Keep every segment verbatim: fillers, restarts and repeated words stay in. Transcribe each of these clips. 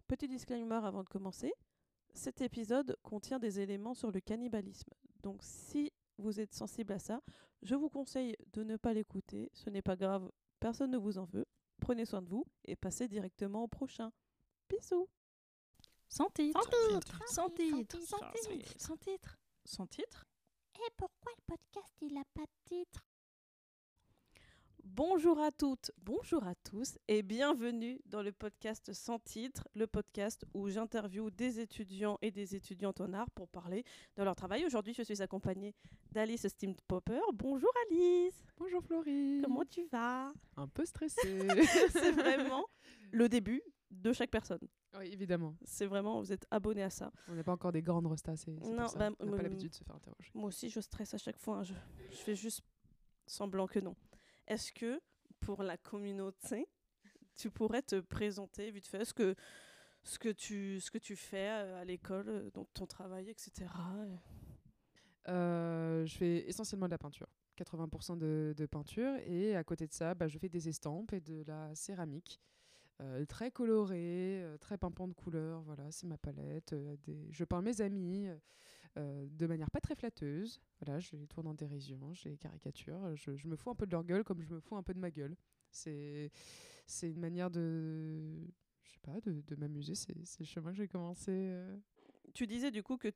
Petit disclaimer avant de commencer, cet épisode contient des éléments sur le cannibalisme. Donc si vous êtes sensible à ça, je vous conseille de ne pas l'écouter. Ce n'est pas grave, personne ne vous en veut. Prenez soin de vous et passez directement au prochain. Bisous. Sans titre. Sans titre. Sans titre. Sans titre. Sans titre. Sans titre. Et pourquoi le podcast il a pas de titre? Bonjour à toutes, bonjour à tous et bienvenue dans le podcast Sans titre, le podcast où j'interviewe des étudiants et des étudiantes en art pour parler de leur travail. Aujourd'hui, je suis accompagnée d'Alice Steamed Popper. Bonjour Alice. Bonjour Florie. Comment tu vas? Un peu stressée. C'est vraiment le début de chaque personne. Oui, évidemment. C'est vraiment, vous êtes abonnés à ça. On n'est pas encore des grandes restas, c'est c'est Non, pour ça. bah, On n'a euh, pas l'habitude de se faire interroger. Moi aussi, je stresse à chaque fois. hein. Je, je fais juste semblant que non. Est-ce que, pour la communauté, tu pourrais te présenter vite fait ce que, ce que, tu, ce que tu fais à l'école, euh, donc ton travail, et cetera. Euh, je fais essentiellement de la peinture. quatre-vingts pour cent de, de peinture. Et à côté de ça, bah, je fais des estampes et de la céramique. Euh, très colorée, euh, très pimpant de couleurs. Voilà, c'est ma palette. Euh, des... Je peins mes amis euh, de manière pas très flatteuse. Voilà, je les tourne en dérision, je les caricature. Je, je me fous un peu de leur gueule comme je me fous un peu de ma gueule. C'est, c'est une manière de, je sais pas, de, de m'amuser. C'est, c'est le chemin que j'ai commencé. Euh... Tu disais du coup que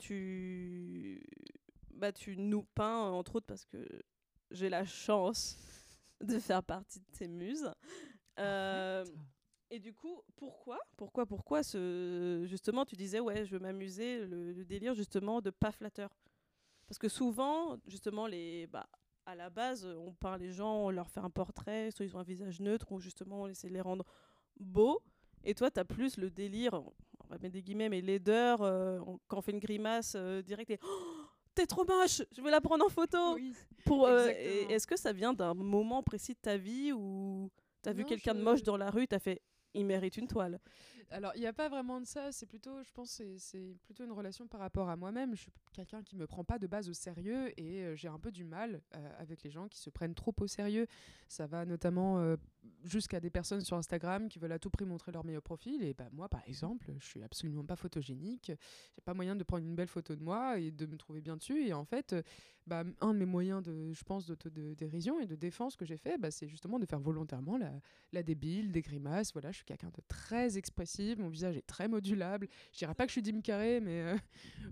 tu, bah, tu nous peins, entre autres, parce que j'ai la chance de faire partie de tes muses. Euh, et du coup, pourquoi Pourquoi Pourquoi ce... Justement, tu disais, ouais, je veux m'amuser, le, le délire justement de pas flatteur. Parce que souvent, justement, les... Bah, à la base, on peint les gens, on leur fait un portrait, soit ils ont un visage neutre, ou justement, on essaie de les rendre beaux. Et toi, tu as plus le délire, on va mettre des guillemets, mais laideur, euh, on- quand on fait une grimace euh, directe, et oh, t'es trop moche, je vais la prendre en photo. Oui, Pour, euh, exactement. et est-ce que ça vient d'un moment précis de ta vie où t'as vu Non, quelqu'un de je- moche dans la rue, t'as fait il mérite une toile? Alors, il n'y a pas vraiment de ça. C'est plutôt, je pense, c'est, c'est plutôt une relation par rapport à moi-même. Je suis quelqu'un qui me prend pas de base au sérieux et euh, j'ai un peu du mal euh, avec les gens qui se prennent trop au sérieux. Ça va notamment euh, jusqu'à des personnes sur Instagram qui veulent à tout prix montrer leur meilleur profil. Et bah, moi, par exemple, je suis absolument pas photogénique. J'ai pas moyen de prendre une belle photo de moi et de me trouver bien dessus. Et en fait, euh, bah, un de mes moyens de, je pense, d'autodérision et de défense que j'ai fait, bah, c'est justement de faire volontairement la, la débile, des grimaces. Voilà, je suis quelqu'un de très expressif, mon visage est très modulable. Je dirais pas que je suis Jim Carrey, mais euh,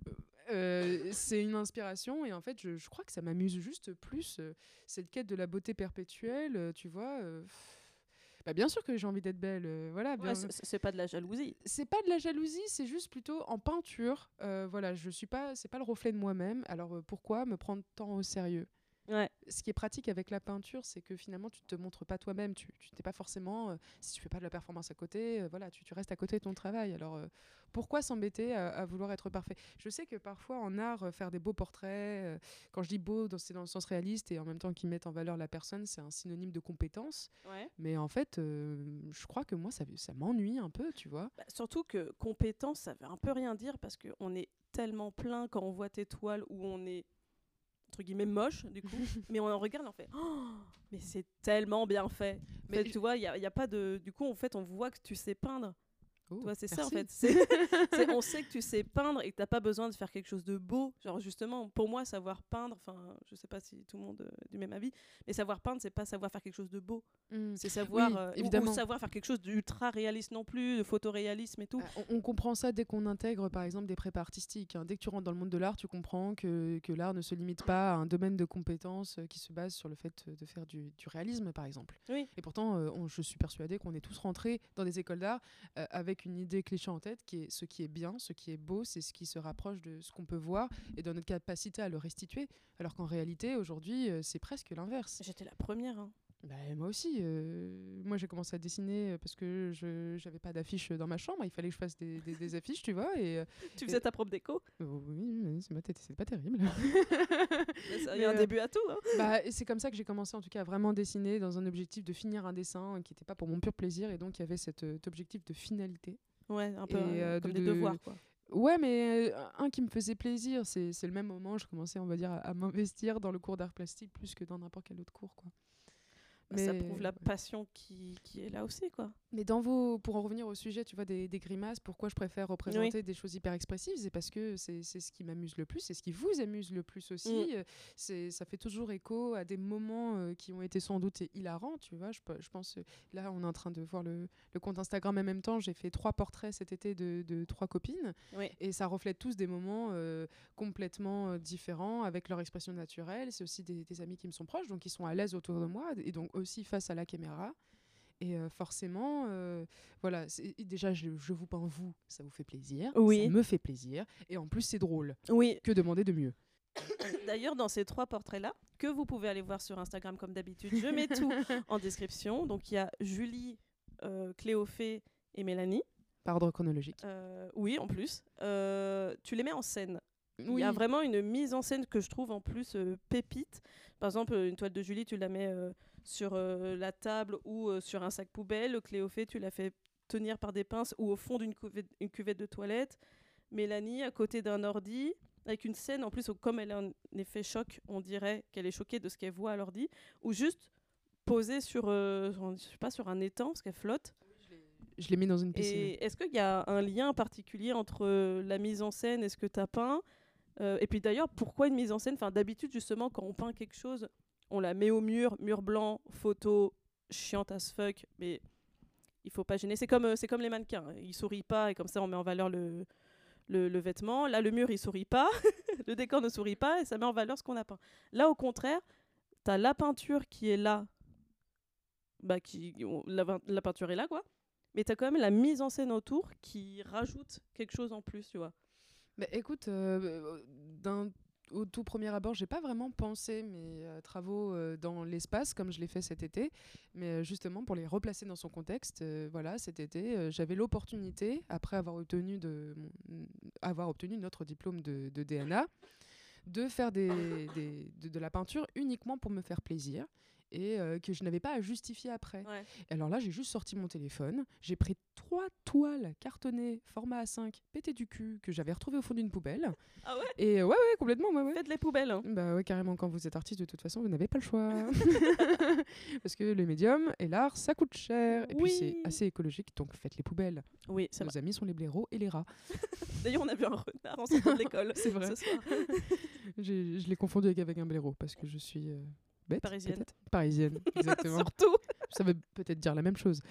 euh, c'est une inspiration et en fait, je, je crois que ça m'amuse juste plus euh, cette quête de la beauté perpétuelle, euh, tu vois. euh, Bah, bien sûr que j'ai envie d'être belle, euh, voilà. Bien... Ouais, c'est- c'est pas de la jalousie. C'est pas de la jalousie, c'est juste plutôt en peinture. Euh, voilà, je suis pas, c'est pas le reflet de moi-même. Alors euh, pourquoi me prendre tant au sérieux? Ouais. Ce qui est pratique avec la peinture, c'est que finalement, tu te montres pas toi-même. Tu tu t'es pas forcément, euh, si tu fais pas de la performance à côté, euh, voilà, tu, tu restes à côté de ton travail. Alors, euh, pourquoi s'embêter à, à vouloir être parfait? Je sais que parfois, en art, euh, faire des beaux portraits, euh, quand je dis beau, dans- c'est dans le sens réaliste et en même temps qu'ils mettent en valeur la personne, c'est un synonyme de compétence. Ouais. Mais en fait, euh, je crois que moi, ça, ça m'ennuie un peu, tu vois. Bah, surtout que compétence, ça veut un peu rien dire parce qu'on est tellement plein quand on voit tes toiles où on est entre guillemets moche du coup, mais on en regarde et on fait oh, mais c'est tellement bien fait. Mais Mais je- tu vois, il y a, y a pas de du coup en fait on voit que tu sais peindre. Oh, Tu vois, c'est ça en merci. fait. C'est, c'est- on sait que tu sais peindre et que t'as pas besoin de faire quelque chose de beau. Genre justement, pour moi, savoir peindre, enfin, je sais pas si tout le monde est du même avis, mais savoir peindre, c'est pas savoir faire quelque chose de beau. Mm. C'est savoir, Oui, euh, ou- ou, évidemment. savoir faire quelque chose d'ultra réaliste non plus, de photoréalisme et tout. Ah, On, on comprend ça dès qu'on intègre, par exemple, des prépas artistiques. hein. Dès que tu rentres dans le monde de l'art, tu comprends que, que l'art ne se limite pas à un domaine de compétences euh, qui se base sur le fait de faire du, du réalisme, par exemple. Oui. Et pourtant, euh, on- je suis persuadée qu'on est tous rentrés dans des écoles d'art euh, avec une idée cliché en tête, qui est ce qui est bien, ce qui est beau, c'est ce qui se rapproche de ce qu'on peut voir et de notre capacité à le restituer. Alors qu'en réalité, aujourd'hui, euh, c'est presque l'inverse. J'étais la première. hein. Bah, moi aussi. euh, moi, j'ai commencé à dessiner euh, parce que je j'avais pas d'affiches dans ma chambre. Il fallait que je fasse des, des- des affiches, tu vois. Et, euh, Tu faisais ta propre déco. euh, oui, mais c'est ma tête, c'est pas terrible. Il y Mais, a un euh, début à tout. hein. bah, et c'est comme ça que j'ai commencé, en tout cas, à vraiment dessiner dans un objectif de finir un dessin euh, qui n'était pas pour mon pur plaisir. Et donc, il y avait cet, euh, cet objectif de finalité. Ouais, un peu Et, euh, euh, comme de- des de- devoirs quoi. Ouais, mais euh, un qui me faisait plaisir, c'est c'est le même moment où je commençais, on va dire, à, à m'investir dans le cours d'art plastique plus que dans n'importe quel autre cours, quoi. Mais, ça prouve la ouais. passion qui, qui est là aussi, quoi. Mais dans vos, pour en revenir au sujet, tu vois, des, des grimaces, pourquoi je préfère représenter des choses hyper expressives, c'est parce que c'est c'est ce qui m'amuse le plus, c'est ce qui vous amuse le plus aussi. Mm. Euh, C'est, ça fait toujours écho à des moments euh, qui ont été sans doute hilarants, tu vois. Je, pe- je pense, euh, là, on est en train de voir le, le compte Instagram en même temps. J'ai fait trois portraits cet été de, de trois copines, Oui. et ça reflète tous des moments euh, complètement euh, différents avec leur expression naturelle. C'est aussi des, des amis qui me sont proches, donc qui sont à l'aise autour de moi, et donc aussi face à la caméra. Et euh, forcément, euh, voilà, c'est- déjà, je, je vous peins vous, ça vous fait plaisir, Oui. ça me fait plaisir, et en plus, c'est drôle. Oui. Que demander de mieux? D'ailleurs, dans ces trois portraits-là, que vous pouvez aller voir sur Instagram comme d'habitude, je mets tout en description. Donc, il y a Julie, euh, Cléophée et Mélanie. Par ordre chronologique. Euh, oui, en plus. Euh, tu les mets en scène. Il Oui. y a vraiment une mise en scène que je trouve en plus euh, pépite. Par exemple, une toile de Julie, tu la mets euh, sur euh, la table ou euh, sur un sac poubelle. Le Cléophée, tu la fais tenir par des pinces ou au fond d'une cuvette, une cuvette de toilette. Mélanie, à côté d'un ordi, avec une scène en plus où, comme elle a un effet choc, on dirait qu'elle est choquée de ce qu'elle voit à l'ordi, ou juste posée sur, euh, sur- je sais pas, sur un étang parce qu'elle flotte. Je l'ai mis dans une piscine. Et est-ce qu'il y a un lien particulier entre euh, la mise en scène et ce que tu as peint euh, Et puis d'ailleurs, pourquoi une mise en scène? Enfin, d'habitude, justement, quand on peint quelque chose, on la met au mur, mur blanc, photo, chiante as fuck, mais il faut pas gêner. C'est comme, euh, c'est comme les mannequins. Ils sourient pas et comme ça, on met en valeur le, le, le vêtement. Là, le mur, il sourit pas. Le décor ne sourit pas et ça met en valeur ce qu'on a peint. Là, au contraire, tu as la peinture qui est là. Bah, qui, on- la, la peinture est là, quoi. Mais tu as quand même la mise en scène autour qui rajoute quelque chose en plus, tu vois. Bah, écoute, euh, d'un- au tout premier abord, j'ai pas vraiment pensé mes euh, travaux euh, dans l'espace comme je l'ai fait cet été, mais euh, justement pour les replacer dans son contexte, euh, voilà, cet été, euh, j'avais l'opportunité, après avoir obtenu, de, mon- avoir obtenu notre diplôme de, de D N A, de faire des, des- de, de la peinture uniquement pour me faire plaisir et euh, que je n'avais pas à justifier après. Ouais. Et alors là, j'ai juste sorti mon téléphone, j'ai pris trois toiles cartonnées format A cinq pété du cul que j'avais retrouvées au fond d'une poubelle. Ah ouais? Et euh, ouais, ouais, complètement, ouais, ouais. Faites les poubelles. Hein. Bah ouais, carrément, quand vous êtes artiste, de toute façon, vous n'avez pas le choix. Parce que le médium et l'art, ça coûte cher. Et puis Oui. c'est assez écologique, donc faites les poubelles. Oui, c'est Nos vrai. amis sont les blaireaux et les rats. D'ailleurs, on a vu un renard en sortant de l'école C'est vrai. ce soir. J'ai- Je l'ai confondu avec, avec un blaireau parce que je suis euh, bête. Parisienne. peut-être Parisienne, exactement. Surtout, Ça veut peut-être dire la même chose.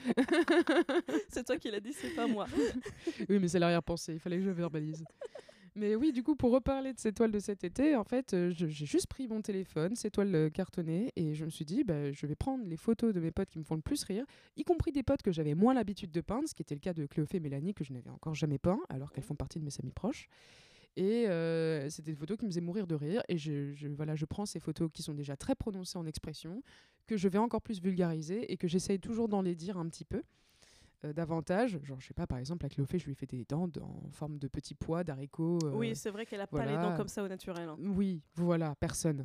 c'est toi qui l'as dit, c'est pas moi. Oui, mais c'est l'arrière-pensée, il fallait que je verbalise. Mais oui, du coup, pour reparler de ces toiles de cet été, en fait, euh, je- j'ai juste pris mon téléphone, ces toiles euh, cartonnées, et je me suis dit, bah, je vais prendre les photos de mes potes qui me font le plus rire, y compris des potes que j'avais moins l'habitude de peindre, ce qui était le cas de Cléophée et Mélanie, que je n'avais encore jamais peint, alors qu'elles font partie de mes amis proches. Et euh, c'était des photos qui me faisaient mourir de rire. Et je, je- voilà, je prends ces photos qui sont déjà très prononcées en expression, que je vais encore plus vulgariser et que j'essaye toujours d'en les dire un petit peu. euh, davantage, genre je sais pas, par exemple à Cléophée je lui ai fait des dents d- en forme de petits pois d'haricots. euh, Oui, c'est vrai qu'elle a pas les voilà. dents comme ça au naturel. hein. oui, voilà, personne.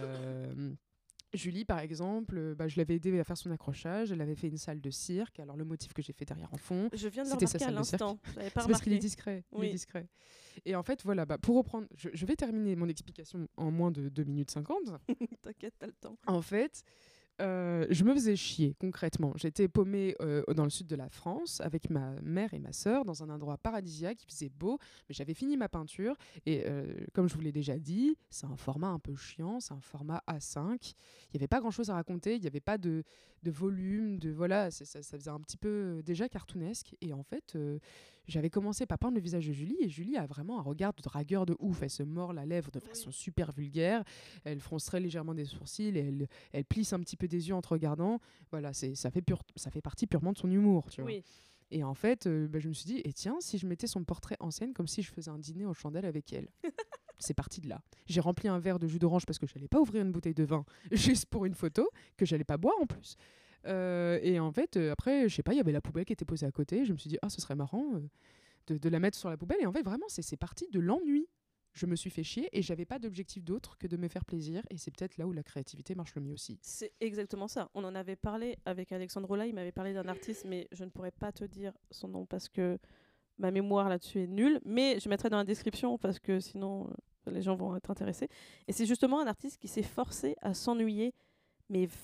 Euh, Julie, par exemple, euh, bah, je l'avais aidée à faire son accrochage. Elle avait fait une salle de cirque. Alors, le motif que j'ai fait derrière en fond, Je viens de le C'était sa remarquer à salle de cirque. l'instant. J'avais pas c'est parce qu'il est remarqué. discret. Il Oui. est discret. Et en fait, voilà, bah, pour reprendre, je, je vais terminer mon explication en moins de deux minutes cinquante. T'inquiète, t'as le temps. En fait, euh, je me faisais chier concrètement. J'étais paumée euh, dans le sud de la France avec ma mère et ma sœur dans un endroit paradisiaque, il faisait beau, mais j'avais fini ma peinture et euh, comme je vous l'ai déjà dit, c'est un format un peu chiant, c'est un format A cinq. Il n'y avait pas grand-chose à raconter, il n'y avait pas de, de volume, de voilà, c'est- ça, ça faisait un petit peu euh, déjà cartoonesque et en fait, euh, j'avais commencé par peindre le visage de Julie et Julie a vraiment un regard de dragueur de ouf. Elle se mord la lèvre de façon super vulgaire, elle fronce très légèrement des sourcils et elle, elle plisse un petit peu des yeux en te regardant. Voilà, c'est, ça, fait pure, ça fait partie purement de son humour, tu vois. Oui. Et en fait, euh, bah, je me suis dit, et tiens, si je mettais son portrait en scène comme si je faisais un dîner aux chandelles avec elle. C'est parti de là. J'ai rempli un verre de jus d'orange parce que je n'allais pas ouvrir une bouteille de vin juste pour une photo, que j'allais pas boire en plus. Euh, et en fait, euh, après, je sais pas, il y avait la poubelle qui était posée à côté. Je me suis dit, ah, ce serait marrant euh, de, de la mettre sur la poubelle. Et en fait, vraiment, c'est, c'est parti de l'ennui. Je me suis fait chier et j'avais pas d'objectif d'autre que de me faire plaisir. Et c'est peut-être là où la créativité marche le mieux aussi. C'est exactement ça. On en avait parlé avec Alexandre Rolla, il m'avait parlé d'un artiste, mais je ne pourrais pas te dire son nom parce que ma mémoire là-dessus est nulle. Mais je mettrai dans la description parce que sinon euh, les gens vont être intéressés. Et c'est justement un artiste qui s'est forcé à s'ennuyer, mais fort,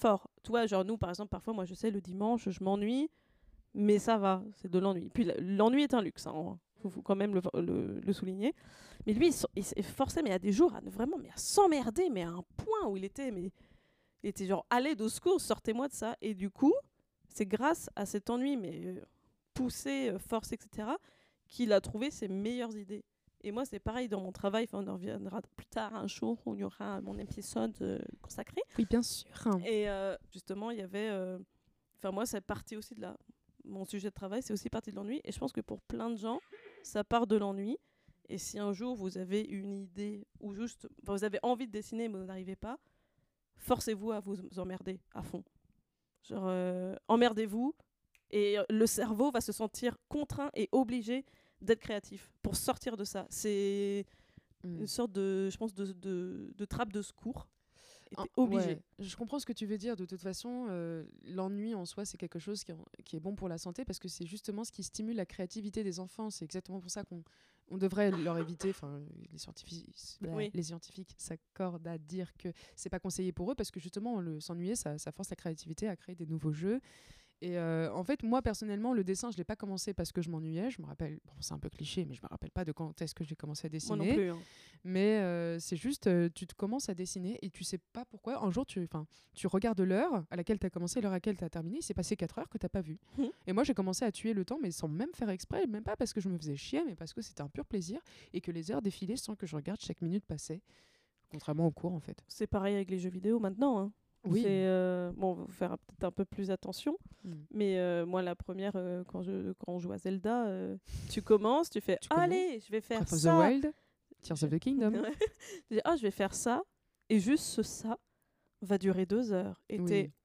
tu vois, genre nous, par exemple, parfois, moi, je sais, le dimanche, je m'ennuie, mais ça va, c'est de l'ennui. Puis l'ennui est un luxe, hein, faut, faut quand même le, le, le souligner. Mais lui, il, s- il s'est forcé, mais à des jours, à ne vraiment, mais à s'emmerder, mais à un point où il était, mais il était genre, allez, au secours, sortez-moi de ça. Et du coup, c'est grâce à cet ennui, mais euh, poussé, euh, force, et cetera, qu'il a trouvé ses meilleures idées. Et moi, c'est pareil dans mon travail. Enfin, on en reviendra plus tard, un jour où il y aura mon épisode euh, consacré. Oui, bien sûr. Et euh, justement, il y avait. euh, Enfin, moi, c'est parti aussi de là. Mon sujet de travail, c'est aussi parti de l'ennui. Et je pense que pour plein de gens, ça part de l'ennui. Et si un jour vous avez une idée ou juste. Enfin, vous avez envie de dessiner, mais vous n'arrivez pas, forcez-vous à vous emmerder à fond. Genre, euh, emmerdez-vous. Et euh, le cerveau va se sentir contraint et obligé d'être créatif pour sortir de ça. C'est Mm. une sorte de, je pense, de, de, de trappe de secours. Et Ah, t'es obligé. ouais, je comprends ce que tu veux dire. De toute façon, euh, l'ennui en soi, c'est quelque chose qui, en- qui est bon pour la santé parce que c'est justement ce qui stimule la créativité des enfants. C'est exactement pour ça qu'on on devrait leur éviter. Enfin, les scientifiques, Oui. les scientifiques s'accordent à dire que c'est pas conseillé pour eux parce que justement, le s'ennuyer, ça, ça force la créativité à créer des nouveaux jeux. Et euh, en fait, moi personnellement, le dessin, je l'ai pas commencé parce que je m'ennuyais. Je me rappelle, bon, c'est un peu cliché, mais je me rappelle pas de quand est-ce que j'ai commencé à dessiner. Moi non plus. hein. Mais euh, c'est juste, euh, tu te commences à dessiner et tu sais pas pourquoi. Un jour, tu, 'fin, tu regardes l'heure à laquelle tu as commencé, l'heure à laquelle tu as terminé. Il s'est passé quatre heures que tu pas vu. Mhm. Et moi, j'ai commencé à tuer le temps, mais sans même faire exprès. Même pas parce que je me faisais chier, mais parce que c'était un pur plaisir. Et que les heures défilaient sans que je regarde chaque minute passer. Contrairement au cours, en fait. C'est pareil avec les jeux vidéo maintenant. Hein. Oui. C'est, euh, bon, faut faire peut-être un peu plus attention. Mm. Mais euh, moi, la première, euh, quand, je, quand on joue à Zelda, euh, tu commences, tu fais Tu commences. allez, je vais faire Breath of the ça. Wild, Tears of the Kingdom. Ouais. Tu dis, ah, je vais faire ça. Et juste ce ça va durer deux heures. Et Oui. t'es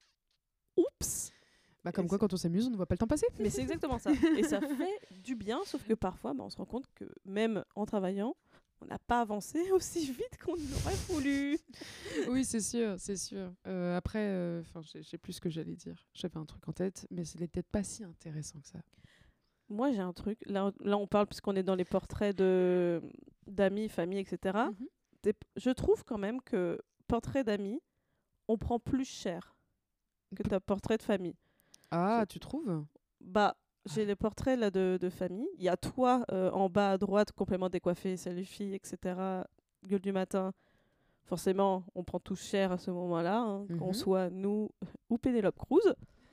oups. Bah, comme Et quoi, c'est- quand on s'amuse, on ne voit pas le temps passer. Mais c'est exactement ça. Et ça fait du bien, sauf que parfois, bah, on se rend compte que même en travaillant, on n'a pas avancé aussi vite qu'on aurait voulu. Oui, c'est sûr, c'est sûr. Euh, après, enfin, je sais plus ce que j'allais dire. J'avais un truc en tête, mais ce n'est peut-être pas si intéressant que ça. Moi, j'ai un truc. Là, là on parle, puisqu'on est dans les portraits de d'amis, famille, et cetera. Mhm. Des- Je trouve quand même que portrait d'amis, on prend plus cher que ta portrait de famille. Ah, tu trouves? Bah, j'ai les portraits là de, de famille. Il y a toi euh, en bas à droite, complètement décoiffé, salut fille, et cetera. Gueule du matin. Forcément, on prend tout cher à ce moment-là, hein, qu'on Mhm. soit nous ou Pénélope Cruz.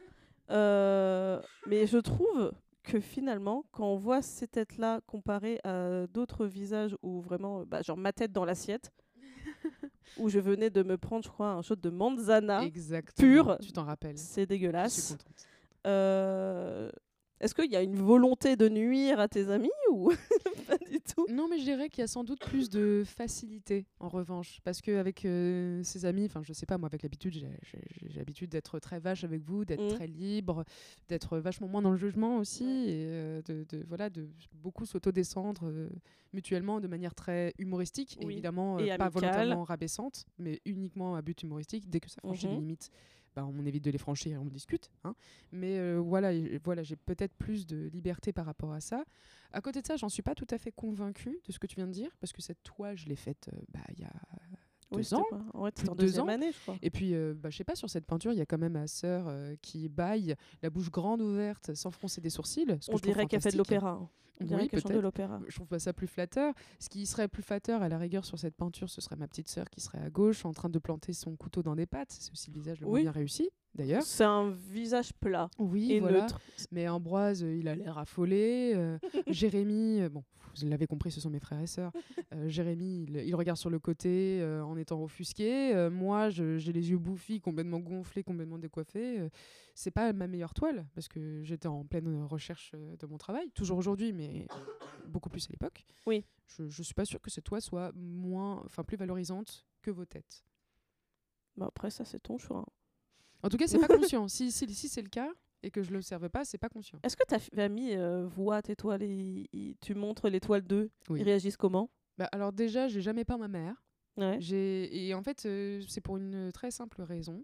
Euh, mais je trouve que finalement, quand on voit ces têtes-là comparées à d'autres visages où vraiment, euh, bah, genre ma tête dans l'assiette, où je venais de me prendre, je crois, un shot de manzana, Exactement. pur. Tu t'en rappelles. c'est Je suis dégueulasse. contente. Euh, Est-ce qu'il y a une volonté de nuire à tes amis ou pas du tout? Non, mais je dirais qu'il y a sans doute plus de facilité, en revanche. Parce qu'avec euh, ses amis, enfin, je sais pas, moi, avec l'habitude, j'ai j'ai- j'ai l'habitude d'être très vache avec vous, d'être Mhm. très libre, d'être vachement moins dans le jugement aussi, Ouais. et euh, de, de- voilà, de beaucoup s'autodescendre euh, mutuellement de manière très humoristique, Oui. évidemment, Et euh, pas amicale. volontairement rabaissante, mais uniquement à but humoristique. Dès que ça franchit Mhm. les limites, bah, on évite de les franchir et on discute. Hein. Mais euh, voilà, et- voilà j'ai peut-être plus de liberté par rapport à ça. À côté de ça, j'en suis pas tout à fait convaincue de ce que tu viens de dire, parce que cette toile, je l'ai faite euh, bah, il y a deux Oui, ans. c'était pas- ouais, plus c'était en de deux deuxième ans. année, je crois. Et puis, euh, bah, je sais pas, sur cette peinture, il y a quand même ma sœur euh, qui baille, la bouche grande ouverte, sans froncer des sourcils. Ce que On je trouve dirait qu'elle fait de fantastique. l'opéra. hein. On Oui, dirait qu'elle chante de peut-être. l'opéra. Je trouve pas ça plus flatteur. Ce qui serait plus flatteur, à la rigueur, sur cette peinture, ce serait ma petite sœur qui serait à gauche, en train de planter son couteau dans des pâtes. C'est aussi le visage le moins Oui. bien réussi, d'ailleurs. C'est un visage plat Oui, et voilà. neutre. Mais Ambroise, euh, il a l'air affolé. euh, Jérémy, euh, bon, vous l'avez compris, ce sont mes frères et sœurs. Euh, Jérémy, il, il regarde sur le côté euh, en étant offusqué. Euh, moi, je- j'ai les yeux bouffis, complètement gonflés, complètement décoiffés. Euh, c'est pas ma meilleure toile, parce que j'étais en pleine euh, recherche euh, de mon travail, toujours aujourd'hui, mais beaucoup plus à l'époque. Oui. Je, je suis pas sûre que cette toile soit moins, enfin plus valorisante que vos têtes. Bah après, ça, c'est ton choix. hein. En tout cas, c'est pas conscient. Si, si, si c'est le cas et que je l'observe pas, c'est pas conscient. Est-ce que ta famille euh, voit tes toiles et ils- tu montres les toiles d'eux? Oui. Ils réagissent comment? Bah, alors déjà, j'ai jamais peint ma mère. Ouais. J'ai et en fait, euh, c'est pour une très simple raison,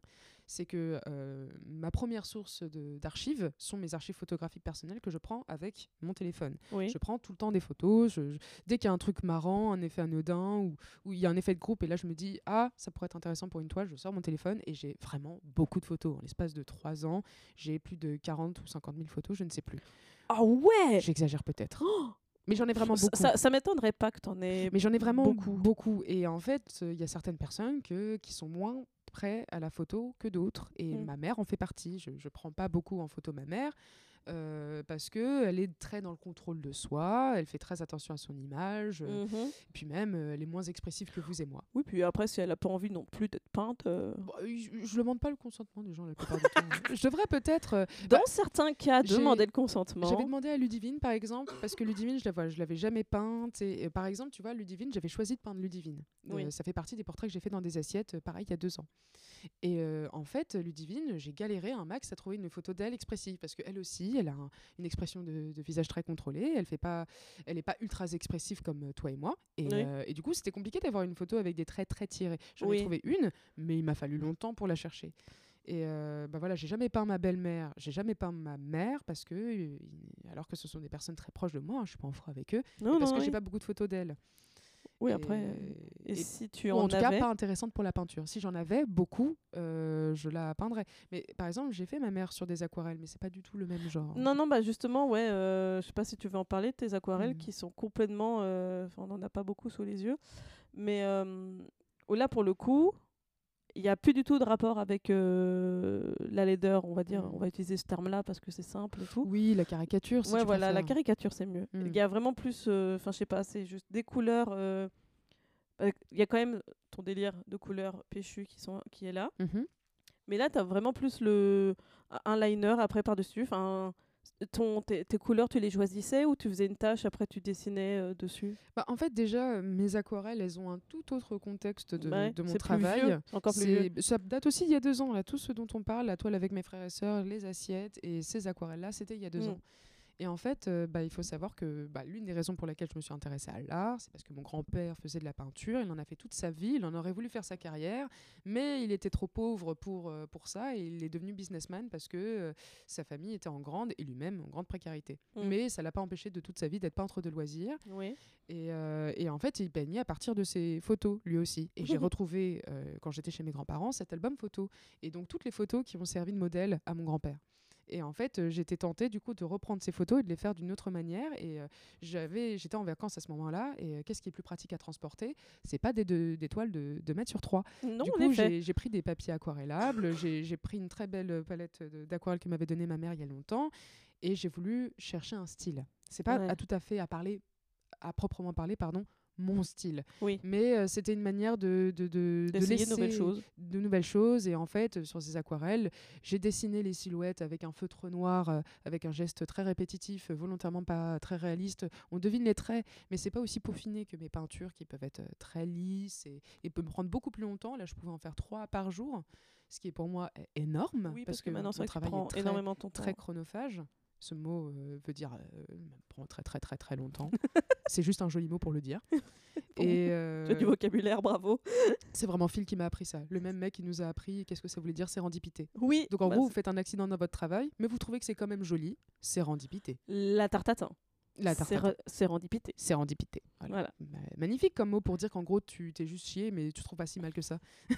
c'est que euh, ma première source de, d'archives sont mes archives photographiques personnelles que je prends avec mon téléphone. Oui. Je prends tout le temps des photos. Je, je- dès qu'il y a un truc marrant, un effet anodin, ou ou il y a un effet de groupe, et là je me dis, ah, ça pourrait être intéressant pour une toile, je sors mon téléphone et j'ai vraiment beaucoup de photos. En l'espace de trois ans, j'ai plus de quarante ou cinquante mille photos, je ne sais plus. Ah ouais. J'exagère peut-être. Mais j'en ai vraiment Ça, beaucoup. ça, ça m'étonnerait pas que t'en aies. Mais j'en ai vraiment beaucoup. beaucoup. Et en fait, il y a certaines personnes que, qui sont moins prêts à la photo que d'autres. Et Mm. ma mère en fait partie. Je ne prends pas beaucoup en photo ma mère euh, parce qu'elle est très dans le contrôle de soi. Elle fait très attention à son image. euh, Mhm. Et puis même, euh, elle est moins expressive que vous et moi. Oui, puis après, si elle a pas envie non plus d'être peinte. euh, Bon, je ne demande pas le consentement des gens la plupart du temps. Je devrais peut-être... euh, Dans bah, certains cas, j'ai- demander le consentement. J'avais demandé à Ludivine, par exemple, parce que Ludivine, je la vois, je l'avais jamais peinte. Et, et par exemple, tu vois, Ludivine, j'avais choisi de peindre Ludivine. Euh, Oui. ça fait partie des portraits que j'ai fait dans des assiettes, euh, pareil, il y a deux ans. Et euh, en fait, Ludivine, j'ai galéré un max à trouver une photo d'elle expressive, parce qu'elle aussi, elle a un- une expression de, de visage très contrôlée. Elle fait pas, elle est pas ultra expressive comme euh, toi et moi. Et, Oui. euh, et du coup, c'était compliqué d'avoir une photo avec des traits très tirés. J'en Oui. ai trouvé une, mais il m'a fallu longtemps pour la chercher. Et euh, bah voilà, j'ai jamais peint ma belle-mère, j'ai jamais peint ma mère parce que, euh, il- alors que ce sont des personnes très proches de moi, hein, je suis pas en froid avec eux, Non, et parce non, que j'ai oui. pas beaucoup de photos d'elle. Oui, Et- après. euh, Et, et- si tu ou en, en tout avais. cas pas intéressante pour la peinture. Si j'en avais beaucoup, euh, je la peindrais. Mais par exemple, j'ai fait ma mère sur des aquarelles, mais c'est pas du tout le même genre. Non, non, bah justement, ouais, euh, je sais pas si tu veux en parler, tes aquarelles Mhm. qui sont complètement. euh, Enfin, on n'en a pas beaucoup sous les yeux. Mais euh, où là, pour le coup, il n'y a plus du tout de rapport avec euh, la laideur, on va dire. Mhm. On va utiliser ce terme-là parce que c'est simple et tout. Oui, la caricature, si Ouais, tu voilà, la préfères. caricature, c'est mieux. Il Mm. y a vraiment plus. Enfin, je sais pas, c'est juste des couleurs. euh, bah, Il y a quand même ton délire de couleurs péchues qui, sont, qui est là. Mhm. Mais là, tu as vraiment plus le un liner après par-dessus. Enfin, ton, tes, tes couleurs, tu les choisissais ou tu faisais une tâche, après tu dessinais euh, dessus. Bah, en fait, déjà, euh, mes aquarelles, elles ont un tout autre contexte de, Ouais, de mon c'est plus travail. vieux, c'est encore plus vieux. C'est- Ça date aussi il y a deux ans. Là, tout ce dont on parle, la toile avec mes frères et sœurs, les assiettes et ces aquarelles-là, c'était il y a deux Mm. ans. Et en fait, euh, bah, il faut savoir que bah, l'une des raisons pour lesquelles je me suis intéressée à l'art, c'est parce que mon grand-père faisait de la peinture, il en a fait toute sa vie, il en aurait voulu faire sa carrière, mais il était trop pauvre pour, euh, pour ça, et il est devenu businessman parce que euh, sa famille était en grande, et lui-même en grande précarité. Mm. Mais ça l'a pas empêché de toute sa vie d'être peintre de loisirs. Oui. Et, euh, et en fait, il peignait à partir de ses photos, lui aussi. Et j'ai retrouvé, euh, quand j'étais chez mes grands-parents, cet album photo. Et donc, toutes les photos qui ont servi de modèle à mon grand-père. Et en fait, euh, j'étais tentée du coup de reprendre ces photos et de les faire d'une autre manière. Et euh, j'avais, j'étais en vacances à ce moment-là. Et euh, qu'est-ce qui est plus pratique à transporter? C'est pas des, deux- des toiles de deux mètres sur trois. Non, Du en coup, effet. j'ai j'ai pris des papiers aquarellables, j'ai j'ai pris une très belle palette de- d'aquarelle que m'avait donnée ma mère il y a longtemps, et j'ai voulu chercher un style. C'est pas Ouais. à tout à fait à parler, à proprement parler, pardon, mon style. Oui. Mais euh, c'était une manière de, de, de, de D'essayer laisser de nouvelles choses. de nouvelles choses. Et en fait, euh, sur ces aquarelles, j'ai dessiné les silhouettes avec un feutre noir, euh, avec un geste très répétitif, euh, volontairement pas très réaliste. On devine les traits, mais c'est pas aussi peaufiné que mes peintures qui peuvent être euh, très lisses et, et peuvent me prendre beaucoup plus longtemps. Là, je pouvais en faire trois par jour, ce qui est pour moi é- énorme Oui, parce, parce que maintenant, mon c'est vrai que tu travail prends est très, énormément ton temps. très chronophage. Ce mot euh, veut dire euh, me prend très très très très longtemps. C'est juste un joli mot pour le dire. Bon, Et euh, Tu as du vocabulaire, bravo. c'est vraiment Phil qui m'a appris ça. Le même mec qui nous a appris qu'est-ce que ça voulait dire sérendipité. Oui. Donc en bah, gros, vous c'est- faites un accident dans votre travail, mais vous trouvez que c'est quand même joli. Sérendipité. la tarte à thym. La tarte C'est à thym. re- Sérendipité. Sérendipité. Voilà. Voilà. Ma- Magnifique comme mot pour dire qu'en gros, tu t'es juste chié, mais tu trouves pas si mal que ça.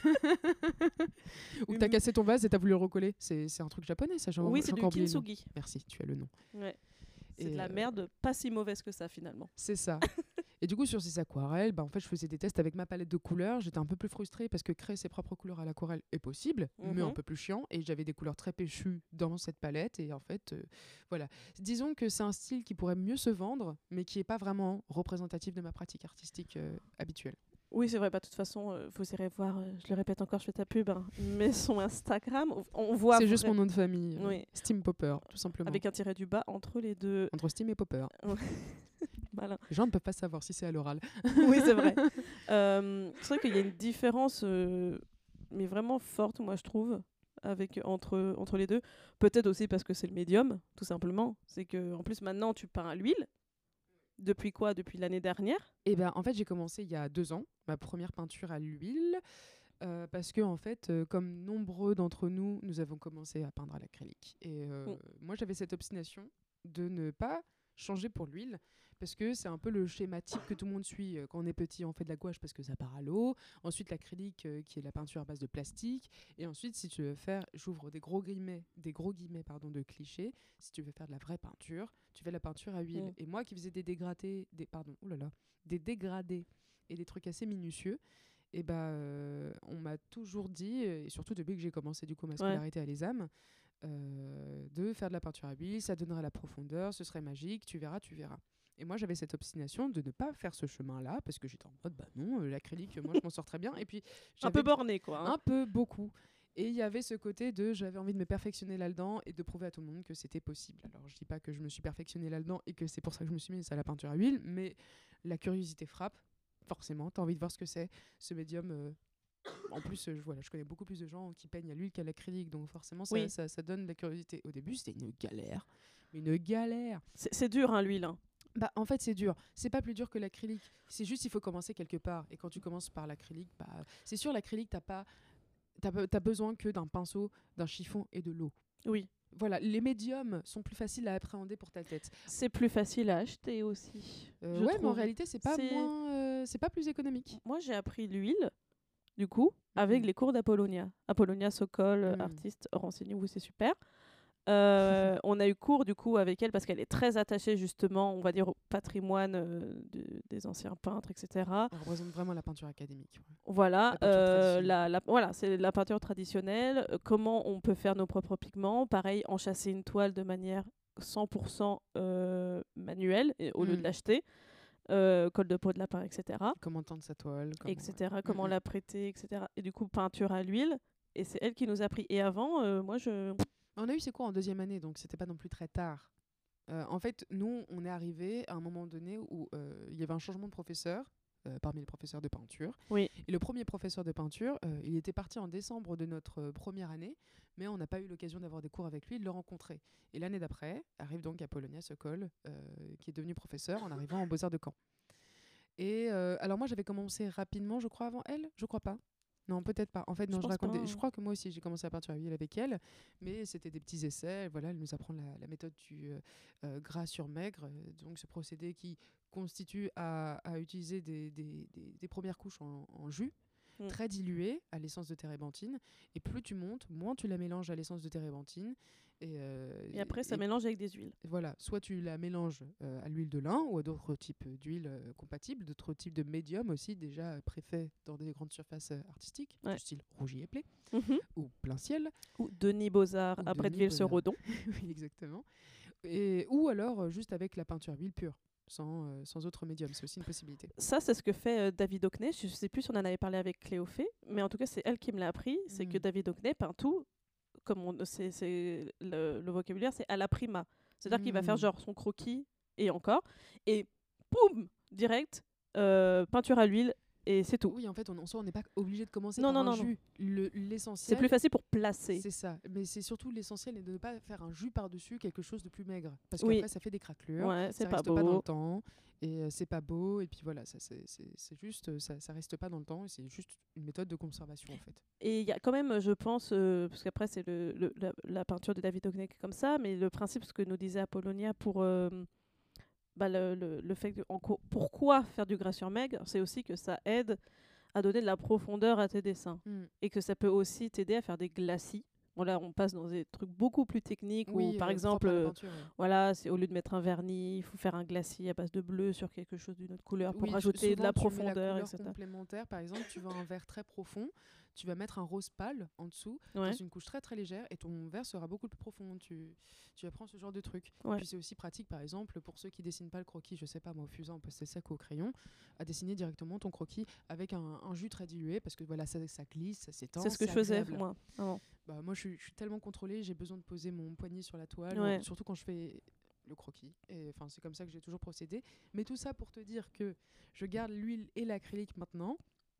Ou que t'as Une- cassé ton vase et t'as voulu le recoller. C'est c'est un truc japonais, ça. j'ai- Oui, j'ai c'est du encore oublié le nom. kintsugi. Merci, tu as le nom. Ouais. C'est Et de la euh, merde pas si mauvaise que ça, finalement. C'est ça. Et du coup, sur ces aquarelles, bah, en fait, je faisais des tests avec ma palette de couleurs. J'étais un peu plus frustrée parce que créer ses propres couleurs à l'aquarelle est possible, mais un Mhm. peu plus chiant. Et j'avais des couleurs très péchues dans cette palette. Et en fait, euh, voilà. Disons que c'est un style qui pourrait mieux se vendre, mais qui n'est pas vraiment représentatif de ma pratique artistique euh, habituelle. Oui, c'est vrai. Bah, de toute façon, euh, vous irez voir, euh, je le répète encore, je fais ta pub, hein, mais son Instagram, on voit C'est juste vra- mon nom de famille. euh, Oui. Steam Popper, tout simplement. avec un tiret du bas entre les deux. Entre Steam et Popper. Malin. Les gens ne peuvent pas savoir si c'est à l'oral. Oui, c'est vrai. Euh, c'est vrai qu'il y a une différence, euh, mais vraiment forte, moi, je trouve, avec, entre, entre les deux. Peut-être aussi parce que c'est le médium, tout simplement. C'est que en plus, maintenant, tu peins à l'huile. Depuis quoi? Depuis l'année dernière? Et ben, en fait, j'ai commencé il y a deux ans, ma première peinture à l'huile. Euh, parce que en fait, euh, comme nombreux d'entre nous, nous avons commencé à peindre à l'acrylique. Et euh, Mm. moi, j'avais cette obstination de ne pas changer pour l'huile, parce que c'est un peu le schéma type que tout le monde suit. Euh, Quand on est petit, on fait de la gouache parce que ça part à l'eau. Ensuite, l'acrylique, euh, qui est la peinture à base de plastique. Et ensuite, si tu veux faire, j'ouvre des gros guillemets, des gros guillemets pardon, de clichés. Si tu veux faire de la vraie peinture, tu fais la peinture à huile. Mm. Et moi, qui faisais des dégradés, des pardon, oh là là, des dégradés et des trucs assez minutieux. Et bah, euh, on m'a toujours dit, et surtout depuis que j'ai commencé du coup ma scolarité à l'ESAM, euh, de faire de la peinture à huile, ça donnerait la profondeur, ce serait magique, tu verras, tu verras. Et moi, j'avais cette obstination de ne pas faire ce chemin-là, parce que j'étais en mode, bah non, euh, l'acrylique, moi, je m'en sors très bien. Et puis, Un peu borné, quoi. hein. un peu, beaucoup. Et il y avait ce côté de j'avais envie de me perfectionner là-dedans et de prouver à tout le monde que c'était possible. Alors, je dis pas que je me suis perfectionnée là-dedans et que c'est pour ça que je me suis mise à la peinture à huile, mais la curiosité frappe, forcément. Tu as envie de voir ce que c'est, ce médium. euh, En plus, euh, je, voilà, je connais beaucoup plus de gens qui peignent à l'huile qu'à l'acrylique, donc forcément, ça, Oui. ça, ça donne de la curiosité. Au début, c'était une galère. Une galère. C'est c'est dur, hein, l'huile. hein. Bah, en fait, c'est dur. C'est pas plus dur que l'acrylique. C'est juste, il faut commencer quelque part. Et quand tu commences par l'acrylique, bah, c'est sûr, l'acrylique, t'as pas, t'as, be- t'as besoin que d'un pinceau, d'un chiffon et de l'eau. Oui. Voilà, les médiums sont plus faciles à appréhender pour ta tête. C'est plus facile à acheter aussi. Euh, je ouais, mais en trouve. réalité, c'est pas C'est- moins, euh, c'est pas plus économique. Moi, j'ai appris l'huile, du coup, avec Mhm. les cours d'Apollonia. Apollonia Sokol, euh, Mhm. artiste, renseignez-vous, c'est super. Euh, on a eu cours, du coup, avec elle, parce qu'elle est très attachée, justement, on va dire, au patrimoine euh, de- des anciens peintres, et cetera. Elle représente vraiment la peinture académique. ouais. Voilà, La peinture euh, traditionnelle. la, la- voilà, c'est la peinture traditionnelle. euh, Comment on peut faire nos propres pigments. Pareil, enchasser une toile de manière cent pour cent euh, manuelle, et, au lieu de Mm. l'acheter. Euh, colle de peau de lapin, et cetera. Comment tendre sa toile. Comment, et cetera. Comment Mhm. la prêter, et cetera. Et du coup, peinture à l'huile. Et c'est elle qui nous a appris. Et avant, euh, moi, je... On a eu ces cours en deuxième année, donc c'était pas non plus très tard. Euh, en fait, nous, on est arrivé à un moment donné où euh, il y avait un changement de professeur euh, parmi les professeurs de peinture. Oui. Et le premier professeur de peinture, euh, il était parti en décembre de notre euh, première année, mais on n'a pas eu l'occasion d'avoir des cours avec lui, de le rencontrer. Et l'année d'après, arrive donc Apollonia Sokol, euh, qui est devenu professeur en arrivant en Beaux-Arts de Caen. Et euh, alors moi, j'avais commencé rapidement, je crois, avant elle. Je crois pas. Non, peut-être pas. En fait, Je non, je, pense raconte pas, des- hein. je crois que moi aussi, j'ai commencé à peinture à l'huile avec elle, mais c'était des petits essais. Voilà, elle nous apprend la, la méthode du euh, euh, gras sur maigre, euh, donc ce procédé qui consiste à, à utiliser des, des- des- des premières couches en, en jus, Mm. très diluées à l'essence de térébenthine, et plus tu montes, moins tu la mélanges à l'essence de térébenthine. Et, euh, Et après, ça et- mélange avec des huiles. voilà, soit tu la mélanges euh, à l'huile de lin ou à d'autres types d'huiles euh, compatibles, d'autres types de médiums aussi déjà euh, préfaits dans des grandes surfaces euh, artistiques, Ouais. du style Rougy et Plé Mhm. ou Plein Ciel. Ou Denis Bozard, Ou après de Denis Ville-sur-Redon. Oui, exactement. Et, ou alors euh, juste avec la peinture à huile pure, sans, euh, sans autre médium, c'est aussi une possibilité. Ça, c'est ce que fait euh, David Hockney. Je sais plus si on en avait parlé avec Cléophée, mais en tout cas, c'est elle qui me l'a appris. C'est que Mm. David Hockney peint tout, comme on, c'est, c'est le, le vocabulaire, c'est à la prima. C'est-à-dire qu'il va faire Mm. genre son croquis et encore, et poum, direct, euh, peinture à l'huile, et c'est tout. Oui, en fait, on, en soi, on n'est pas obligé de commencer Non, par non, un non, non. jus. Le- L'essentiel, C'est plus facile pour placer. c'est ça. Mais c'est surtout l'essentiel est de ne pas faire un jus par-dessus quelque chose de plus maigre. Parce Oui. qu'après, ça fait des craquelures. Ouais, Ça c'est pas reste pas dans le beau. temps. Et euh, c'est pas beau. Et puis voilà, ça, c'est, c'est, c'est juste, euh, ça, ça reste pas dans le temps. Et c'est juste une méthode de conservation, en fait. Et il y a quand même, je pense, euh, parce qu'après c'est le, le- la, la peinture de David Hockney qui est comme ça, mais le principe, ce que nous disait Apollonia pour euh, bah, le, le, le fait que, en co- pourquoi faire du gras sur maigre, c'est aussi que ça aide à donner de la profondeur à tes dessins Mm. et que ça peut aussi t'aider à faire des glacis. Bon là, on passe dans des trucs beaucoup plus techniques Oui, où, par euh, exemple, propre à la euh, peinture, ouais. voilà, c'est au lieu de mettre un vernis, il faut faire un glacis à base de bleu sur quelque chose d'une autre couleur pour Oui, sou- rajouter de souvent, la tu mets profondeur, couleur et cetera. complémentaire. Par exemple, tu veux un vert très profond, tu vas mettre un rose pâle en dessous, Ouais. dans une couche très très légère, et ton vert sera beaucoup plus profond. Tu, tu apprends ce genre de truc. Ouais. Puis c'est aussi pratique, par exemple, pour ceux qui dessinent pas le croquis, je sais pas moi, au fusain, au pastel sec ou au crayon, à dessiner directement ton croquis avec un, un jus très dilué, parce que voilà, ça, ça glisse, ça s'étend. C'est ce que je faisais, agréable. moi, avant. Bah, moi, je suis, je suis tellement contrôlée, j'ai besoin de poser mon poignet sur la toile, Ouais. surtout quand je fais le croquis. Et enfin, c'est comme ça que j'ai toujours procédé. Mais tout ça pour te dire que je garde l'huile et l'acrylique maintenant,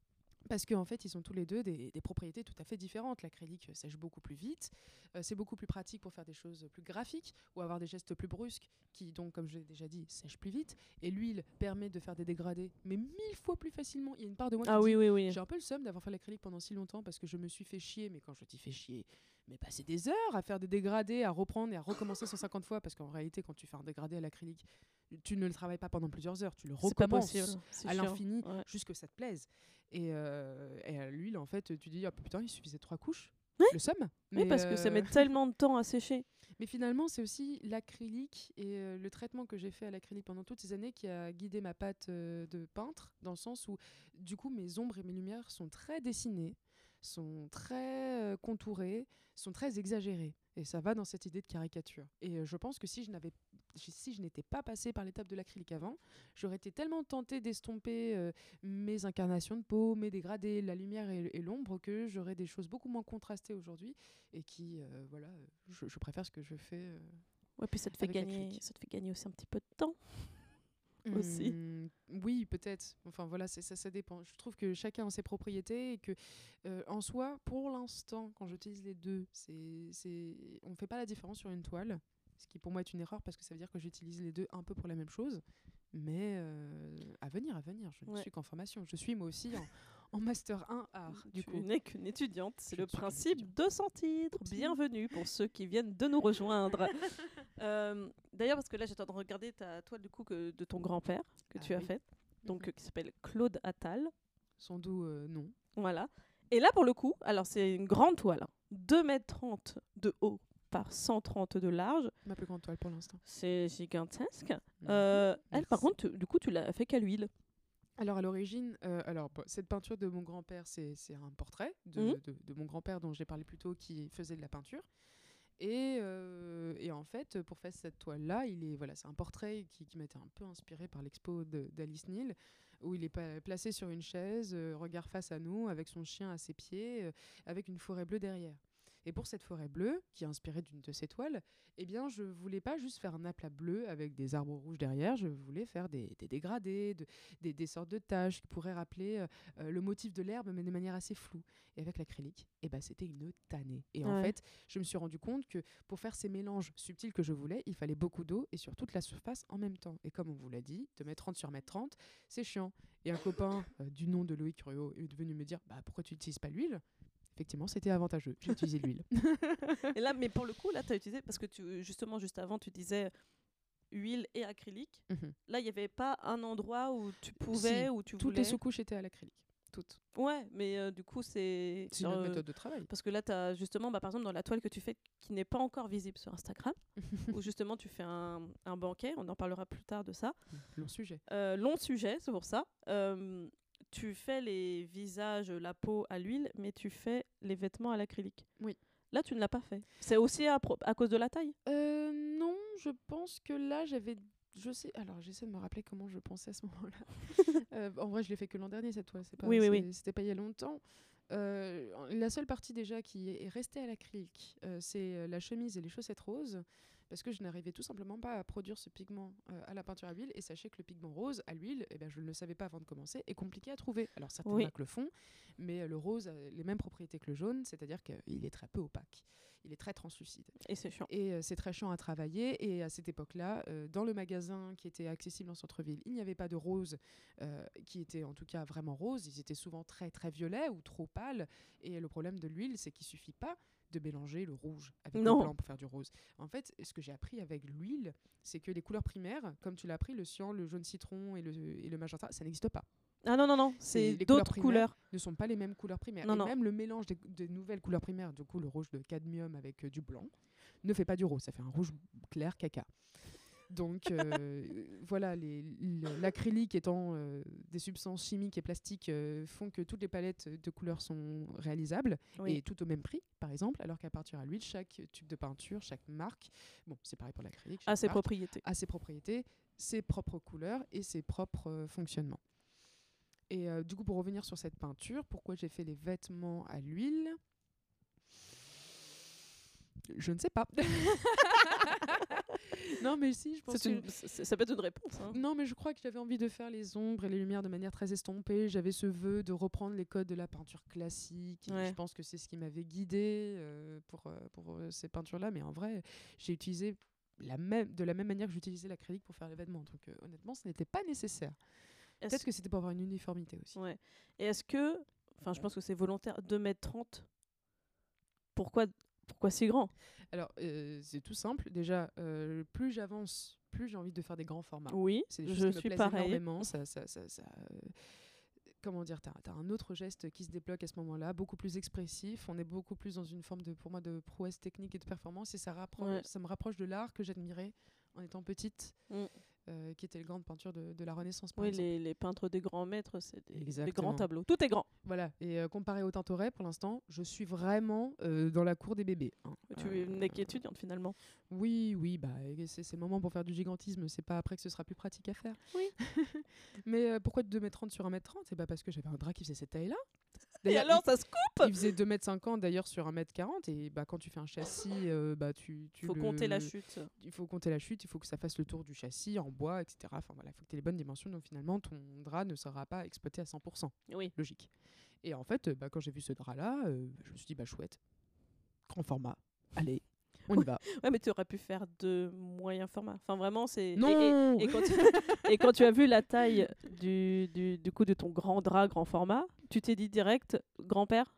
Parce qu'en fait, ils ont tous les deux des, des propriétés tout à fait différentes. L'acrylique sèche beaucoup plus vite, euh, c'est beaucoup plus pratique pour faire des choses plus graphiques ou avoir des gestes plus brusques qui, donc, comme je l'ai déjà dit, sèchent plus vite. Et l'huile permet de faire des dégradés, mais mille fois plus facilement. Il y a une part de moi qui Ah dit, oui, oui, oui. j'ai un peu le seum d'avoir fait l'acrylique pendant si longtemps parce que je me suis fait chier, mais quand je dis fait chier, mais passer des heures à faire des dégradés, à reprendre et à recommencer cent cinquante fois, parce qu'en réalité, quand tu fais un dégradé à l'acrylique, tu ne le travailles pas pendant plusieurs heures, tu le C'est pas recommences possible. C'est à chiant. l'infini Ouais. jusque ça te plaise. Et, euh, et à l'huile, en fait, tu dis, ah putain, il suffisait trois couches. Ouais. Le somme. Oui, Mais, parce que ça euh, met tellement de temps à sécher. mais finalement, c'est aussi l'acrylique et euh, le traitement que j'ai fait à l'acrylique pendant toutes ces années qui a guidé ma patte euh, de peintre, dans le sens où, du coup, mes ombres et mes lumières sont très dessinées, sont très euh, contourées, sont très exagérées. Et ça va dans cette idée de caricature. Et euh, je pense que si je n'avais si je n'étais pas passée par l'étape de l'acrylique avant, j'aurais été tellement tentée d'estomper euh, mes incarnations de peau, mes dégradés, la lumière et, et l'ombre, que j'aurais des choses beaucoup moins contrastées aujourd'hui et qui, euh, voilà, je, je préfère ce que je fais. Euh, Ouais, puis ça te fait avec gagner, l'acrylique. ça te fait gagner aussi un petit peu de temps. Aussi. Hum, oui, peut-être. Enfin voilà, c'est, ça, ça dépend. Je trouve que chacun a ses propriétés et que, euh, en soi, pour l'instant, quand j'utilise les deux, c'est, c'est... on ne fait pas la différence sur une toile. Ce qui pour moi est une erreur parce que ça veut dire que j'utilise les deux un peu pour la même chose. Mais euh, à venir, à venir. Je ne Ouais. suis qu'en formation. Je suis moi aussi en, en Master un art, du tu coup. n'es qu'une étudiante, c'est Je le ne suis qu'une principe étudiante. de son titre. Oupsie. Bienvenue pour ceux qui viennent de nous rejoindre. Euh, D'ailleurs, parce que là, j'étais en train de regarder ta toile du coup que, de ton grand-père que Ah tu as oui. faite, donc Mhm. euh, qui s'appelle Claude Attal. Son doux euh, non. Voilà. Et là, pour le coup, alors c'est une grande toile, hein, deux mètres trente de haut par cent trente de large. Ma plus grande toile pour l'instant. C'est gigantesque. Mhm. Euh, elle, par Merci. contre, tu- du coup, tu l'as fait qu'à l'huile. Alors à l'origine, euh, alors bon, cette peinture de mon grand-père, c'est, c'est un portrait de, Mhm. de, de mon grand-père dont j'ai parlé plus tôt, qui faisait de la peinture. Et, euh, et en fait, pour faire cette toile-là, il est voilà, c'est un portrait qui, qui m'a été un peu inspiré par l'expo de- d'Alice Neal, où il est pa- placé sur une chaise, euh, regard face à nous, avec son chien à ses pieds, euh, avec une forêt bleue derrière. Et pour cette forêt bleue, qui est inspirée d'une de ces toiles, eh bien, je voulais pas juste faire un aplat bleu avec des arbres rouges derrière, je voulais faire des, des dégradés, de- des, des sortes de taches qui pourraient rappeler euh, euh, le motif de l'herbe, mais de manière assez floue. Et avec l'acrylique, eh ben, c'était une tannée. Et en Ouais. fait, je me suis rendu compte que pour faire ces mélanges subtils que je voulais, il fallait beaucoup d'eau et sur toute la surface en même temps. Et comme on vous l'a dit, de mettre trente sur mètre trente, c'est chiant. Et un copain euh, du nom de Loïc Ruot est venu me dire bah, pourquoi tu n'utilises pas l'huile ? Effectivement, c'était avantageux. J'ai utilisé l'huile. Et là, mais pour le coup, là, tu as utilisé, parce que tu, justement, juste avant, tu disais huile et acrylique. Mhm. Là, il n'y avait pas un endroit où tu pouvais, Si, où tu Toutes voulais. les sous-couches étaient à l'acrylique. Toutes. Ouais, mais euh, du coup, c'est. C'est sur, une autre euh, méthode de travail. Parce que là, tu as justement, bah, par exemple, dans la toile que tu fais, qui n'est pas encore visible sur Instagram, où justement tu fais un, un banquet, on en parlera plus tard de ça. Long sujet. Euh, long sujet, c'est pour ça. Euh, tu fais les visages, la peau à l'huile, mais tu fais les vêtements à l'acrylique. Oui. Là, tu ne l'as pas fait. C'est aussi à, pro- à cause de la taille. Euh, non, je pense que là, j'avais... Je sais... Alors, j'essaie de me rappeler comment je pensais à ce moment-là. Euh, en vrai, je l'ai fait que l'an dernier, cette toile. C'est pas, Oui, oui, c'est- oui. C'était pas il y a longtemps. Euh, la seule partie déjà qui est est restée à l'acrylique, euh, c'est euh, la chemise et les chaussettes roses, parce que je n'arrivais tout simplement pas à produire ce pigment euh, à la peinture à l'huile. Et sachez que le pigment rose à l'huile, eh ben, je ne le savais pas avant de commencer, est compliqué à trouver. Alors certaines Oui. marques le font, mais euh, le rose a les mêmes propriétés que le jaune, c'est-à-dire qu'il est très peu opaque. Il est très translucide. Et c'est chiant. Et euh, c'est très chiant à travailler. Et à cette époque-là, euh, dans le magasin qui était accessible en centre-ville, il n'y avait pas de rose euh, qui était en tout cas vraiment rose. Ils étaient souvent très très violets ou trop pâles. Et le problème de l'huile, c'est qu'il suffit pas de mélanger le rouge avec Non. le blanc pour faire du rose. En fait, ce que j'ai appris avec l'huile, c'est que les couleurs primaires, comme tu l'as appris, le cyan, le jaune citron et le, et le magenta, ça n'existe pas. Ah non, non, non, C'est c'est les couleurs d'autres primaires. couleurs. Ne sont pas les mêmes couleurs primaires. Non, et non. même le mélange des, des nouvelles couleurs primaires, du coup le rouge de cadmium avec euh, du blanc, ne fait pas du rose, ça fait un rouge clair caca. Donc euh, voilà, les- le- l'acrylique étant euh, des substances chimiques et plastiques euh, font que toutes les palettes de couleurs sont réalisables Oui. et tout au même prix, par exemple, alors qu'à partir à l'huile, chaque tube de peinture, chaque marque, bon c'est pareil pour l'acrylique, À chaque ses marque propriétés. a ses propriétés, ses propres couleurs et ses propres euh, fonctionnements. Et euh, du coup, pour revenir sur cette peinture, pourquoi j'ai fait les vêtements à l'huile ? Je ne sais pas. Non, mais si, je pense C'est que... une- c'est- ça peut être une réponse. Hein. Non, mais je crois que j'avais envie de faire les ombres et les lumières de manière très estompée. J'avais ce vœu de reprendre les codes de la peinture classique. Et Ouais. je pense que c'est ce qui m'avait guidée euh, pour, euh, pour euh, ces peintures-là. Mais en vrai, j'ai utilisé la même, de la même manière que j'utilisais l'acrylique pour faire l'événement. Donc euh, honnêtement, ce n'était pas nécessaire. Est-ce- Peut-être que c'était pour avoir une uniformité aussi. Ouais. Et est-ce que, enfin, je pense que c'est volontaire, deux mètres trente, pourquoi, pourquoi si grand? Alors, euh, c'est tout simple. Déjà, euh, plus j'avance, plus j'ai envie de faire des grands formats. Oui, C'est des choses je qui me suis plaisent pareil. énormément. Ça, ça, ça, ça, euh, comment dire, t'as, t'as un autre geste qui se débloque à ce moment-là, beaucoup plus expressif. On est beaucoup plus dans une forme de, pour moi, de prouesse technique et de performance. Et ça, rappro- Ouais. ça me rapproche de l'art que j'admirais en étant petite, Mm. euh, qui était le grande peinture de, de la Renaissance, par Oui, exemple. les, les peintres des grands maîtres, c'est des, des Exactement. grands tableaux. Tout est grand. Voilà. Et euh, comparé au Tintoret, pour l'instant, je suis vraiment euh, dans la cour des bébés. hein. Tu Euh, n'es qu'étudiante finalement. Oui, oui, bah, et c'est c'est le moment pour faire du gigantisme, c'est pas après que ce sera plus pratique à faire. Oui. Mais euh, pourquoi deux mètres trente sur un mètre trente? C'est pas parce que j'avais un drap qui faisait cette taille-là. Et D'ailleurs, alors, il, ça se coupe. il faisait deux mètres cinquante d'ailleurs sur un mètre quarante, et bah, quand tu fais un châssis, euh, bah, tu, tu Il faut le- compter la chute. Il faut compter la chute, il faut que ça fasse le tour du châssis en bois, et cetera. Enfin voilà, il faut que tu aies les bonnes dimensions, donc finalement ton drap ne sera pas exploité à cent pour cent. Oui. Logique. Et en fait, euh, bah, quand j'ai vu ce drap-là, euh, je me suis dit, bah chouette, grand format, allez, on y va. Ouais, mais tu aurais pu faire de moyens formats. Enfin, vraiment, c'est. et- Non Et, et quand tu... et quand tu as vu la taille du, du, du coup de ton grand drap, grand format, tu t'es dit direct, grand-père?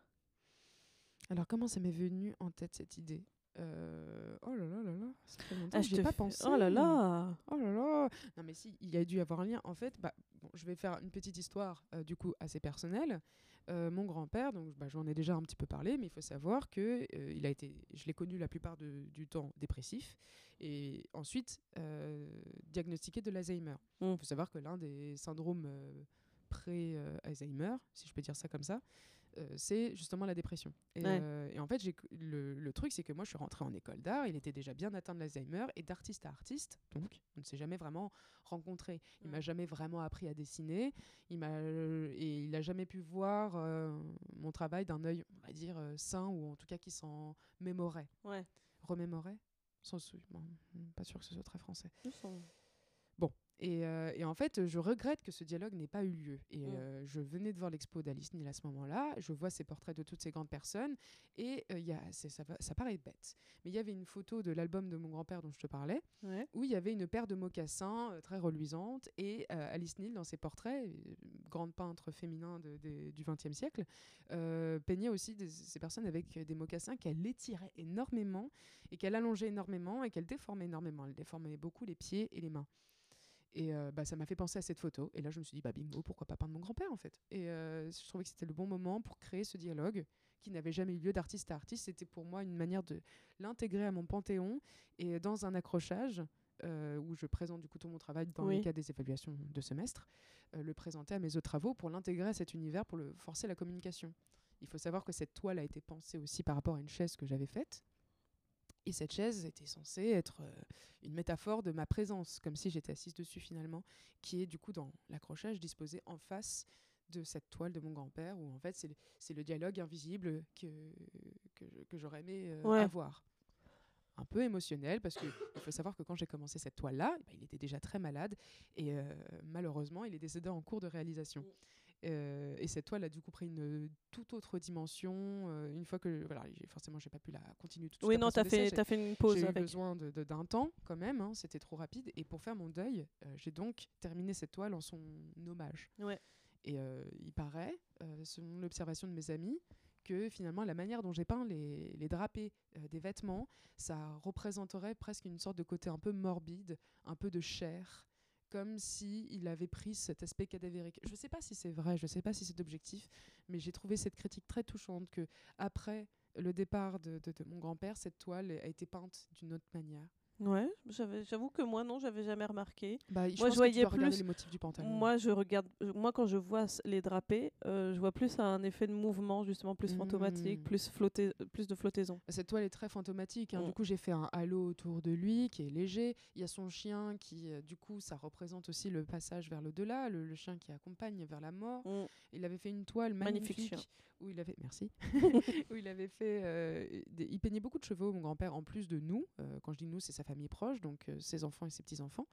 Alors comment ça m'est venu en tête cette idée? Euh, Oh là là là là, ça fait longtemps Ah, que je j'y ai te pas fais- pensé. Oh là là. Oh là là. Non mais si, il y a dû y avoir un lien. En fait, bah, bon, je vais faire une petite histoire euh, du coup assez personnelle. Euh, mon grand-père, donc bah, j'en ai déjà un petit peu parlé, mais il faut savoir que euh, il a été, je l'ai connu la plupart de- du temps dépressif, et ensuite euh, diagnostiqué de l'Alzheimer. Il Mm. faut savoir que l'un des syndromes euh, pré-Alzheimer, si je peux dire ça comme ça, euh, c'est justement la dépression. Et, Ouais. euh, et en fait, j'ai, le, le truc, c'est que moi, je suis rentrée en école d'art, il était déjà bien atteint de l'Alzheimer, et d'artiste à artiste, donc on ne s'est jamais vraiment rencontrés. Il m'a jamais vraiment appris à dessiner, il m'a, euh, et il n'a jamais pu voir euh, mon travail d'un œil, on va dire, euh, sain, ou en tout cas qui s'en mémorait. Ouais. Remémorait Sans sou- bon, pas sûr que ce soit très français. Ils sont- Et, euh, et en fait, je regrette que ce dialogue n'ait pas eu lieu. Et Mm. euh, je venais de voir l'expo d'Alice Neal à ce moment-là. Je vois ces portraits de toutes ces grandes personnes. Et euh, il y a, c'est- ça, va- ça paraît bête. Mais il y avait une photo de l'album de mon grand-père dont je te parlais, Ouais. où il y avait une paire de mocassins euh, très reluisante. Et euh, Alice Neal, dans ses portraits, euh, grande peintre féminin de- de- du vingtième siècle, euh, peignait aussi des- ces personnes avec euh, des mocassins qu'elle étirait énormément, et qu'elle allongeait énormément, et qu'elle déformait énormément. Elle déformait beaucoup les pieds et les mains. Et euh, bah, ça m'a fait penser à cette photo. Et là, je me suis dit, bah bingo, pourquoi pas peindre mon grand-père, en fait. Et euh, je trouvais que c'était le bon moment pour créer ce dialogue qui n'avait jamais eu lieu d'artiste à artiste. C'était pour moi une manière de l'intégrer à mon panthéon, et dans un accrochage euh, où je présente du coup tout mon travail dans Oui. le cadre des évaluations de semestre, euh, le présenter à mes autres travaux pour l'intégrer à cet univers, pour le forcer la communication. Il faut savoir que cette toile a été pensée aussi par rapport à une chaise que j'avais faite. Et cette chaise était censée être euh, une métaphore de ma présence, comme si j'étais assise dessus finalement, qui est du coup dans l'accrochage disposé en face de cette toile de mon grand-père, où en fait c'est le, c'est le dialogue invisible que, que, je- que j'aurais aimé euh, Ouais. avoir. Un peu émotionnel, parce qu'il faut savoir que quand j'ai commencé cette toile-là, bah, il était déjà très malade, et euh, malheureusement il est décédé en cours de réalisation. Euh, et cette toile a du coup pris une euh, toute autre dimension euh, une fois que voilà, j'ai- forcément j'ai pas pu la continuer tout de suite Oui, après non, son t'as décès. fait, J'ai- t'as fait une pause j'ai eu avec. besoin de- de- d'un temps quand même, hein, c'était trop rapide. Et pour faire mon deuil, euh, j'ai donc terminé cette toile en son hommage. Ouais. Et euh, il paraît, euh, selon l'observation de mes amis, que finalement la manière dont j'ai peint les, les drapés euh, des vêtements, ça représenterait presque une sorte de côté un peu morbide, un peu de chair, comme si il avait pris cet aspect cadavérique. Je ne sais pas si c'est vrai, je ne sais pas si c'est objectif, mais j'ai trouvé cette critique très touchante, que après le départ de, de- de mon grand-père, cette toile a été peinte d'une autre manière. Ouais, j'avais- j'avoue que moi, non, j'avais jamais remarqué. Bah, je Moi, pense je que tu voyais dois regarder plus- les motifs du pantalon. Moi, je regarde. euh, Moi, quand je vois s- les drapés, euh, je vois plus un effet de mouvement, justement, plus fantomatique, Mm. plus, flotté, plus de flottaison. Cette toile est très fantomatique, hein. Mm. Du coup, j'ai fait un halo autour de lui qui est léger. Il y a son chien qui, euh, du coup, ça représente aussi le passage vers l'au-delà, le, le chien qui accompagne vers la mort. Mm. Il avait fait une toile Magnifique magnifique, chien. où il avait, merci, où il avait fait, euh, des- il peignait beaucoup de chevaux, mon grand-père, en plus de nous. Euh, quand je dis nous, c'est sa famille proche, donc euh, ses enfants et ses petits-enfants,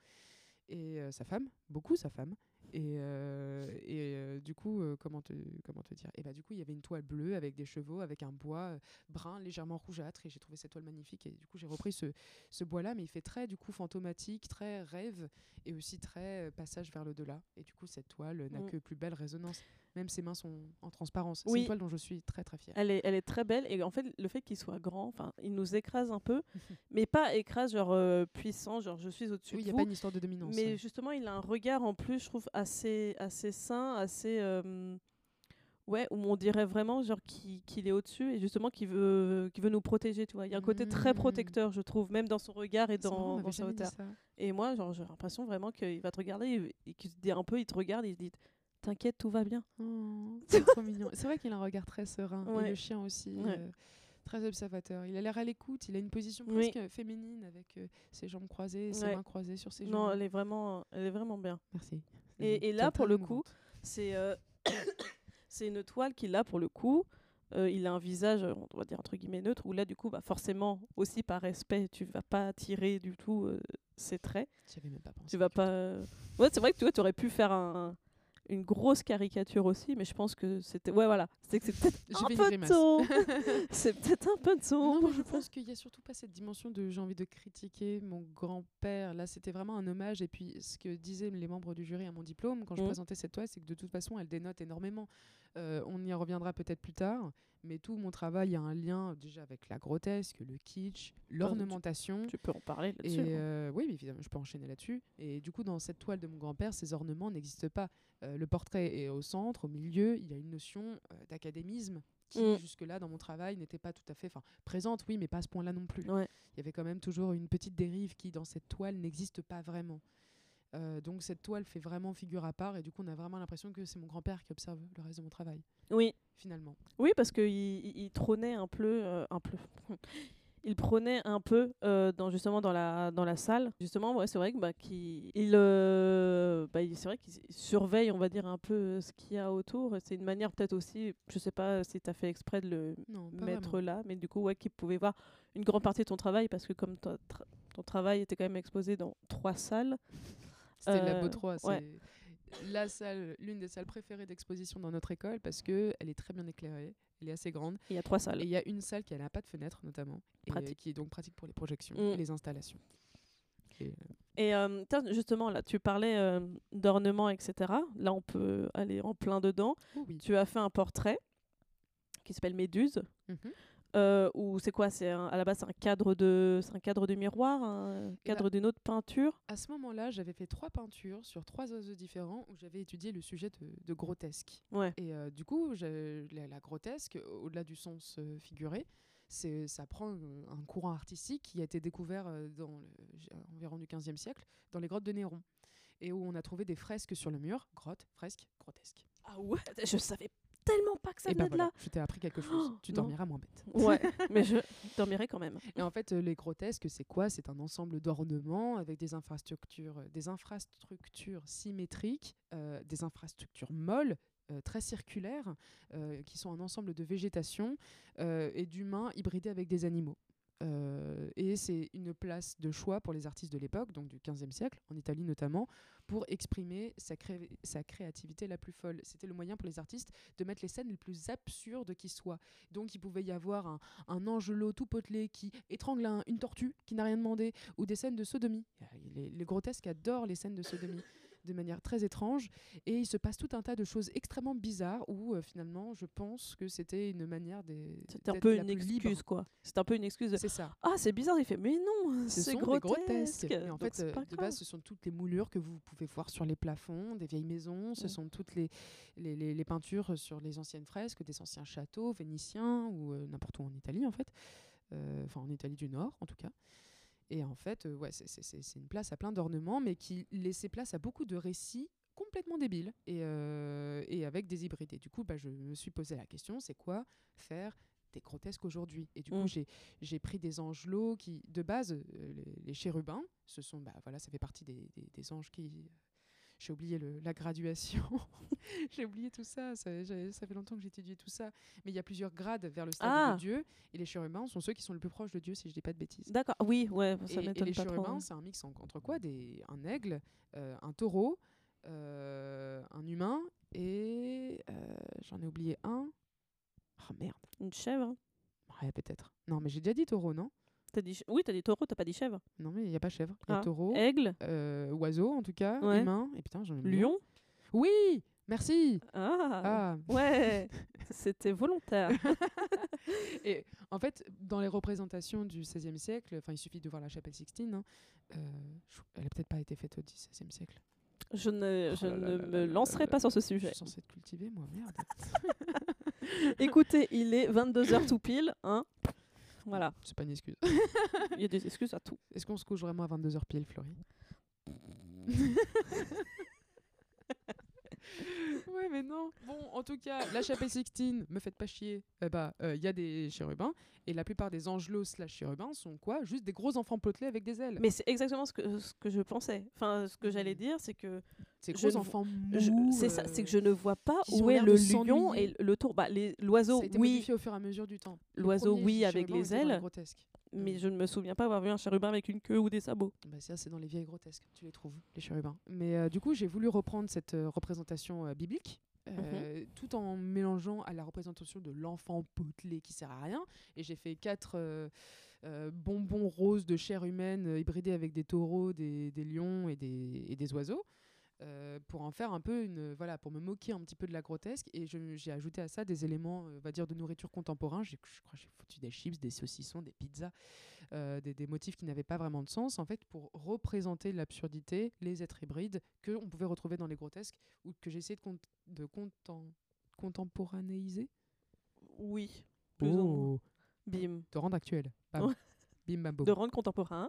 et euh, sa femme, beaucoup sa femme. Et, euh, et euh, du coup, euh, comment, te, comment te dire Et bah, du coup, il y avait une toile bleue avec des chevaux, avec un bois euh, brun légèrement rougeâtre. Et j'ai trouvé cette toile magnifique. Et du coup, j'ai repris ce, ce bois-là, mais il fait très du coup fantomatique, très rêve, et aussi très euh, passage vers l'au-delà. Et du coup, cette toile euh, n'a Mm. que plus belle résonance. Même ses mains sont en transparence. Oui. C'est une toile dont je suis très très fière. Elle est, elle est très belle et en fait le fait qu'il soit grand, enfin il nous écrase un peu, mais pas écrase genre euh, puissant, genre je suis au-dessus Oui, il de n'y a vous. pas une histoire de dominance. Mais ouais. justement il a un regard en plus je trouve assez assez sain, assez euh, ouais où on dirait vraiment genre qu'il qu'il est au-dessus et justement qu'il veut qu'il veut nous protéger, tu vois. Il y a un côté très Mmh. protecteur je trouve, même dans son regard et C'est marrant, on dans, m'avait dans sa jamais dit hauteur. ça. Et moi genre j'ai l'impression vraiment qu'il va te regarder et, et qu'il se dit un peu, il te regarde et il te dit t'inquiète tout va bien. Oh, c'est trop mignon. C'est vrai qu'il a un regard très serein. Ouais. Et le chien aussi, Ouais. euh, très observateur. Il a l'air à l'écoute. Il a une position Oui. presque féminine avec euh, ses jambes croisées, ses Ouais. mains croisées sur ses Non genoux. elle est vraiment elle est vraiment bien. Merci. Et, et là, pour le coup, c'est euh, c'est une toile qu'il a pour le coup. Euh, il a un visage, euh, on va dire entre guillemets neutre, où là, du coup, bah, forcément, aussi par respect, tu vas pas tirer du tout euh, ses traits. J'avais même pas pensé. Tu vas du pas. tout. euh, Ouais, c'est vrai que tu vois, tu aurais pu faire un, une grosse caricature aussi, mais je pense que c'était. Ouais, voilà. C'est que c'est peut-être J'ai un fait une peu grimace. tôt. C'est peut-être un peu Non, sombre. mais je pense qu'il y a surtout pas cette dimension de j'ai envie de critiquer mon grand-père. Là, c'était vraiment un hommage. Et puis, ce que disaient les membres du jury à mon diplôme quand je Mhm. présentais cette toile, c'est que de toute façon, elle dénote énormément. Euh, on y reviendra peut-être plus tard, mais tout mon travail a un lien déjà avec la grotesque, le kitsch, l'ornementation. Tu peux en parler Et là-dessus. hein. euh, oui, mais évidemment, je peux enchaîner là-dessus. Et du coup, dans cette toile de mon grand-père, ces ornements n'existent pas. Euh, le portrait est au centre, au milieu, il y a une notion euh, d'académisme qui, Mm. jusque-là, dans mon travail, n'était pas tout à fait... Enfin, présente, oui, mais pas à ce point-là non plus. Ouais. Il y avait quand même toujours une petite dérive qui, dans cette toile, n'existe pas vraiment. Euh, donc cette toile fait vraiment figure à part et du coup on a vraiment l'impression que c'est mon grand-père qui observe le reste de mon travail, Oui. finalement. Oui, parce qu'il il, il trônait un peu, euh, un peu. Il prônait un peu euh, dans justement dans la dans la salle. Justement, ouais, c'est vrai que bah qu'il il, euh, bah, il- c'est vrai qu'il surveille, on va dire un peu euh, ce qu'il y a autour. Et c'est une manière peut-être aussi, je sais pas si tu as fait exprès de le Non, pas mettre vraiment. là, mais du coup ouais, qu'il pouvait voir une grande partie de ton travail parce que comme toi, tra- ton travail était quand même exposé dans trois salles. C'était Euh, la Beau trois, c'est ouais. la salle, l'une des salles préférées d'exposition dans notre école parce que elle est très bien éclairée, elle est assez grande Il y a trois salles. et il y a une salle qui n'a pas de fenêtre notamment, et Pratique. qui est donc pratique pour les projections Mm. et les installations. Et, euh, Et euh, tiens, justement, là, tu parlais euh, d'ornements, et cetera. Là, on peut aller en plein dedans. oh oui. Tu as fait un portrait qui s'appelle Méduse. Mhm. Euh, ou c'est quoi C'est un- à la base c'est un cadre de c'est un cadre de miroir, un cadre d'une autre peinture. À ce moment-là, j'avais fait trois peintures sur trois oiseaux différents où j'avais étudié le sujet de, de grotesque. Ouais. Et euh, du coup, j'ai- la, la grotesque, au-delà du sens euh, figuré, c'est, ça prend euh, un courant artistique qui a été découvert euh, dans le, j- environ du quinzième siècle, dans les grottes de Néron, et où on a trouvé des fresques sur le mur, grottes, fresques, grotesques. Ah ouais. Je savais tellement pas que ça Et ben venait de voilà, là. je t'ai appris quelque chose. Oh, Tu non. dormiras moins bête. Ouais. Mais je dormirai quand même. Et en fait, euh, les grotesques, c'est quoi C'est un ensemble d'ornements avec des infrastructures, euh, des infrastructures symétriques, euh, des infrastructures molles, euh, très circulaires, euh, qui sont un ensemble de végétation euh, et d'humains hybridés avec des animaux. Euh, et c'est une place de choix pour les artistes de l'époque, donc du quinzième siècle, en Italie notamment, pour exprimer sa, cré- sa créativité la plus folle. C'était le moyen pour les artistes de mettre les scènes les plus absurdes qui soient. Donc il pouvait y avoir un, un angelot tout potelé qui étrangle un- une tortue qui n'a rien demandé, ou des scènes de sodomie. Les, les grotesques adorent les scènes de sodomie de manière très étrange, et il se passe tout un tas de choses extrêmement bizarres où euh, finalement je pense que c'était une manière des, C'était un d'être peu la une plus libre. excuse quoi. C'était un peu une excuse. de, C'est ça. Ah c'est bizarre. Il fait mais non. Ce C'est sont des grotesque. grotesques. Et en Donc, fait, c'est euh, pas de grave. base, ce sont toutes les moulures que vous pouvez voir sur les plafonds des vieilles maisons. Ce Mm. sont toutes les, les, les- les peintures sur les anciennes fresques des anciens châteaux vénitiens ou euh, n'importe où en Italie, en fait. Euh, Enfin, en Italie du Nord, en tout cas. Et en fait, euh, ouais, c'est- c'est c'est- c'est une place à plein d'ornements, mais qui laissait place à beaucoup de récits complètement débiles et, euh, et avec des hybridés. Du coup, bah, je me suis posé la question, c'est quoi faire des grotesques aujourd'hui? Et du Mm. coup, j'ai j'ai pris des angelots qui, de base, euh, les, les chérubins, ce sont, bah, voilà, ça fait partie des, des- des anges qui... j'ai oublié le, la graduation. J'ai oublié tout ça. Ça, j'ai- ça fait longtemps que j'ai étudié tout ça. Mais il y a plusieurs grades vers le stade Ah. de Dieu. Et les chérubins sont ceux qui sont le plus proches de Dieu, si je dis pas de bêtises. D'accord, oui, ouais, ça Et, et m'étonne les pas trop. chérubins, hein. c'est un mix en- entre quoi Des, un aigle, euh, un taureau, euh, un humain et euh, j'en ai oublié un. Oh merde. Une chèvre. hein. Ouais, peut-être. Non, mais j'ai déjà dit taureau, non T'as dit ch- Oui, t'as dit taureau, t'as pas dit chèvre. Non, mais il n'y a pas chèvre. Il y a Ah, taureau, Aigle, euh, oiseau en tout cas, Ouais. humain. Et putain, j'en ai oublié un. lion. Oui, merci. Ah, Ah. ouais, c'était volontaire. Et en fait, dans les représentations du seizième siècle, enfin, il suffit de voir la chapelle Sixtine. hein, euh, je- elle a peut-être pas été faite au seizième siècle. Je ne, Oh je là là ne là me là là lancerai là pas là. sur ce Je sujet. suis censée être cultivée, moi, merde. Écoutez, il est vingt-deux heures tout pile. Hein. Voilà, C'est pas une excuse. il y a des excuses à tout. Est-ce qu'on se couche vraiment à vingt-deux heures pile, Florie? Ouais, mais non. Bon, en tout cas, la chapelle Sixtine, me faites pas chier. Eh bah, il y a des chérubins. Et la plupart des angelots slash chérubins sont quoi? Juste des gros enfants potelés avec des ailes. Mais c'est exactement ce que, ce que je pensais. Enfin, ce que j'allais dire, c'est que Ces je gros ne- enfants je- mous. c'est ça, euh, c'est que je ne vois pas qui ont où est l'air le de lion s'ennuyer. et le tour. Bah, les- l'oiseau, Ça a été oui, modifié au fur et à mesure du temps. Le l'oiseau, premier oui, avec chérubin les était dans les ailes, grotesques. mais Mm. je ne me souviens pas avoir vu un chérubin avec une queue ou des sabots. Bah, ça, c'est dans les vieilles grotesques. Tu les trouves, les chérubins. Mais euh, du coup, j'ai voulu reprendre cette euh, représentation euh, biblique. euh, tout en mélangeant à la représentation de l'enfant potelé qui sert à rien. Et j'ai fait quatre euh, euh, bonbons roses de chair humaine euh, hybridés avec des taureaux, des, des lions et des, et des oiseaux. euh, pour en faire un peu une voilà pour me moquer un petit peu de la grotesque, et je- j'ai ajouté à ça des éléments euh, on va dire de nourriture contemporain. J'ai- je crois que j'ai foutu des chips, des saucissons, des pizzas, euh, des, des motifs qui n'avaient pas vraiment de sens en fait pour représenter l'absurdité, les êtres hybrides que on pouvait retrouver dans les grotesques ou que j'ai essayé de, cont- de content- contemporanéiser. Oui, plus ou moins. Oh, Bim. de rendre actuel. Bam. Ouais. Bim bam boum. De rendre contemporain.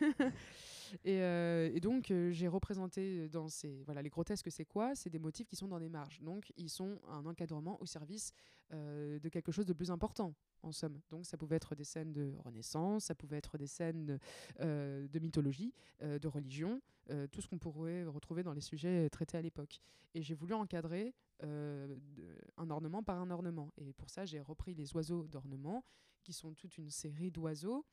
Et, euh, et donc, euh, j'ai représenté dans ces. Voilà, les grotesques, c'est quoi? C'est des motifs qui sont dans des marges. Donc, ils sont un encadrement au service euh, de quelque chose de plus important, en somme. Donc, ça pouvait être des scènes de Renaissance, ça pouvait être des scènes euh, de mythologie, euh, de religion, euh, tout ce qu'on pourrait retrouver dans les sujets traités à l'époque. Et j'ai voulu encadrer euh, de- un ornement par un ornement. Et pour ça, j'ai repris les oiseaux d'ornement, qui sont toute une série d'oiseaux.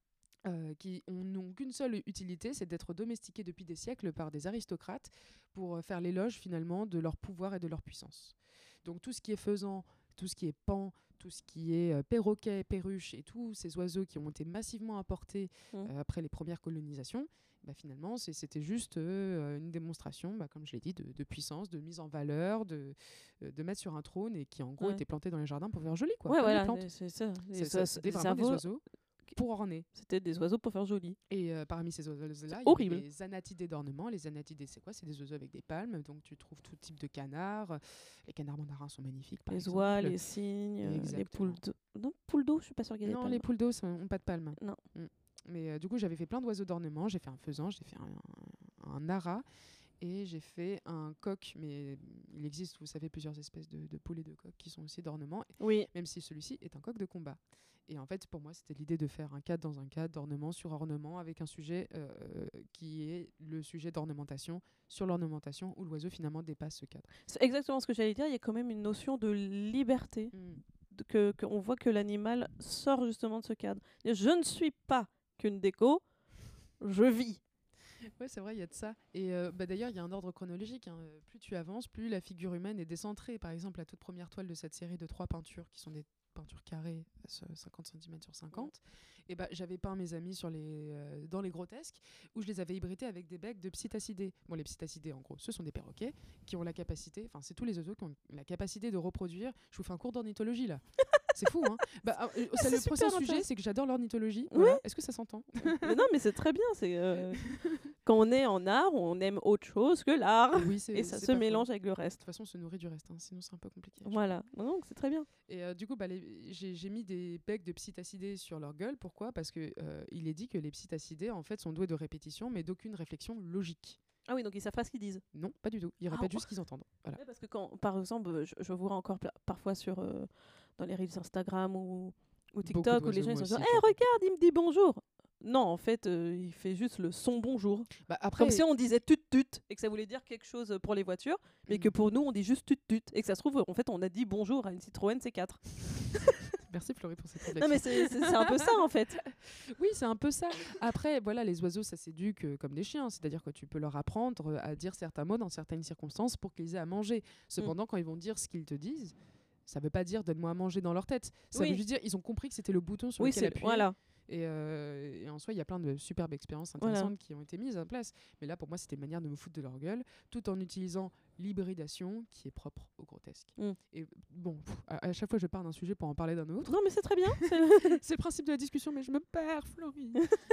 Euh, qui ont- n'ont qu'une seule utilité, c'est d'être domestiqués depuis des siècles par des aristocrates pour euh, faire l'éloge finalement de leur pouvoir et de leur puissance. Donc tout ce qui est faisan, tout ce qui est paon, tout ce qui est euh, perroquet, perruche et tous ces oiseaux qui ont été massivement importés Mmh. euh, après les premières colonisations, bah, finalement c'est- c'était juste euh, une démonstration, bah, comme je l'ai dit, de, de puissance, de mise en valeur, de, euh, de mettre sur un trône et qui en gros Ouais. étaient plantés dans les jardins pour faire joli, quoi, Ouais, comme des voilà, plantes. c'est ça. C'est- Les, c'est- oiseaux- C'était les vraiment des cerveaux, oiseaux pour orner. c'était des oiseaux pour faire joli. Et euh, parmi ces oiseaux-là, il y avait horrible. les anatidés d'ornement. Les anatidés, c'est quoi? C'est des oiseaux avec des palmes. Donc tu trouves tout type de canards. Les canards mandarins sont magnifiques, par Les exemple. oies, les cygnes, euh, les Exactement. poules d'eau. Non, poules d'eau, je suis pas sûre qu'il y ait des Non, palmes. les poules d'eau n'ont pas de palmes. Non. Mm. Mais euh, du coup, j'avais fait plein d'oiseaux d'ornement. J'ai fait un faisan, j'ai fait un, un ara. Et j'ai fait un coq, mais il existe, vous savez, plusieurs espèces de, de poules et de coqs qui sont aussi d'ornement, Oui, même si celui-ci est un coq de combat. Et en fait, pour moi, c'était l'idée de faire un cadre dans un cadre, d'ornement sur ornement, avec un sujet euh, qui est le sujet d'ornementation sur l'ornementation, où l'oiseau finalement dépasse ce cadre. c'est exactement ce que j'allais dire. Il y a quand même une notion de liberté, de- que qu'on voit que l'animal sort justement de ce cadre. Je ne suis pas qu'une déco, je vis. Ouais, c'est vrai, il y a de ça. Et euh, bah, d'ailleurs, il y a un ordre chronologique. hein. Euh, Plus tu avances, plus la figure humaine est décentrée. Par exemple, la toute première toile de cette série de trois peintures, qui sont des peintures carrées, à cinquante centimètres sur cinquante, et bah, j'avais peint mes amis sur les, euh, dans les grotesques, où je les avais hybridés avec des becs de psittacidés. Bon, les psittacidés, en gros, ce sont des perroquets qui ont la capacité, enfin, c'est tous les oiseaux qui ont la capacité de reproduire. Je vous fais un cours d'ornithologie, là. C'est fou, hein. Bah, euh, euh, c'est C'est le super prochain sujet, intéressant. c'est que j'adore l'ornithologie. Oui. Voilà. Est-ce que ça s'entend? Mais non, mais c'est très bien. C'est euh, quand on est en art, on aime autre chose que l'art. Oui, c'est- Et ça c'est se pas faux. mélange avec le reste. De toute façon, on se nourrit du reste, hein, sinon c'est un peu compliqué. je Voilà. Non, non, c'est très bien. Et euh, du coup, bah, les- j'ai j'ai mis des becs de psittacidés sur leur gueule. Pourquoi? Parce que euh, il est dit que les psittacidés, en fait, sont doués de répétition, mais d'aucune réflexion logique. Ah oui, donc ils savent pas ce qu'ils disent. Non, pas du tout. Ils Ah, répètent ouais. juste ce qu'ils entendent. Voilà. Ouais, parce que quand, par exemple, je, je vois encore pla- parfois sur euh, dans les reels Instagram ou, ou TikTok où les gens ils d'oiseaux, sont moi genre, aussi, hé, regarde, il me dit bonjour. non, en fait, euh, il fait juste le son bonjour. Bah, après, Comme si on disait tut tut et que ça voulait dire quelque chose pour les voitures, mais Mm. que pour nous, on dit juste tut tut. Et que ça se trouve, en fait, on a dit bonjour à une Citroën C quatre. Merci Florie pour cette Non, réflexion. mais c'est c'est- c'est un peu ça, en fait. Oui, c'est un peu ça. Après, voilà, les oiseaux, ça s'éduque euh, comme des chiens. C'est-à-dire que tu peux leur apprendre euh, à dire certains mots dans certaines circonstances pour qu'ils aient à manger. Cependant, quand ils vont dire ce qu'ils te disent, ça veut pas dire donne-moi à manger dans leur tête. Ça Oui. veut juste dire ils ont compris que c'était le bouton sur Oui, lequel c'est appuyer. voilà. Et, euh, et en soi, il y a plein de superbes expériences Voilà. intéressantes qui ont été mises en place. Mais là, pour moi, c'était une manière de me foutre de leur gueule, tout en utilisant l'hybridation qui est propre au grotesque. Mm. Et bon, pff, à, à chaque fois, je pars d'un sujet pour en parler d'un autre. Non, mais c'est très bien. c'est- C'est le principe de la discussion, mais je me perds, Florie.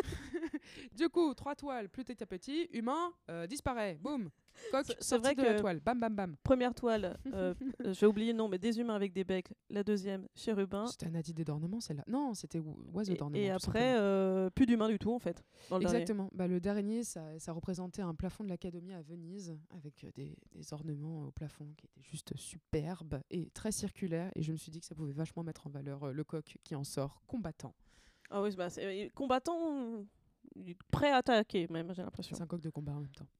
Du coup, trois toiles, petit à petit, humain, euh, disparaît, boum. Coq, C'est- c'est sorti vrai de la que- toile, bam, bam, bam. Première toile, euh, euh, j'ai oublié le nom, mais des humains avec des becs. La deuxième, chérubin. C'était un adit d'ornement, celle-là. Non, c'était ou- oiseau Et, d'ornement. et tout après, simplement. euh, plus d'humains du tout, en fait. Dans le dernier. Exactement. Bah, le dernier, ça, ça représentait un plafond de l'Académie à Venise, avec euh, des, des ornements au plafond qui étaient juste superbes et très circulaires. Et je me suis dit que ça pouvait vachement mettre en valeur euh, le coq qui en sort combattant. Ah oui, bah, c'est combattant, euh, prêt à attaquer, même, j'ai l'impression. C'est un coq de combat en même temps.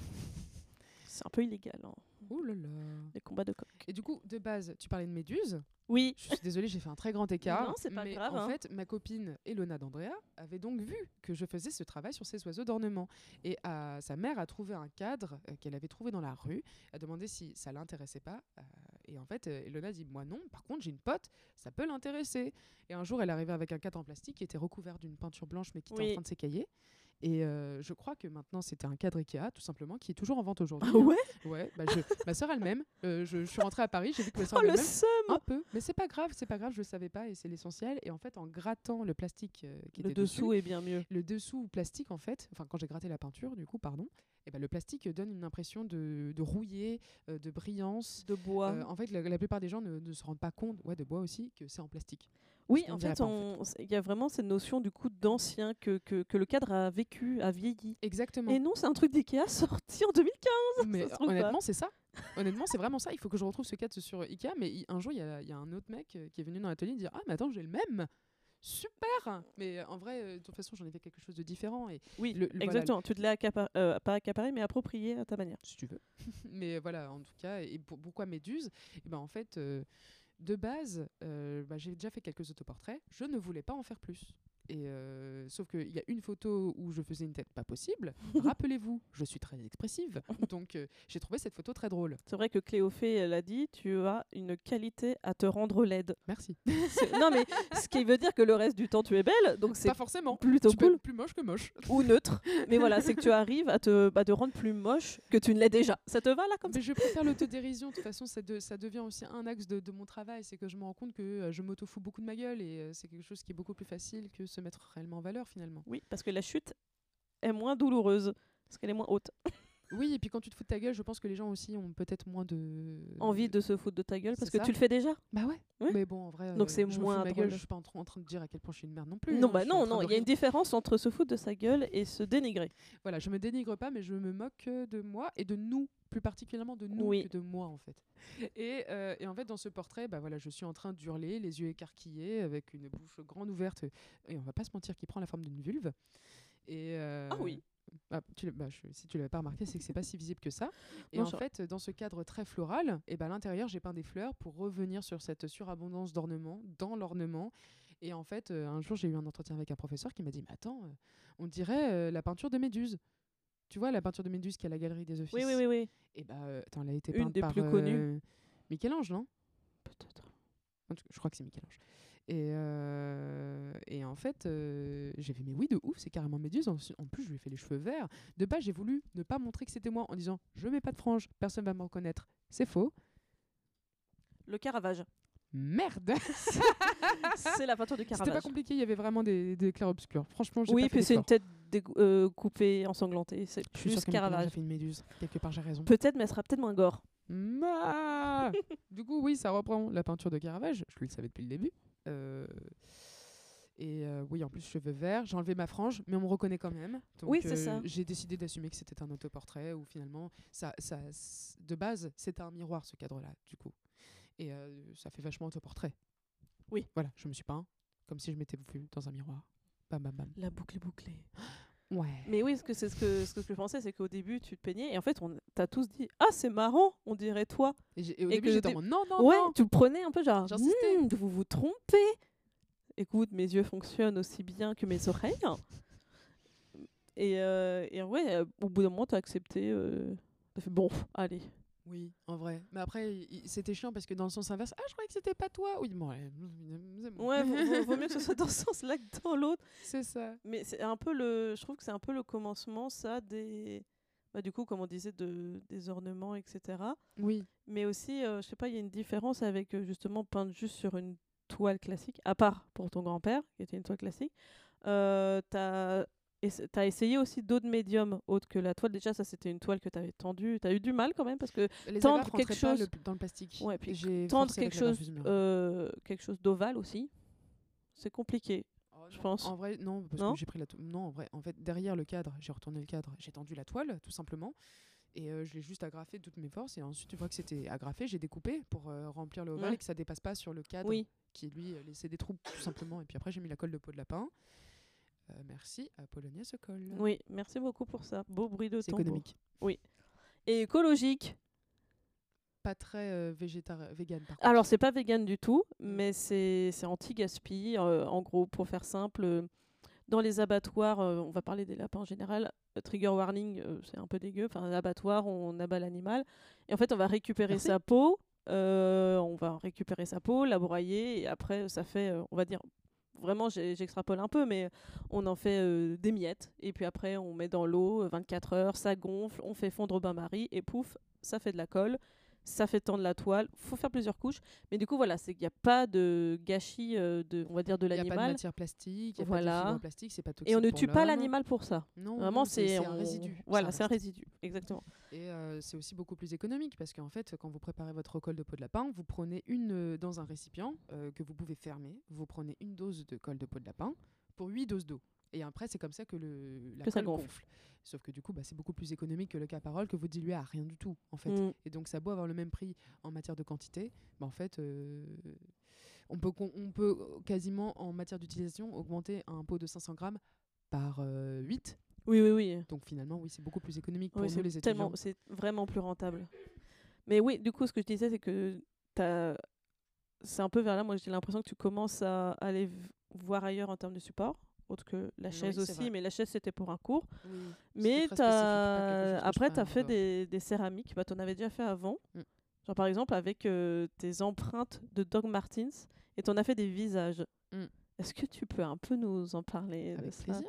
C'est un peu illégal, hein, Ouh là là. les combats de coq. Et du coup, de base, tu parlais de méduses. Oui, Je suis désolée, j'ai fait un très grand écart. Non, c'est pas mais grave, En hein. fait, ma copine Elona d'Andrea avait donc vu que je faisais ce travail sur ces oiseaux d'ornement. Et euh, sa mère a trouvé un cadre euh, qu'elle avait trouvé dans la rue, a demandé si ça l'intéressait pas. euh, et en fait, euh, Elona dit moi non. Par contre, j'ai une pote, ça peut l'intéresser. Et un jour, elle est arrivée avec un cadre en plastique qui était recouvert d'une peinture blanche, mais qui était Oui. en train de s'écailler. Et euh, je crois que maintenant c'était un cadre Ikea, tout simplement, qui est toujours en vente aujourd'hui. Ah ouais. Ouais, bah je, ma sœur elle-même. euh, je, je suis rentrée à Paris, j'ai vu que ma sœur Oh le elle-même. seum. Un peu, mais c'est pas grave, c'est pas grave, je le savais pas et c'est l'essentiel. Et en fait, en grattant le plastique euh, qui Le était dessous dessus, est bien mieux. le dessous plastique en fait, enfin quand j'ai gratté la peinture, du coup, pardon, et ben le plastique donne une impression de, de rouillé, euh, de brillance. De bois. Euh, en fait, la, la plupart des gens ne, ne se rendent pas compte, ouais, de bois aussi, que c'est en plastique. Oui, qu'on en dirait fait, pas, en on- il y a vraiment cette notion du coup d'ancien que, que, que le cadre a vécu, a vieilli. Exactement. Et non, c'est un truc d'Ikea sorti en deux mille quinze. Mais ça se trouve honnêtement, c'est ça. Honnêtement, c'est vraiment ça. Il faut que je retrouve ce cadre sur Ikea. Mais il- un jour, il y, a- il y a un autre mec euh, qui est venu dans l'atelier dire ah, mais attends, j'ai le même. Super. Mais euh, en vrai, euh, de toute façon, j'en ai fait quelque chose de différent. Et Oui, le- le- voilà, exactement. Tu te l'as accapar- euh, pas accaparé, mais approprié à ta manière. si tu veux. Mais voilà, en tout cas, et pour- pourquoi Méduse Et ben en fait, euh, de base, euh, bah, j'ai déjà fait quelques autoportraits. Je ne voulais pas en faire plus. Et euh, sauf qu'il y a une photo où je faisais une tête pas possible. Rappelez-vous, je suis très expressive. Donc euh, j'ai trouvé cette photo très drôle. C'est vrai que Cléophée, elle a dit, tu as une qualité à te rendre laide. Merci. C'est- non, mais ce qui veut dire que le reste du temps, tu es belle, donc c'est Pas forcément. plutôt Tu peux cool. être plus moche que moche. Ou neutre. Mais voilà, c'est que tu arrives à te, bah, te rendre plus moche que tu ne l'es déjà. Ça te va là comme ça? Mais je préfère l'autodérision. De toute façon, ça, de- ça devient aussi un axe de, de mon travail. C'est que je me rends compte que euh, je m'auto-fous beaucoup de ma gueule et euh, c'est quelque chose qui est beaucoup plus facile que se mettre réellement en valeur finalement. Oui, parce que la chute est moins douloureuse, parce qu'elle est moins haute. Oui, et puis quand tu te fous de ta gueule, je pense que les gens aussi ont peut-être moins de. Envie de se foutre de ta gueule, parce C'est que ça. tu le fais déjà. Bah ouais. Ouais. Mais bon, en vrai. Donc euh, c'est je me fous moins de ma drôle. gueule, je suis pas en, tra- en train de dire à quel point je suis une merde non plus. Non, hein, bah je suis en non, train non, de il y a une rire. différence entre se foutre de sa gueule et se dénigrer. Voilà, je me dénigre pas, mais je me moque euh, de moi et de nous, plus particulièrement de nous Oui. que de moi en fait. Et, euh, et en fait, dans ce portrait, bah voilà, je suis en train d'hurler, les yeux écarquillés, avec une bouche grande ouverte, et on va pas se mentir, qui prend la forme d'une vulve. Et euh, Ah oui. ah, tu l'as- bah, je- si tu l'avais pas remarqué, c'est que c'est pas si visible que ça. Et Non, en ça- fait, dans ce cadre très floral, et bah, à l'intérieur, j'ai peint des fleurs pour revenir sur cette surabondance d'ornements, dans l'ornement. Et en fait, euh, un jour, j'ai eu un entretien avec un professeur qui m'a dit, mais attends, euh, on dirait euh, la peinture de Méduse. Tu vois, la peinture de Méduse qui est à la Galerie des Offices. Oui, oui, oui, oui. Et bah, euh, attends, elle a été Une peinte des par plus euh, connues. Michel-Ange, non? Peut-être. En tout cas, je crois que c'est Michel-Ange. Et, euh, et en fait, euh, j'ai fait, mais oui, de ouf, c'est carrément Méduse. En, en plus, je lui ai fait les cheveux verts. De base, j'ai voulu ne pas montrer que c'était moi en disant, je mets pas de frange, personne va me reconnaître. C'est faux. Le Caravage. Merde. C'est la peinture du C'était pas Caravage. compliqué, il y avait vraiment des, des clairs-obscurs. Franchement, j'ai Oui, pas fait puis c'est une d'effort. tête dégou- euh, coupée, ensanglantée. C'est Je suis sûre plus que Michel-Ange Caravage. a fait une Méduse. Quelque part, j'ai raison. Peut-être, mais elle sera peut-être moins gore. Ma- du coup, oui, ça reprend la peinture de Caravage. Je le savais depuis le début. Euh, Et euh, oui, en plus, cheveux verts. J'ai enlevé ma frange, mais on me reconnaît quand même. Donc, Oui, c'est euh, ça. J'ai décidé d'assumer que c'était un autoportrait où finalement, ça, ça, c- de base, c'était un miroir, ce cadre-là, du coup. Et euh, ça fait vachement autoportrait. Oui. Voilà, je me suis peint comme si je m'étais vu dans un miroir. Bam, bam, bam. La boucle est bouclée. Ouais. Mais oui, ce que c'est ce que ce que je pensais, c'est qu'au début tu te peignais et en fait on t'as tous dit ah c'est marrant, on dirait toi. Et, j'ai- et au Et début, que j'étais dé- en mode non, non, ouais, non. tu le prenais un peu genre J'insistais. hmm, vous vous trompez. Écoute, mes yeux fonctionnent aussi bien que mes oreilles. Et, euh, et ouais, euh, au bout d'un moment t'as accepté. Euh, t'as fait bon, allez. Oui, en vrai. Mais après, il- c'était chiant parce que dans le sens inverse, ah, je croyais que c'était pas toi. Oui, bon, ouais, c'est bon. Ouais, vaut, vaut- vaut mieux que ce soit dans ce sens-là que dans l'autre. C'est ça. Mais c'est un peu le, je trouve que c'est un peu le commencement, ça, des, bah, du coup, comme on disait, de, des ornements, et cetera. Oui. Mais aussi, euh, je sais pas, il y a une différence avec euh, justement peindre juste sur une toile classique, à part pour ton grand-père, qui était une toile classique. Euh, t'as, ess- t'as essayé aussi d'autres médiums autres que la toile. Déjà, ça, c'était une toile que t'avais tendue. T'as eu du mal quand même parce que Les Tendre agrafes rentraient quelque pas chose- le- dans le plastique. ouais, puis J'ai tendre forcé quelque avec la chose, perfuse mur. euh, quelque chose d'ovale aussi, c'est compliqué. Oh, je non. pense. En vrai, non, parce Non que j'ai pris la to- Non, en vrai, en fait, derrière le cadre, j'ai retourné le cadre, j'ai tendu la toile, tout simplement. Et euh, je l'ai juste agrafé de toutes mes forces. Et ensuite, une fois que c'était agrafé, j'ai découpé pour euh, remplir le ovale Ouais. et que ça dépasse pas sur le cadre Oui. qui, lui, euh, laissait des trous, tout simplement. Et puis après, j'ai mis la colle de peau de lapin. Euh, merci à Polonia Sokol. Oui, merci beaucoup pour ça. Beau bruit de C'est tambour. économique. Et écologique. Pas très euh, végétar- vegan, par contre. Alors, c'est pas vegan du tout, Mm. mais c'est c'est anti-gaspi. Euh, en gros, pour faire simple, euh, dans les abattoirs, euh, on va parler des lapins en général. euh, trigger warning, euh, c'est un peu dégueu. Enfin, l'abattoir, on abat l'animal. Et en fait, on va récupérer Merci. sa peau. euh, on va récupérer sa peau, la broyer, et après, ça fait, euh, on va dire, vraiment, j'ai- j'extrapole un peu, mais on en fait euh, des miettes. Et puis après, on met dans l'eau euh, vingt-quatre heures, ça gonfle, on fait fondre au bain-marie, et pouf, ça fait de la colle. Ça fait tendre la toile. Faut faire plusieurs couches. Mais du coup, voilà, c'est qu'il n'y a pas de gâchis, euh, de, on va dire, de Il n'y a pas de l'animal. matière plastique, il n'y a Voilà. pas de fibre plastique, c'est pas toxique. Et on ne pour tue pas l'homme. l'animal pour ça. Non, Vraiment, non, c'est c'est c'est un on- résidu. Voilà, ça c'est un reste. résidu. Exactement. Et euh, c'est aussi beaucoup plus économique parce qu'en fait, quand vous préparez votre colle de peau de lapin, vous prenez une euh, dans un récipient euh, que vous pouvez fermer. Vous prenez une dose de colle de peau de lapin pour huit doses d'eau. Et après, c'est comme ça que, le, la Que ça colle gonfle. gonfle. Sauf que du coup, bah, c'est beaucoup plus économique que le caparol que vous diluez à rien du tout, en fait. Mm. Et donc, ça a beau avoir le même prix en matière de quantité, bah, en fait, euh, on, peut, con- on peut quasiment, en matière d'utilisation, augmenter un pot de cinq cents grammes par euh, huit. Oui, oui, oui. Donc finalement, oui, c'est beaucoup plus économique pour Oui, nous, c'est les tellement, étudiants. c'est vraiment plus rentable. Mais oui, du coup, ce que je disais, c'est que t'as, c'est un peu vers là. Moi, j'ai l'impression que tu commences à aller v- voir ailleurs en termes de support, autre que la Oui, chaise c'est aussi. vrai. Mais la chaise, c'était pour un cours. Oui, Mais c'était très spécifique, pas quelque chose t'as... que je après, ferais tu as fait encore. des, des céramiques. Bah, tu en avais déjà fait avant. Mm. Genre, par exemple, avec euh, tes empreintes de Doc Martens. Et tu en as fait des visages. Mm. Est-ce que tu peux un peu nous en parler de Avec ça? plaisir.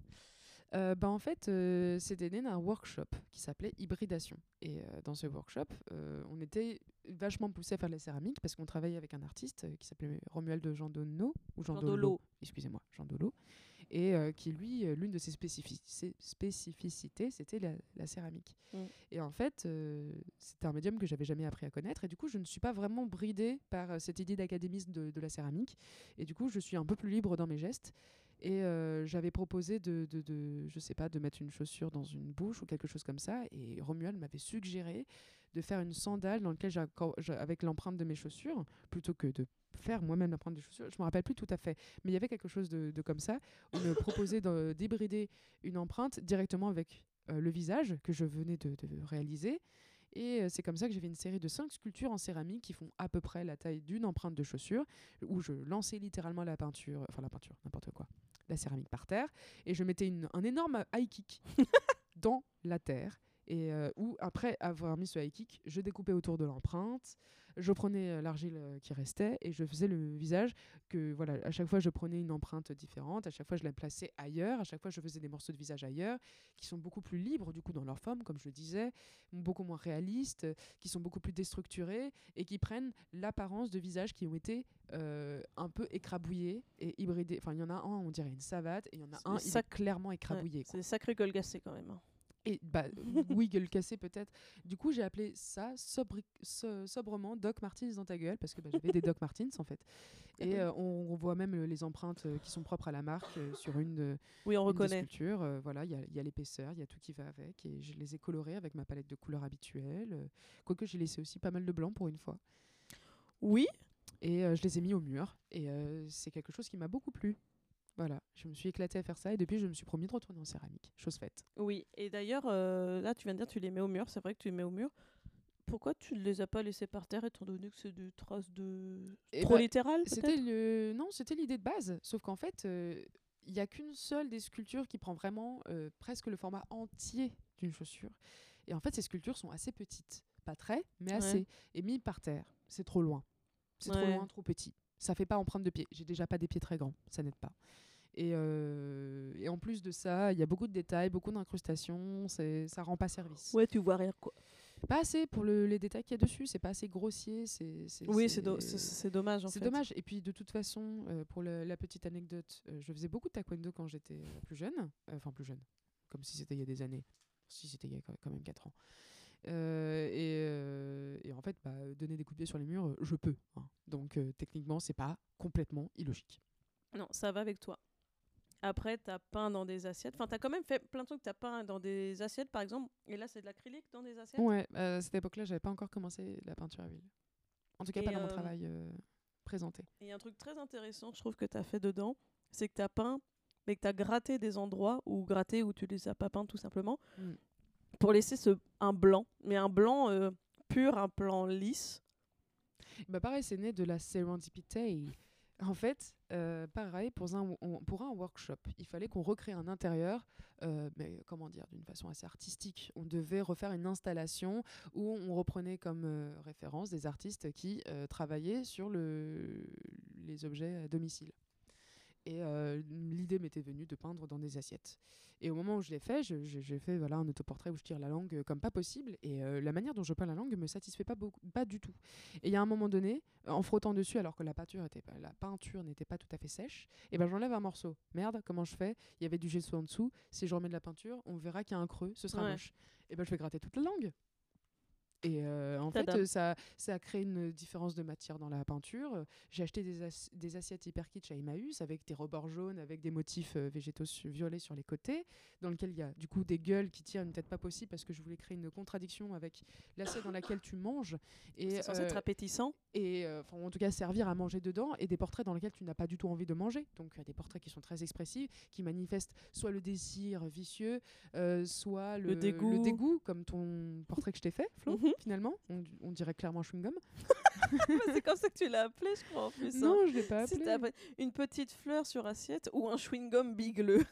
Euh, bah en fait, euh, c'était né d'un workshop qui s'appelait Hybridation. Et euh, dans ce workshop, euh, on était vachement poussé à faire de la céramique parce qu'on travaillait avec un artiste euh, qui s'appelait Romuald Jean Donneau, ou Jean, Jean Dolo, Dolo. excusez-moi, Jean Dolo, et euh, qui lui, euh, l'une de ses spécifici- ses spécificités, c'était la, la céramique. Mm. Et en fait, euh, c'était un médium que j'avais jamais appris à connaître, et du coup, je ne suis pas vraiment bridée par euh, cette idée d'académisme de, de la céramique, et du coup, je suis un peu plus libre dans mes gestes. Et euh, j'avais proposé de, de, de, je sais pas, de mettre une chaussure dans une bouche ou quelque chose comme ça. Et Romuald m'avait suggéré de faire une sandale dans laquelle j'accor- j'a- avec l'empreinte de mes chaussures, plutôt que de faire moi-même l'empreinte des chaussures. Je me rappelle plus tout à fait, mais il y avait quelque chose de, de comme ça. On me proposait de- d'hybrider une empreinte directement avec euh, le visage que je venais de, de réaliser. Et euh, c'est comme ça que j'ai fait une série de cinq sculptures en céramique qui font à peu près la taille d'une empreinte de chaussure, où je lançais littéralement la peinture, enfin la peinture, n'importe quoi, la céramique par terre, et je mettais une, un énorme high kick dans la terre. Et euh, où, après avoir mis ce high kick, je découpais autour de l'empreinte, je prenais euh, l'argile euh, qui restait et je faisais le visage. Que voilà, à chaque fois je prenais une empreinte différente, à chaque fois je la plaçais ailleurs, à chaque fois je faisais des morceaux de visage ailleurs, qui sont beaucoup plus libres du coup dans leur forme, comme je le disais, beaucoup moins réalistes, euh, qui sont beaucoup plus déstructurés et qui prennent l'apparence de visages qui ont été euh, un peu écrabouillés et hybridés. Enfin, il y en a un, on dirait une savate, et il y en a C'est un, des il est sacs- clairement écrabouillé. Ouais, quoi. c'est des sacrés gueules cassées quand même. hein. Et bah, oui, gueule cassée peut-être. Du coup, j'ai appelé ça sobri- so- sobrement Doc Martens dans ta gueule, parce que bah, j'avais des Doc Martens en fait. Et euh, on, on voit même euh, les empreintes euh, qui sont propres à la marque euh, sur une, euh, Oui, on une des reconnaît. sculptures. Euh, voilà, il y a, il y a l'épaisseur, il y a tout qui va avec. Et je les ai colorées avec ma palette de couleurs habituelle. euh, quoique j'ai laissé aussi pas mal de blanc pour une fois. Oui. Et euh, je les ai mis au mur. Et euh, c'est quelque chose qui m'a beaucoup plu. Voilà, je me suis éclatée à faire ça et depuis je me suis promis de retourner en céramique, chose faite. Oui, et d'ailleurs, euh, là, tu viens de dire tu les mets au mur. C'est vrai que tu les mets au mur. Pourquoi tu ne les as pas laissés par terre étant donné que c'est des traces de... Et Trop bah, littéral, C'était peut-être. le non, c'était l'idée de base, sauf qu'en fait, euh, il y a qu'une seule des sculptures qui prend vraiment euh, presque le format entier d'une chaussure. Et en fait, ces sculptures sont assez petites, pas très, mais Ouais. assez, et mis par terre. C'est trop loin, c'est trop Ouais. loin, trop petit. Ça fait pas empreinte de pied. J'ai déjà pas des pieds très grands, ça n'aide pas. Et, euh, et en plus de ça, il y a beaucoup de détails, beaucoup d'incrustations, c'est, ça rend pas service. Ouais, tu vois rien, quoi. Pas assez pour le- les détails qu'il y a dessus, c'est pas assez grossier. C'est, c'est, Oui, c'est do- c'est- c'est dommage, en c'est fait. dommage. Et puis de toute façon, euh, pour le- la petite anecdote, euh, je faisais beaucoup de taekwondo quand j'étais euh, plus jeune. Euh, Enfin, plus jeune. Comme si c'était il y a des années. Si c'était il y a quand quand même quatre ans. Euh, et, euh, et en fait, bah, donner des coups de pied sur les murs, euh, je peux. hein. Donc euh, techniquement, c'est pas complètement illogique. Non, ça va avec toi. Après, t'as peint dans des assiettes. Enfin, t'as quand même fait plein de trucs. T'as peint dans des assiettes, par exemple. Et là, c'est de l'acrylique dans des assiettes. Ouais, euh, à cette époque-là, j'avais pas encore commencé la peinture à huile. En tout cas, Et, pas dans mon euh, travail euh, présenté. Et il y a un truc très intéressant, je trouve, que t'as fait dedans. C'est que t'as peint, mais que t'as gratté des endroits, ou gratté, où tu les as pas peints, tout simplement, Mm. pour laisser ce, un blanc. Mais un blanc euh, pur, un blanc lisse. Bah pareil, c'est né de la serendipité. En fait, euh, pareil, pour un, on- pour un workshop, il fallait qu'on recrée un intérieur, euh, mais comment dire, d'une façon assez artistique. On devait refaire une installation où on reprenait comme euh, référence des artistes qui euh, travaillaient sur le, les objets à domicile. Et euh, l'idée m'était venue de peindre dans des assiettes. Et au moment où je l'ai fait, je- je- j'ai fait voilà, un autoportrait où je tire la langue euh, comme pas possible. Et euh, la manière dont je peins la langue me satisfait pas, beaucoup, pas du tout. Et il y a un moment donné, euh, en frottant dessus, alors que la peinture, était, pas- la peinture n'était pas tout à fait sèche, et ben j'enlève un morceau. Merde, comment je fais? Il y avait du gesso en dessous. Si je remets de la peinture, on verra qu'il y a un creux, ce sera Ouais. moche. Et ben je vais gratter toute la langue. Et euh, en fait, Tadam. euh, ça, ça a créé une différence de matière dans la peinture. Euh, J'ai acheté des, as- des assiettes hyper kitsch à Emmaüs avec des rebords jaunes, avec des motifs euh, végétaux su- violets sur les côtés, dans lequel il y a du coup des gueules qui tirent une tête pas possible parce que je voulais créer une contradiction avec l'assiette dans laquelle tu manges. Et, C'est censé être euh, appétissant. et euh, enfin, en tout cas servir à manger dedans, et des portraits dans lesquels tu n'as pas du tout envie de manger. Donc il y a des portraits qui sont très expressifs, qui manifestent soit le désir vicieux, euh, soit le, Le dégoût. dégoût, comme ton portrait que je t'ai fait, Flo, Mhm. finalement. On, on dirait clairement chewing-gum. C'est comme ça que tu l'as appelé, je crois, en plus. hein. Non, je l'ai pas Si appelé. t'as appelé une petite fleur sur assiette ou un chewing-gum bigleux.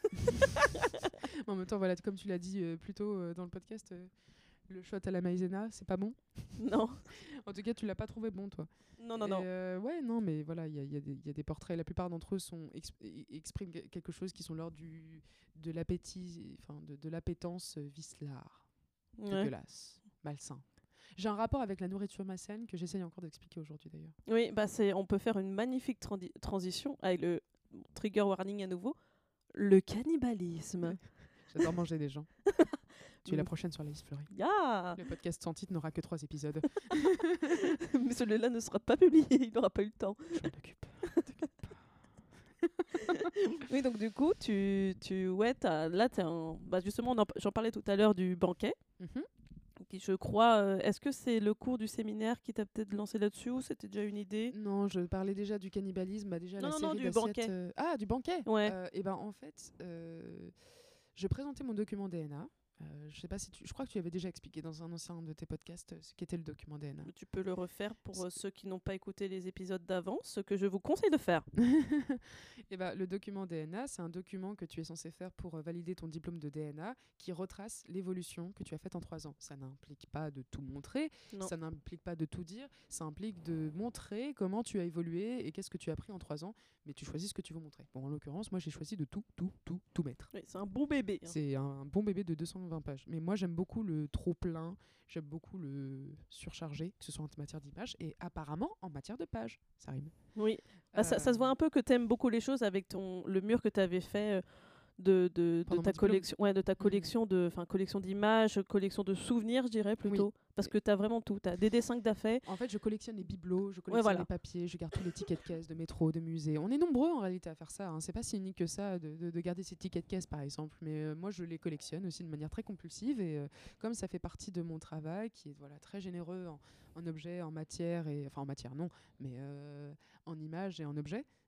En même temps, voilà, comme tu l'as dit euh, plus tôt euh, dans le podcast, euh, le shot à la maïzena, c'est pas bon. Non, En tout cas, tu l'as pas trouvé bon, toi. non, non, Et, non. euh, ouais, non, mais voilà, il y, a- il y a des- il y a des portraits. La plupart d'entre eux sont exp- e- expriment que- quelque chose qui sont l'ordre du de l'appétit, enfin de, de l'appétence euh, vicelard, Ouais. dégueulasse, malsain. J'ai un rapport avec la nourriture malsaine que j'essaye encore d'expliquer aujourd'hui d'ailleurs. Oui, bah c'est, on peut faire une magnifique trandi- transition avec le trigger warning à nouveau, le cannibalisme. J'adore manger des gens. Tu es la Mm. prochaine sur la liste, Fleury. Ya Le podcast sans titre n'aura que trois épisodes. Mais celui-là ne sera pas publié, il n'aura pas eu le temps. Je m'en occupe. Oui, donc du coup, tu, tu ouais, t'as- là, t'es un, bah justement, on en- j'en parlais tout à l'heure du banquet, Mhm. qui je crois, euh, est-ce que c'est le cours du séminaire qui t'a peut-être lancé là-dessus ou c'était déjà une idée? Non, je parlais déjà du cannibalisme, bah déjà Non, la non, non, série du d'assiettes, banquet. euh, Ah, du banquet. Ouais. Euh, et ben en fait, euh, je présentais mon document D N A. Euh, je sais pas si tu, je crois que tu avais déjà expliqué dans un ancien de tes podcasts euh, ce qu'était le document D N A. Tu peux le refaire pour euh, ceux qui n'ont pas écouté les épisodes d'avant, ce que je vous conseille de faire. Et ben, le document D N A, c'est un document que tu es censé faire pour euh, valider ton diplôme de D N A qui retrace l'évolution que tu as faite en trois ans. Ça n'implique pas de tout montrer, Non. ça n'implique pas de tout dire, ça implique de montrer comment tu as évolué et qu'est-ce que tu as appris en trois ans, mais tu choisis ce que tu veux montrer. Bon, en l'occurrence, moi j'ai choisi de tout, tout, tout, tout mettre. Oui, c'est un bon bébé. hein. C'est un bon bébé de deux cent vingt pages. Mais moi, j'aime beaucoup le trop plein, j'aime beaucoup le surchargé, que ce soit en matière d'image et apparemment en matière de pages. Ça rime. Oui. Ah, ça, ça se voit un peu que tu aimes beaucoup les choses avec ton, le mur que tu avais fait euh, de, de, de Pendant ta mon diplôme. collection, ouais, de ta collection de, enfin collection d'images, collection de souvenirs, je dirais plutôt, parce que tu as vraiment tout. Tu as des dessins que tu as fait. En fait, je collectionne les bibelots, je collectionne voilà. les papiers, je garde tous les tickets de caisse de métro, de musée. On est nombreux en réalité à faire ça. Hein. C'est pas si unique que ça de, de, de garder ces tickets de caisse, par exemple. Mais euh, moi, je les collectionne aussi de manière très compulsive. Et euh, comme ça fait partie de mon travail, qui est voilà très généreux en, en objets, en matière et enfin en matière non, mais euh, en images et en objets.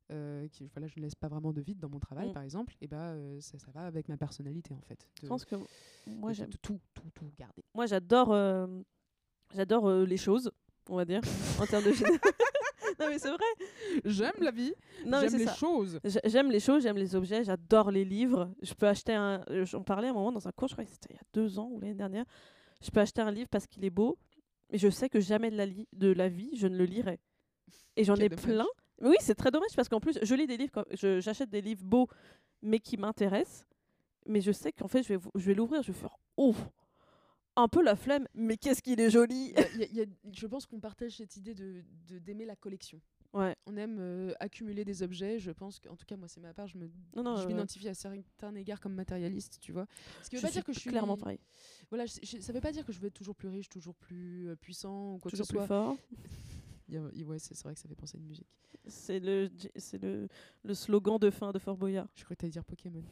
euh, qui, voilà, je ne laisse pas vraiment de vide dans mon travail, Mm. par exemple, et bah, euh, ça, ça va avec ma personnalité, en fait. Je De, pense que moi, de- j'aime. de tout, tout, tout garder. Moi, j'adore, euh, j'adore euh, les choses, on va dire, en termes de. géné- non, mais c'est vrai. J'aime la vie, Non, mais j'aime c'est les ça. choses. J'ai- J'aime les choses, j'aime les objets, j'adore les livres. Je peux acheter un. euh, J'en parlais à un moment dans un cours, je crois que c'était il y a deux ans ou l'année dernière. Je peux acheter un livre parce qu'il est beau, mais je sais que jamais de la, li- de la vie, je ne le lirai. Et j'en Quel ai dommage. plein. Mais oui, c'est très dommage parce qu'en plus, je lis des livres, comme- je- j'achète des livres beaux, mais qui m'intéressent. Mais je sais qu'en fait, je vais, vou- je vais l'ouvrir, je vais faire oh, un peu la flemme, mais qu'est-ce qu'il est joli. Il y a- il y a- il y a- je pense qu'on partage cette idée de de- d'aimer la collection. Ouais. On aime euh, accumuler des objets. Je pense qu'en tout cas, moi, c'est ma part. Je me, Non, non, je euh, m'identifie à certains égards comme matérialiste, tu vois. Ce qui veut je pas suis dire que je suis clairement pareil. Voilà, je- je- ça veut pas dire que je veux être toujours plus riche, toujours plus euh, puissant ou quoi Toujours que ce plus soit. fort. Il y a- il- ouais, c'est c'est vrai que ça fait penser à une musique. C'est le, c'est le, le slogan de fin de Fort Boyard. Je crois que t'allais dire Pokémon.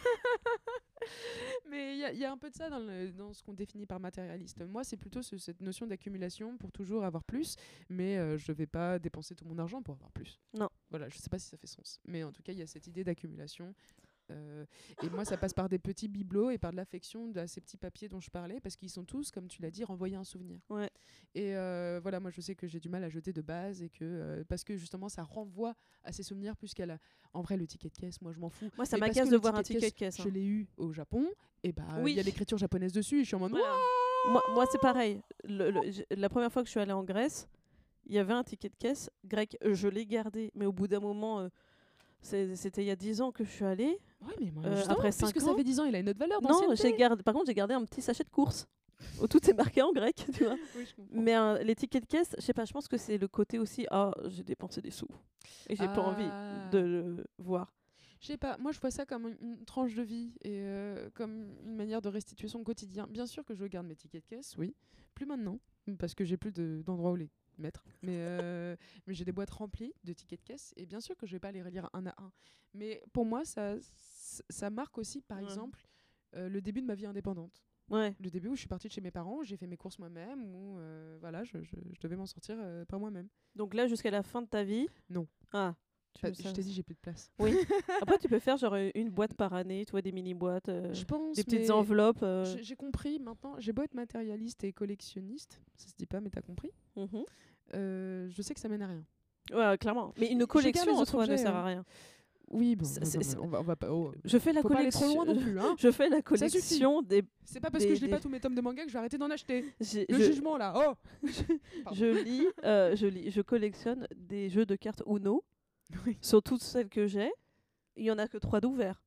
Mais il y, a- il y a un peu de ça dans, le- dans ce qu'on définit par matérialiste. Moi, c'est plutôt ce- cette notion d'accumulation pour toujours avoir plus, mais euh, je vais pas dépenser tout mon argent pour avoir plus. Non. Voilà, je sais pas si ça fait sens. Mais en tout cas, il y a cette idée d'accumulation. Euh, et moi, ça passe par des petits bibelots et par de l'affection de ces petits papiers dont je parlais, parce qu'ils sont tous, comme tu l'as dit, renvoyés à un souvenir. Ouais. Et euh, voilà, moi, je sais que j'ai du mal à jeter de base, et que euh, parce que justement, ça renvoie à ces souvenirs plus qu'à la. En vrai, le ticket de caisse, moi, je m'en fous. Moi, ça Mais parce m'agace que de le voir un ticket de caisse. Je hein. l'ai eu au Japon, et bah, il Oui. y a l'écriture japonaise dessus, et je suis en mode. Voilà. Moi, moi c'est pareil. Le- le- j- la première fois que je suis allée en Grèce, il y avait un ticket de caisse grec. Euh, Je l'ai gardé, mais au bout d'un moment, euh, c'est- c'était il y a dix ans que je suis allée. Ouais, mais moi, Euh, justement, après puisque cinq ça ans- fait dix ans, il a une autre valeur Non, d'ancienneté. j'ai gardé. Par contre, j'ai gardé un petit sachet de courses où tout est marqué en grec, tu vois. Oui, je comprends. Mais euh, les tickets de caisse, je sais pas, je pense que c'est le côté aussi. Ah, j'ai dépensé des sous et j'ai pas Ah. envie de le voir. Je sais pas, moi je vois ça comme une, une tranche de vie et euh, comme une manière de restitution au quotidien. Bien sûr que je garde mes tickets de caisse, oui. Plus maintenant, parce que j'ai plus de- d'endroits où les mettre. Mais, euh, mais j'ai des boîtes remplies de tickets de caisse et bien sûr que je vais pas les relire un à un. Mais pour moi, ça, ça marque aussi, par Ouais. exemple, euh, le début de ma vie indépendante. Ouais. Le début où je suis partie de chez mes parents, j'ai fait mes courses moi-même, où euh, voilà, je, je- je devais m'en sortir euh, par moi-même. Donc là, jusqu'à la fin de ta vie. Non. Ah. tu Bah, veux je ça- t'ai dit, j'ai plus de place. Oui. Après, tu peux faire genre euh, une boîte par année, tu vois, des mini-boîtes, euh, Je pense. des petites mais enveloppes. euh, j'ai- J'ai compris maintenant. J'ai beau être matérialiste et collectionniste, ça se dit pas, mais t'as compris. mhm. Euh, je sais que ça mène à rien. Ouais, clairement. Mais une garde collection les en autres soi ne objets, sert hein. à rien. Oui, bon, C'est- non, c'est- non, c'est- on va, on va pas. oh, Je fais la faut pas aller trop collection. loin non plus, hein. Je fais la Ça suffit. collection des. C'est pas parce Des- que je lis des- pas tous mes tomes de manga que je vais arrêter d'en acheter. j'ai- Le je, jugement là. Oh. Pardon. je lis, euh, je lis, je collectionne des jeux de cartes Uno Oui. sur toutes celles que j'ai. Il y en a que trois d'ouverts.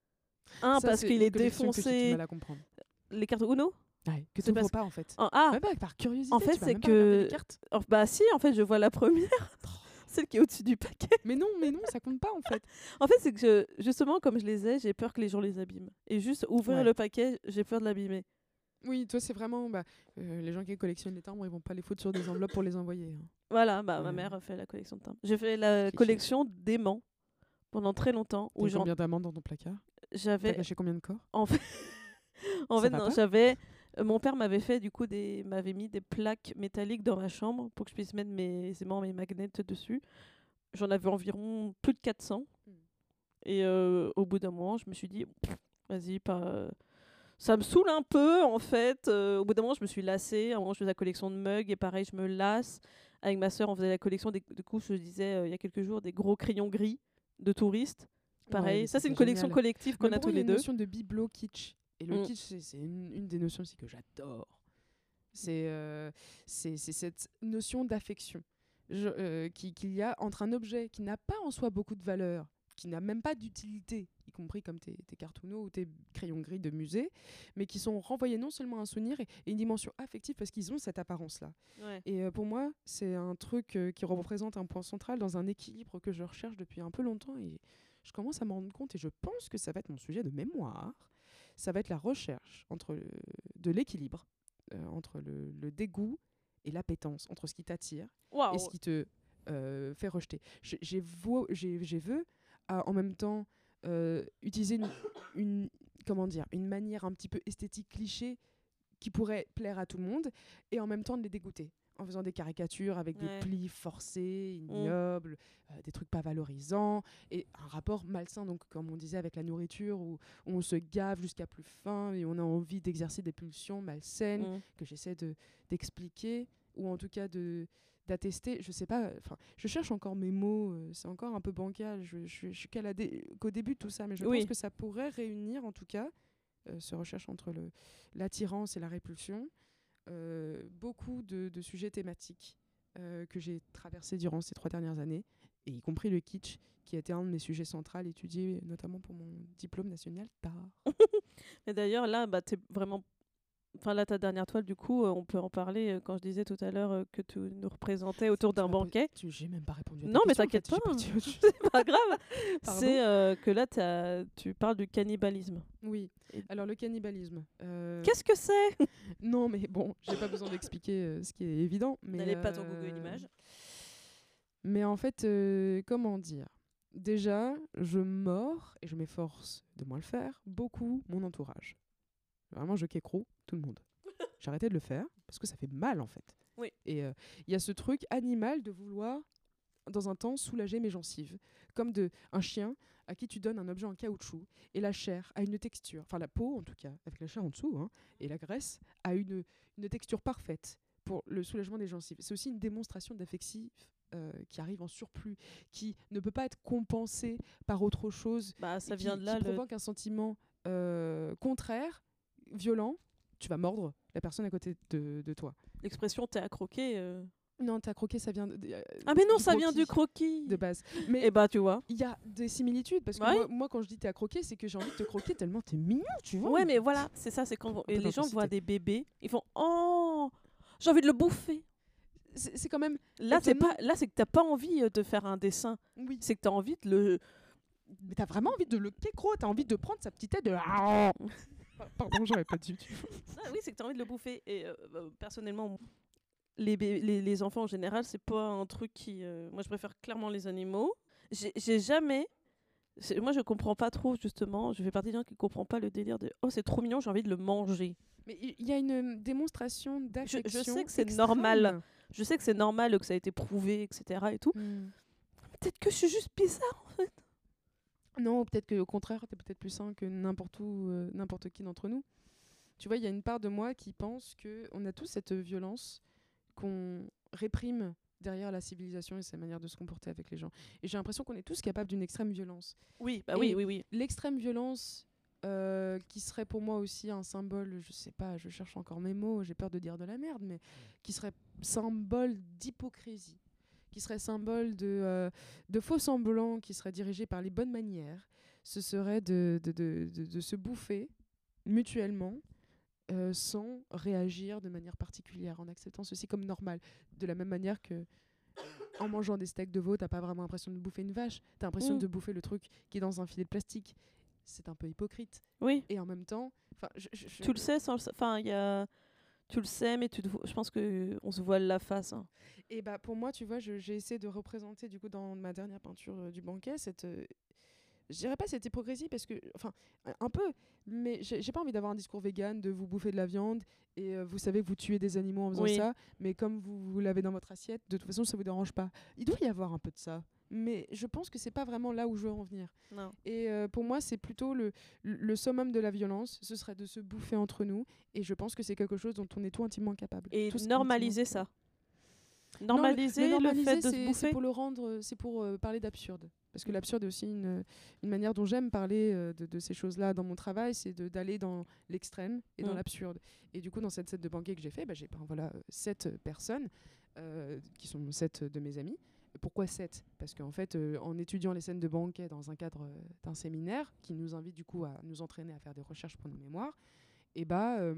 Un Ça, parce c'est qu'il une est collection que j'ai du défoncé. mal à comprendre. Les cartes Uno. Ouais, que C'est tu parce- vois pas en fait. Ah, ah, Même pas par curiosité. en fait, tu vas c'est même pas regarder que- les cartes. oh, bah si, en fait, je vois la première, celle qui est au-dessus du paquet. Mais non, mais non, ça compte pas en fait. En fait, c'est que je- justement, comme je les ai, j'ai peur que les gens les abîment. Et juste ouvrir Ouais. le paquet, j'ai peur de l'abîmer. Oui, toi c'est vraiment bah, euh, les gens qui collectionnent les timbres, ils vont pas les foutre sur des enveloppes pour les envoyer. hein. Voilà, bah ma Ouais. mère fait la collection de timbres. J'ai fait la Cliché. collection d'aimants pendant très longtemps. Où T'as j'en- combien d'amandes dans ton placard T'as j'avais, caché combien de corps en fait, en Ça fait, va non, pas j'avais. euh, Mon père m'avait fait du coup des, m'avait mis des plaques métalliques dans ma chambre pour que je puisse mettre mes aimants, mes magnets dessus. J'en avais environ plus de quatre cents. Mm. Et euh, au bout d'un moment, je me suis dit, pff, vas-y, pas. Ça me saoule un peu en fait. Euh, au bout d'un moment, je me suis lassée. À un moment, je faisais la collection de mugs et pareil, je me lasse. Avec ma sœur, on faisait la collection des. Du coup, je disais euh, il y a quelques jours des gros crayons gris de touristes. Pareil, Ouais, mais ça c'est une génial. collection collective qu'on Mais a pour tous moi, il y les a une deux. notion de bibelot kitsch. Et le Mm. kitsch, c'est- c'est une, une des notions aussi que j'adore. C'est euh, c'est c'est cette notion d'affection Je- euh, qui- qu'il y a entre un objet qui n'a pas en soi beaucoup de valeur, qui n'a même pas d'utilité, y compris comme tes, tes cartes Uno ou tes crayons gris de musée, mais qui sont renvoyés non seulement à un souvenir et, et une dimension affective parce qu'ils ont cette apparence-là. Ouais. Et euh, pour moi, c'est un truc euh, qui représente un point central dans un équilibre que je recherche depuis un peu longtemps et je commence à m'en rendre compte et je pense que ça va être mon sujet de mémoire. Ça va être la recherche entre le- de l'équilibre, euh, entre le, le dégoût et l'appétence, entre ce qui t'attire Waouh. et ce qui te euh, fait rejeter. J'ai- J'ai vo- j'ai- j'ai veux à, en même temps euh, utiliser une, une, comment dire, une manière un petit peu esthétique cliché qui pourrait plaire à tout le monde et en même temps de les dégoûter. en faisant des caricatures avec Ouais. des plis forcés, ignobles, mmh. euh, des trucs pas valorisants, et un rapport malsain, donc comme on disait avec la nourriture, où, où on se gave jusqu'à plus faim et on a envie d'exercer des pulsions malsaines Mm. que j'essaie de, d'expliquer, ou en tout cas de d'attester, je sais pas, enfin, je cherche encore mes mots, euh, c'est encore un peu bancal, je, je, je suis qu'à la dé- qu'au début de tout ça, mais je Oui. pense que ça pourrait réunir en tout cas euh, ce recherche entre le, l'attirance et la répulsion, euh, beaucoup de, de sujets thématiques euh, que j'ai traversés durant ces trois dernières années, et y compris le kitsch, qui a été un de mes sujets centraux étudiés notamment pour mon diplôme national d'art. Et d'ailleurs, là, bah, t'es vraiment. Enfin, là, ta dernière toile, du coup, euh, on peut en parler euh, quand je disais tout à l'heure euh, que tu nous représentais autour d'un Tu m'as posé- banquet. tu- J'ai même pas répondu à ta Non, mais question, en t'inquiète fait, j'ai pas. parti autre chose. C'est pas grave. Pardon. C'est euh, que là, t'as- tu parles du cannibalisme. Oui, Et- alors le cannibalisme. euh, Qu'est-ce que c'est? Non, mais bon, j'ai pas besoin d'expliquer euh, ce qui est évident. Mais, N'allez pas sur euh, Google Images. Mais en fait, euh, comment dire? Déjà, je mords, et je m'efforce de moins le faire, beaucoup mon entourage. Vraiment, je kécro tout le monde. J'ai arrêté de le faire, parce que ça fait mal, en fait. Oui. Et il euh, y a ce truc animal de vouloir, dans un temps, soulager mes gencives. Comme de, un chien à qui tu donnes un objet en caoutchouc, et la chair a une texture, enfin la peau en tout cas, avec la chair en dessous, hein, et la graisse, a une, une texture parfaite pour le soulagement des gencives. C'est aussi une démonstration d'affectif euh, qui arrive en surplus, qui ne peut pas être compensé par autre chose, Bah, ça et qui, vient de là. qui le- provoque un sentiment euh, contraire, violent. Tu vas mordre la personne à côté de, de toi. L'expression t'es à croquer. euh. Non, t'as croqué, ça vient de, de- euh, Ah, mais non, du ça vient croquis, du croquis. de base. Mais Et bah, tu vois. il y a des similitudes, parce que Ouais. moi, moi, quand je dis t'es à croquer, c'est que j'ai envie de te croquer tellement t'es mignon, tu vois. Ouais, mais voilà, c'est ça, c'est quand Un et peu les gens voient d'intensité. des bébés, ils font oh, j'ai envie de le bouffer. C'est c'est quand même. Là, c'est étonnant. pas, là, c'est que t'as pas envie euh, de faire un dessin, Oui. c'est que t'as envie de le. Mais t'as vraiment envie de le kécro, t'as envie de prendre sa petite tête de. Ah, pardon, j'aurais pas dû. Ah oui, c'est que t'as envie de le bouffer. Et euh, bah, personnellement, les, bé- les, les enfants en général, c'est pas un truc qui. euh, Moi, je préfère clairement les animaux. J'ai j'ai jamais. c'est- Moi, je comprends pas trop, justement. Je fais partie des gens qui comprennent pas le délire de oh, c'est trop mignon, j'ai envie de le manger. Mais il y, y a une démonstration Je, d'affection. je sais que c'est extrême. normal. Je sais que c'est normal, que ça a été prouvé, et cetera. Et tout. Hmm. Peut-être que je suis juste bizarre. Non, peut-être qu'au contraire, t'es peut-être plus sain que n'importe où, euh, n'importe qui d'entre nous. Tu vois, il y a une part de moi qui pense qu'on a tous cette violence qu'on réprime derrière la civilisation et sa manière de se comporter avec les gens. Et j'ai l'impression qu'on est tous capables d'une extrême violence. Oui, bah Et oui, oui, oui. L'extrême violence, euh, qui serait pour moi aussi un symbole, je sais pas, je cherche encore mes mots, j'ai peur de dire de la merde, mais qui serait symbole d'hypocrisie, qui serait symbole de, euh, de faux semblants, qui serait dirigé par les bonnes manières, ce serait de, de, de, de, de se bouffer mutuellement euh, sans réagir de manière particulière, en acceptant ceci comme normal. De la même manière que en mangeant des steaks de veau, t'as pas vraiment l'impression de bouffer une vache, t'as l'impression Mm. de bouffer le truc qui est dans un filet de plastique. C'est un peu hypocrite. Oui, Et en même temps, enfin, je- je- je- tu le sais sans le sa- Enfin, il y a. Tu le sais, mais tu te vo- je pense que on se voile la face. hein. Et bah pour moi, tu vois, je- j'ai essayé de représenter du coup dans ma dernière peinture euh, du banquet cette, euh, je dirais pas cette hypocrisie parce que, enfin, un- un peu, mais j'ai j'ai pas envie d'avoir un discours vegan de vous bouffer de la viande et euh, vous savez que vous tuez des animaux en faisant Oui. ça, mais comme vous, vous l'avez dans votre assiette, de toute façon ça vous dérange pas. Il doit y avoir un peu de ça, mais je pense que c'est pas vraiment là où je veux en venir. Non. Et euh, pour moi, c'est plutôt le, le summum de la violence, ce serait de se bouffer entre nous, et je pense que c'est quelque chose dont on est tout intimement capable. Et Tous normaliser intimement. ça. Non, le- Normaliser le, normaliser, fait de se c'est- bouffer. C'est pour le rendre, c'est pour euh, parler d'absurde. Parce que Mm. l'absurde est aussi une, une manière dont j'aime parler euh, de, de ces choses-là dans mon travail, c'est de- d'aller dans l'extrême et dans Mm. l'absurde. Et du coup, dans cette set de banquet que j'ai fait, bah, j'ai ben, voilà, euh, sept personnes euh, qui sont sept de mes amis. Pourquoi sept? Parce qu'en fait, euh, en étudiant les scènes de banquet dans un cadre euh, d'un séminaire qui nous invite du coup à nous entraîner à faire des recherches pour nos mémoires, et bah, euh,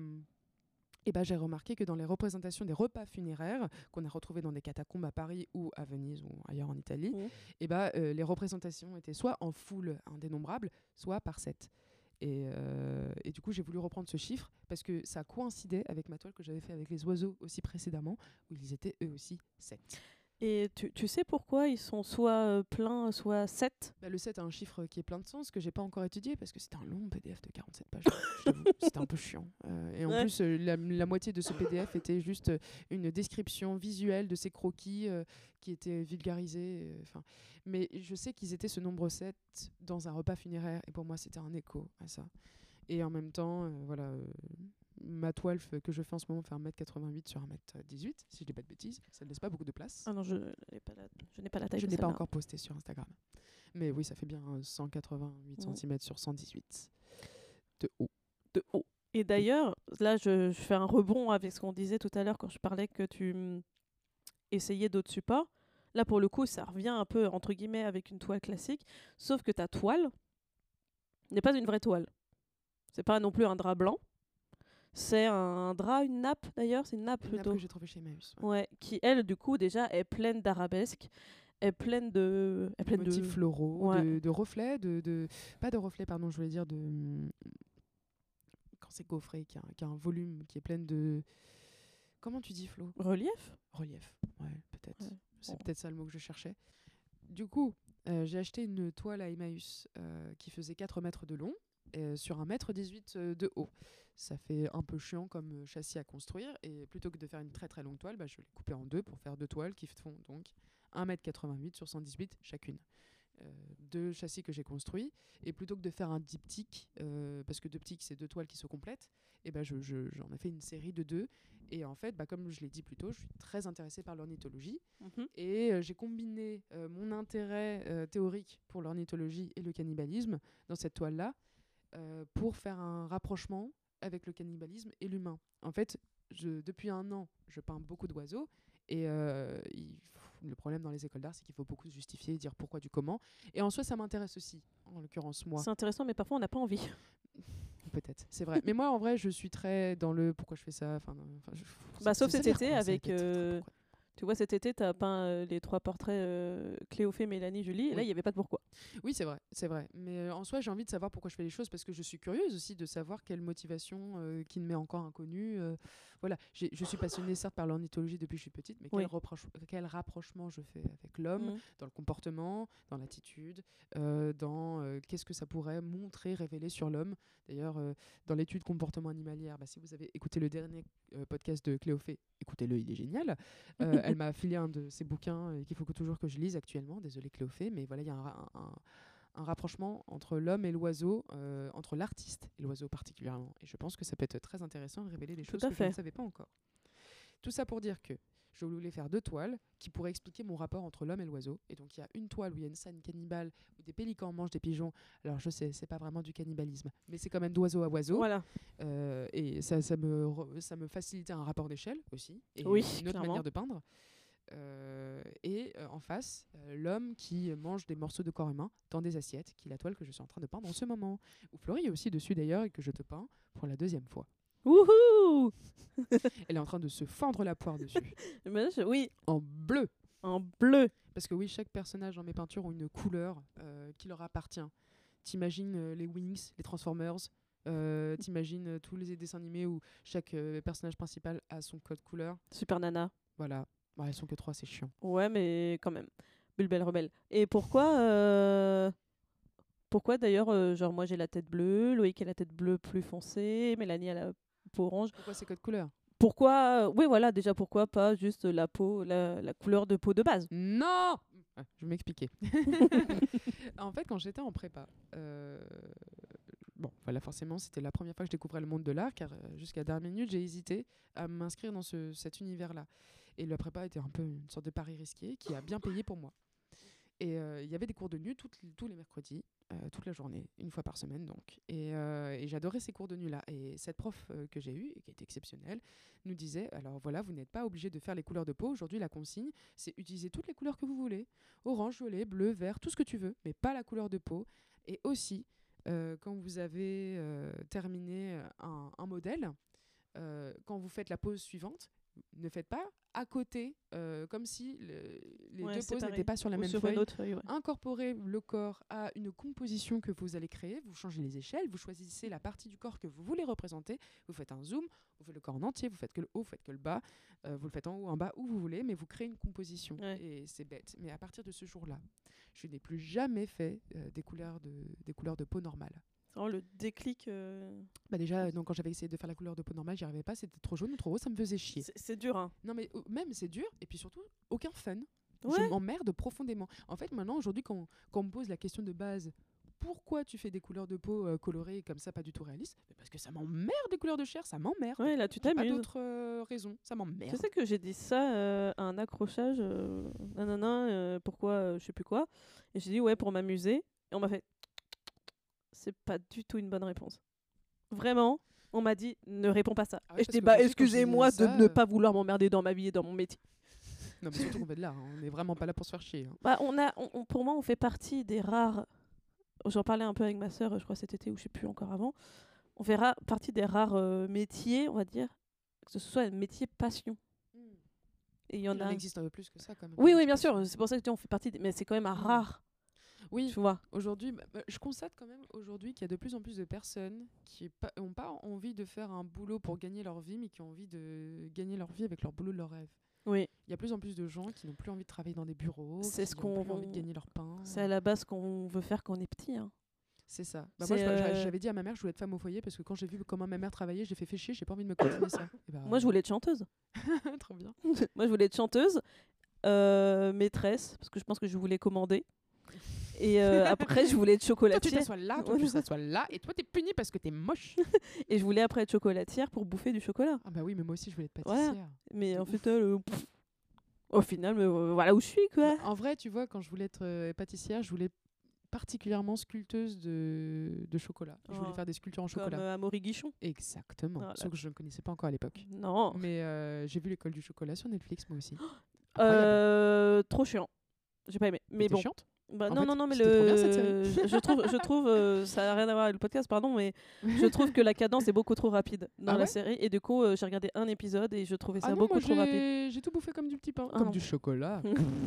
et bah, j'ai remarqué que dans les représentations des repas funéraires qu'on a retrouvés dans des catacombes à Paris ou à Venise ou ailleurs en Italie, Mhm. et bah, euh, les représentations étaient soit en foule indénombrable, soit par sept. Et, euh, et du coup, j'ai voulu reprendre ce chiffre parce que ça coïncidait avec ma toile que j'avais fait avec les oiseaux aussi précédemment, où ils étaient eux aussi sept. Et tu, tu sais pourquoi ils sont soit euh, pleins, soit sept? Bah, le sept a un chiffre qui est plein de sens que j'ai pas encore étudié parce que c'était un long P D F de quarante-sept pages. Je t'avoue, c'était un peu chiant. Euh, et en Ouais. plus, euh, la, la moitié de ce P D F était juste euh, une description visuelle de ces croquis euh, qui étaient vulgarisés. euh, 'fin. Mais je sais qu'ils étaient ce nombre sept dans un repas funéraire et pour moi, c'était un écho à ça. Et en même temps, euh, voilà, euh, ma toile f- que je fais en ce moment fait un mètre quatre-vingt-huit sur un mètre dix-huit, si je dis pas de bêtises. Ça ne laisse pas beaucoup de place. Ah non, je n'ai pas la, je n'ai pas la taille Je de n'ai pas celle-là. encore posté sur Instagram. Mais oui, ça fait bien euh, cent quatre-vingt-huit Mm. centimètres sur cent dix-huit de haut. De haut. Et d'ailleurs, là, je, je fais un rebond avec ce qu'on disait tout à l'heure quand je parlais que tu hum, essayais d'autres supports. Là, pour le coup, ça revient un peu, entre guillemets, avec une toile classique, sauf que ta toile n'est pas une vraie toile. C'est pas non plus un drap blanc. C'est un drap, une nappe d'ailleurs, c'est une nappe Une nappe plutôt. que j'ai trouvée chez Emmaüs. Ouais. Ouais, qui elle, du coup, déjà est pleine d'arabesques, est pleine de. Est pleine Motifs de... floraux, Ouais. de, de reflets, de, de... Pas de reflets, pardon, je voulais dire de... hum, Quand c'est gaufré, qui a, qui a un volume, qui est plein de... Comment tu dis, Flo? Relief. Relief. Ouais, peut-être. Ouais. C'est Bon. peut-être ça le mot que je cherchais. Du coup, euh, j'ai acheté une toile à Emmaüs euh, qui faisait quatre mètres de long euh, sur un mètre dix-huit euh, de haut. Ça fait un peu chiant comme euh, châssis à construire et plutôt que de faire une très très longue toile, bah, je l'ai coupée en deux pour faire deux toiles qui font donc un mètre quatre-vingt-huit sur cent dix-huit chacune. Euh, deux châssis que j'ai construits et plutôt que de faire un diptyque euh, parce que diptyque c'est deux toiles qui se complètent et ben je, je- j'en ai fait une série de deux et en fait bah, comme je l'ai dit plus tôt je suis très intéressée par l'ornithologie Mhm. et euh, j'ai combiné euh, mon intérêt euh, théorique pour l'ornithologie et le cannibalisme dans cette toile là pour faire un rapprochement avec le cannibalisme et l'humain. En fait, je, depuis un an, je peins beaucoup d'oiseaux et euh, il- le problème dans les écoles d'art, c'est qu'il faut beaucoup se justifier, dire pourquoi du comment. Et en soi, ça m'intéresse aussi, en l'occurrence moi. C'est intéressant, mais parfois on n'a pas envie. Peut-être, c'est vrai. Mais moi, en vrai, je suis très dans le pourquoi je fais ça. Enfin, enfin, je- Bah, ça- sauf ça cet veut dire été quoi, ça avec, peut être très, très euh, pourquoi. Tu vois, cet été, tu as peint euh, les trois portraits euh, Cléophée, Mélanie, Julie, et là, Oui. il n'y avait pas de pourquoi. Oui, c'est vrai, c'est vrai. Mais euh, en soi, j'ai envie de savoir pourquoi je fais les choses parce que je suis curieuse aussi de savoir quelle motivation euh, qui me met encore inconnue. euh, voilà, J'ai- je suis passionnée certes par l'ornithologie depuis que je suis petite, mais Oui. quel, reproche- quel rapprochement je fais avec l'homme Mhm. dans le comportement, dans l'attitude, euh, dans euh, qu'est-ce que ça pourrait montrer, révéler sur l'homme. D'ailleurs, euh, dans l'étude comportement animalière, bah, si vous avez écouté le dernier euh, podcast de Cléophée, écoutez-le, il est génial. Euh, elle m'a filé un de ses bouquins euh, qu'il faut que toujours que je lise actuellement. Désolée Cléophée, mais voilà, il y a un, ra- un- un rapprochement entre l'homme et l'oiseau, euh, entre l'artiste et l'oiseau particulièrement. Et je pense que ça peut être très intéressant de révéler des Tout choses à que je fait. ne savais pas encore. Tout ça pour dire que je voulais faire deux toiles qui pourraient expliquer mon rapport entre l'homme et l'oiseau. Et donc il y a une toile où il y a une scène cannibale où des pélicans mangent des pigeons. Alors je sais, c'est pas vraiment du cannibalisme, mais c'est quand même d'oiseau à oiseau. Voilà. Euh, et ça, ça, me re- ça me facilitait un rapport d'échelle aussi. Et Oui, une autre clairement. manière de peindre. Euh, et euh, en face, euh, l'homme qui mange des morceaux de corps humain dans des assiettes, qui est la toile que je suis en train de peindre en ce moment. Où Florie est aussi dessus d'ailleurs et que je te peins pour la deuxième fois. Wouhou. Elle est en train de se fendre la poire dessus. Mais je- Oui, En bleu. en bleu. Parce que oui, chaque personnage dans mes peintures ont une couleur euh, qui leur appartient. T'imagines euh, les Wings, les Transformers, euh, t'imagines euh, tous les dessins animés où chaque euh, personnage principal a son code couleur. Super Nana. Voilà. Bah, elles sont que trois, c'est chiant. Ouais, mais quand même. Bulbel rebelle. Et pourquoi euh, Pourquoi d'ailleurs, euh, genre moi j'ai la tête bleue, Loïc a la tête bleue plus foncée, Mélanie a la peau orange. Pourquoi ces codes couleurs? Pourquoi euh, Oui, voilà, déjà pourquoi pas juste la peau, la, la couleur de peau de base. Non. Ah, je vais m'expliquer. En fait, quand j'étais en prépa, euh, bon, voilà, forcément, c'était la première fois que je découvrais le monde de l'art, car euh, jusqu'à la dernière minute, j'ai hésité à m'inscrire dans ce, cet univers-là. Et la prépa était un peu une sorte de pari risqué qui a bien payé pour moi. Et euh, il y avait des cours de nu toutes- tous les mercredis, euh, toute la journée, une fois par semaine donc. Et, euh, et j'adorais ces cours de nu-là. Et cette prof euh, que j'ai eue, et qui était exceptionnelle, nous disait, alors voilà, vous n'êtes pas obligé de faire les couleurs de peau. Aujourd'hui, la consigne, c'est utiliser toutes les couleurs que vous voulez. Orange, violet, bleu, vert, tout ce que tu veux, mais pas la couleur de peau. Et aussi, euh, quand vous avez euh, terminé un, un modèle, euh, quand vous faites la pose suivante, ne faites pas à côté, euh, comme si le- les Ouais, deux c'est poses pareil. n'étaient pas sur la Ou même sur feuille. une autre feuille, ouais. Incorporez le corps à une composition que vous allez créer, vous changez les échelles, vous choisissez la partie du corps que vous voulez représenter, vous faites un zoom, vous faites le corps en entier, vous faites que le haut, vous faites que le bas, euh, vous le faites en haut, en bas, où vous voulez, mais vous créez une composition. Ouais. Et c'est bête. Mais à partir de ce jour-là, je n'ai plus jamais fait euh, des, couleurs de, des couleurs de peau normales. C'est vraiment le déclic. euh, Bah déjà, donc, quand j'avais essayé de faire la couleur de peau normale, j'y arrivais pas, c'était trop jaune ou trop rose, ça me faisait chier. C'est c'est dur, hein. Non mais euh, même c'est dur, et puis surtout, aucun fun. Ouais. Je m'emmerde profondément. En fait, maintenant, aujourd'hui, quand, quand on me pose la question de base, pourquoi tu fais des couleurs de peau euh, colorées comme ça, pas du tout réalistes? Mais parce que ça m'emmerde des couleurs de chair, ça m'emmerde. Ouais, là, tu Pas t'amuses. d'autres euh, raisons, ça m'emmerde. Tu sais que j'ai dit ça euh, à un accrochage, euh, nanana, euh, pourquoi, euh, je sais plus quoi. Et j'ai dit ouais, pour m'amuser. Et on m'a fait, c'est pas du tout une bonne réponse. Vraiment, on m'a dit, ne réponds pas ça. Ah ouais, et je parce dis, que bah aujourd'hui, quand je excusez-moi de disais ça, ne euh, pas vouloir m'emmerder dans ma vie et dans mon métier. Non mais surtout qu'on va de là, hein, on n'est vraiment pas là pour se faire chier. hein. Bah, on a, on- on- pour moi, on fait partie des rares. J'en parlais un peu avec ma sœur, je crois cet été ou je sais plus encore avant. On fait ra- partie des rares euh, métiers, on va dire, que ce soit un métier passion. Et il y en Il a. en existe un peu plus que ça quand même. Oui, je oui, bien pense. sûr. C'est pour ça que tu dis, on fait partie. Des... Mais c'est quand même un Mm. rare. Oui, Tu vois. aujourd'hui, bah, bah, je constate quand même aujourd'hui qu'il y a de plus en plus de personnes qui n'ont pas envie de faire un boulot pour gagner leur vie, mais qui ont envie de gagner leur vie avec leur boulot de leur rêve. Oui. Il y a plus en plus de gens qui n'ont plus envie de travailler dans des bureaux, C'est qui ce n'ont qu'on- plus envie de gagner leur pain. C'est à la base qu'on veut faire quand on est petit. Hein. C'est ça. Bah, C'est, moi, je- euh, j'avais dit à ma mère que je voulais être femme au foyer parce que quand j'ai vu comment ma mère travaillait, j'ai fait fait chier, j'ai pas envie de me continuer ça. Et bah, Moi, je voulais être chanteuse. trop bien. Moi, je voulais être chanteuse, euh, maîtresse, parce que je pense que je voulais commander. Et euh, après, je voulais être Toi, tu chocolatière. t'assois là, toi, tu t'assois là, et toi, t'es puni parce que t'es moche. Et je voulais après être chocolatière pour bouffer du chocolat. Ah bah oui, mais moi aussi, je voulais être Voilà. pâtissière. Mais De en ouf. fait, euh, pff, au final, mais, euh, voilà où je suis, quoi. En vrai, tu vois, quand je voulais être euh, pâtissière, je voulais particulièrement sculpteuse de, de chocolat. Je voulais Oh. faire des sculptures en Comme chocolat. euh, Amaury Guichon. Exactement. Voilà. Sauf que je ne connaissais pas encore à l'époque. Non. Mais euh, j'ai vu l'école du chocolat sur Netflix, moi aussi. Incroyable. Euh, trop chiant. J'ai pas aimé. Mais T'es bon. chiante. Bah, En non, fait, non, non, mais c'était le. trop bien, cette série. je, je trouve, je trouve euh, ça n'a rien à voir avec le podcast, pardon, mais je trouve que la cadence est beaucoup trop rapide dans Ah la ouais série. Et du coup, euh, j'ai regardé un épisode et je trouvais ça Ah non, beaucoup moi, trop rapide. j'ai j'ai tout bouffé comme du petit pain. Ah comme non. du chocolat.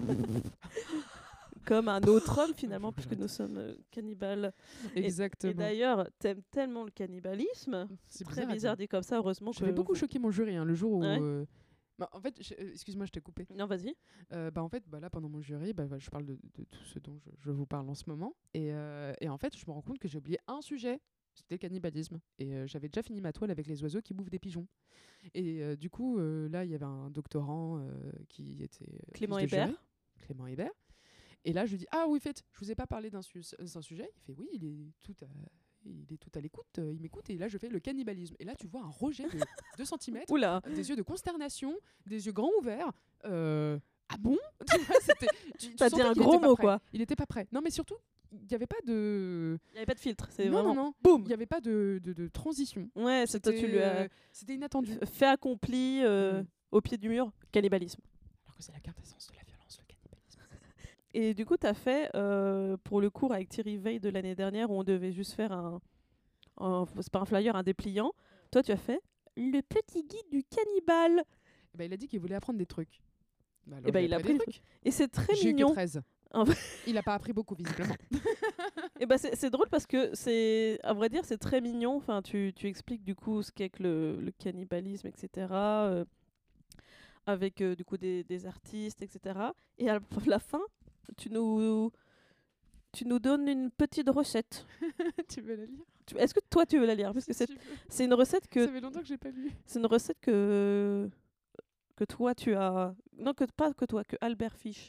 Comme un autre homme, finalement, puisque nous sommes euh, cannibales. Et- Exactement. Et d'ailleurs, t'aimes tellement le cannibalisme. C'est Très à bizarre dire. dit comme ça, heureusement que. J'avais beaucoup vous- choqué mon jury hein, le jour où. Ouais. euh, bah, en fait, je- euh, excuse-moi, je t'ai coupé. Non, vas-y. Euh, bah, en fait, bah, là, pendant mon jury, bah, bah, je parle de, de tout ce dont je, je vous parle en ce moment. Et, euh, et en fait, je me rends compte que j'ai oublié un sujet. C'était le cannibalisme. Et euh, j'avais déjà fini ma toile avec les oiseaux qui bouffent des pigeons. Et euh, du coup, euh, là, il y avait un doctorant euh, qui était. euh, Clément fils de Hébert. jury. Clément Hébert. Et là, je lui dis ah oui, fait, je vous ai pas parlé d'un su- d'un sujet. Il fait oui, il est tout à, il est tout à l'écoute, euh, il m'écoute. Et là, je fais le cannibalisme. Et là, tu vois un rejet de deux centimètres, Oula. des yeux de consternation, des yeux grands ouverts. Euh, ah bon Tu vois, c'était- tu- tu T'as dit sentais un qu'il gros était pas mot, prêt. quoi. Il était pas prêt. Non, mais surtout, il n'y avait pas de. Il n'y avait pas de filtre. C'est Non, vraiment. non, non. Boum. Il n'y avait pas de, de, de transition. Ouais, c'est toi, tu lui as euh, C'était inattendu. f- fait accompli euh, Mm. au pied du mur, cannibalisme. Alors que c'est la quintessence de la violence, le cannibalisme. Et du coup, tu as fait euh, pour le cours avec Thierry Veil de l'année dernière où on devait juste faire un. un c'est pas un flyer, un dépliant. Toi, tu as fait le petit guide du cannibale. Eh ben, il a dit qu'il voulait apprendre des trucs. Bah, alors, Et ben, il a appris appris. des le truc. Et c'est très J'ai eu que mignon. treize. En vrai- Il a pas appris beaucoup, visiblement. Et ben, c'est c'est drôle parce que c'est. À vrai dire, c'est très mignon. Enfin, tu, tu expliques du coup ce qu'est que le, le cannibalisme, et cetera. euh, avec euh, du coup des, des artistes, et cetera. Et à la fin, tu nous. Tu nous donnes une petite recette. Tu veux la lire Tu- Est-ce que toi tu veux la lire? Parce que Si c'est tu veux. c'est une recette que Ça fait longtemps que j'ai pas lu. c'est une recette que que toi tu as non que pas que toi que Albert Fish.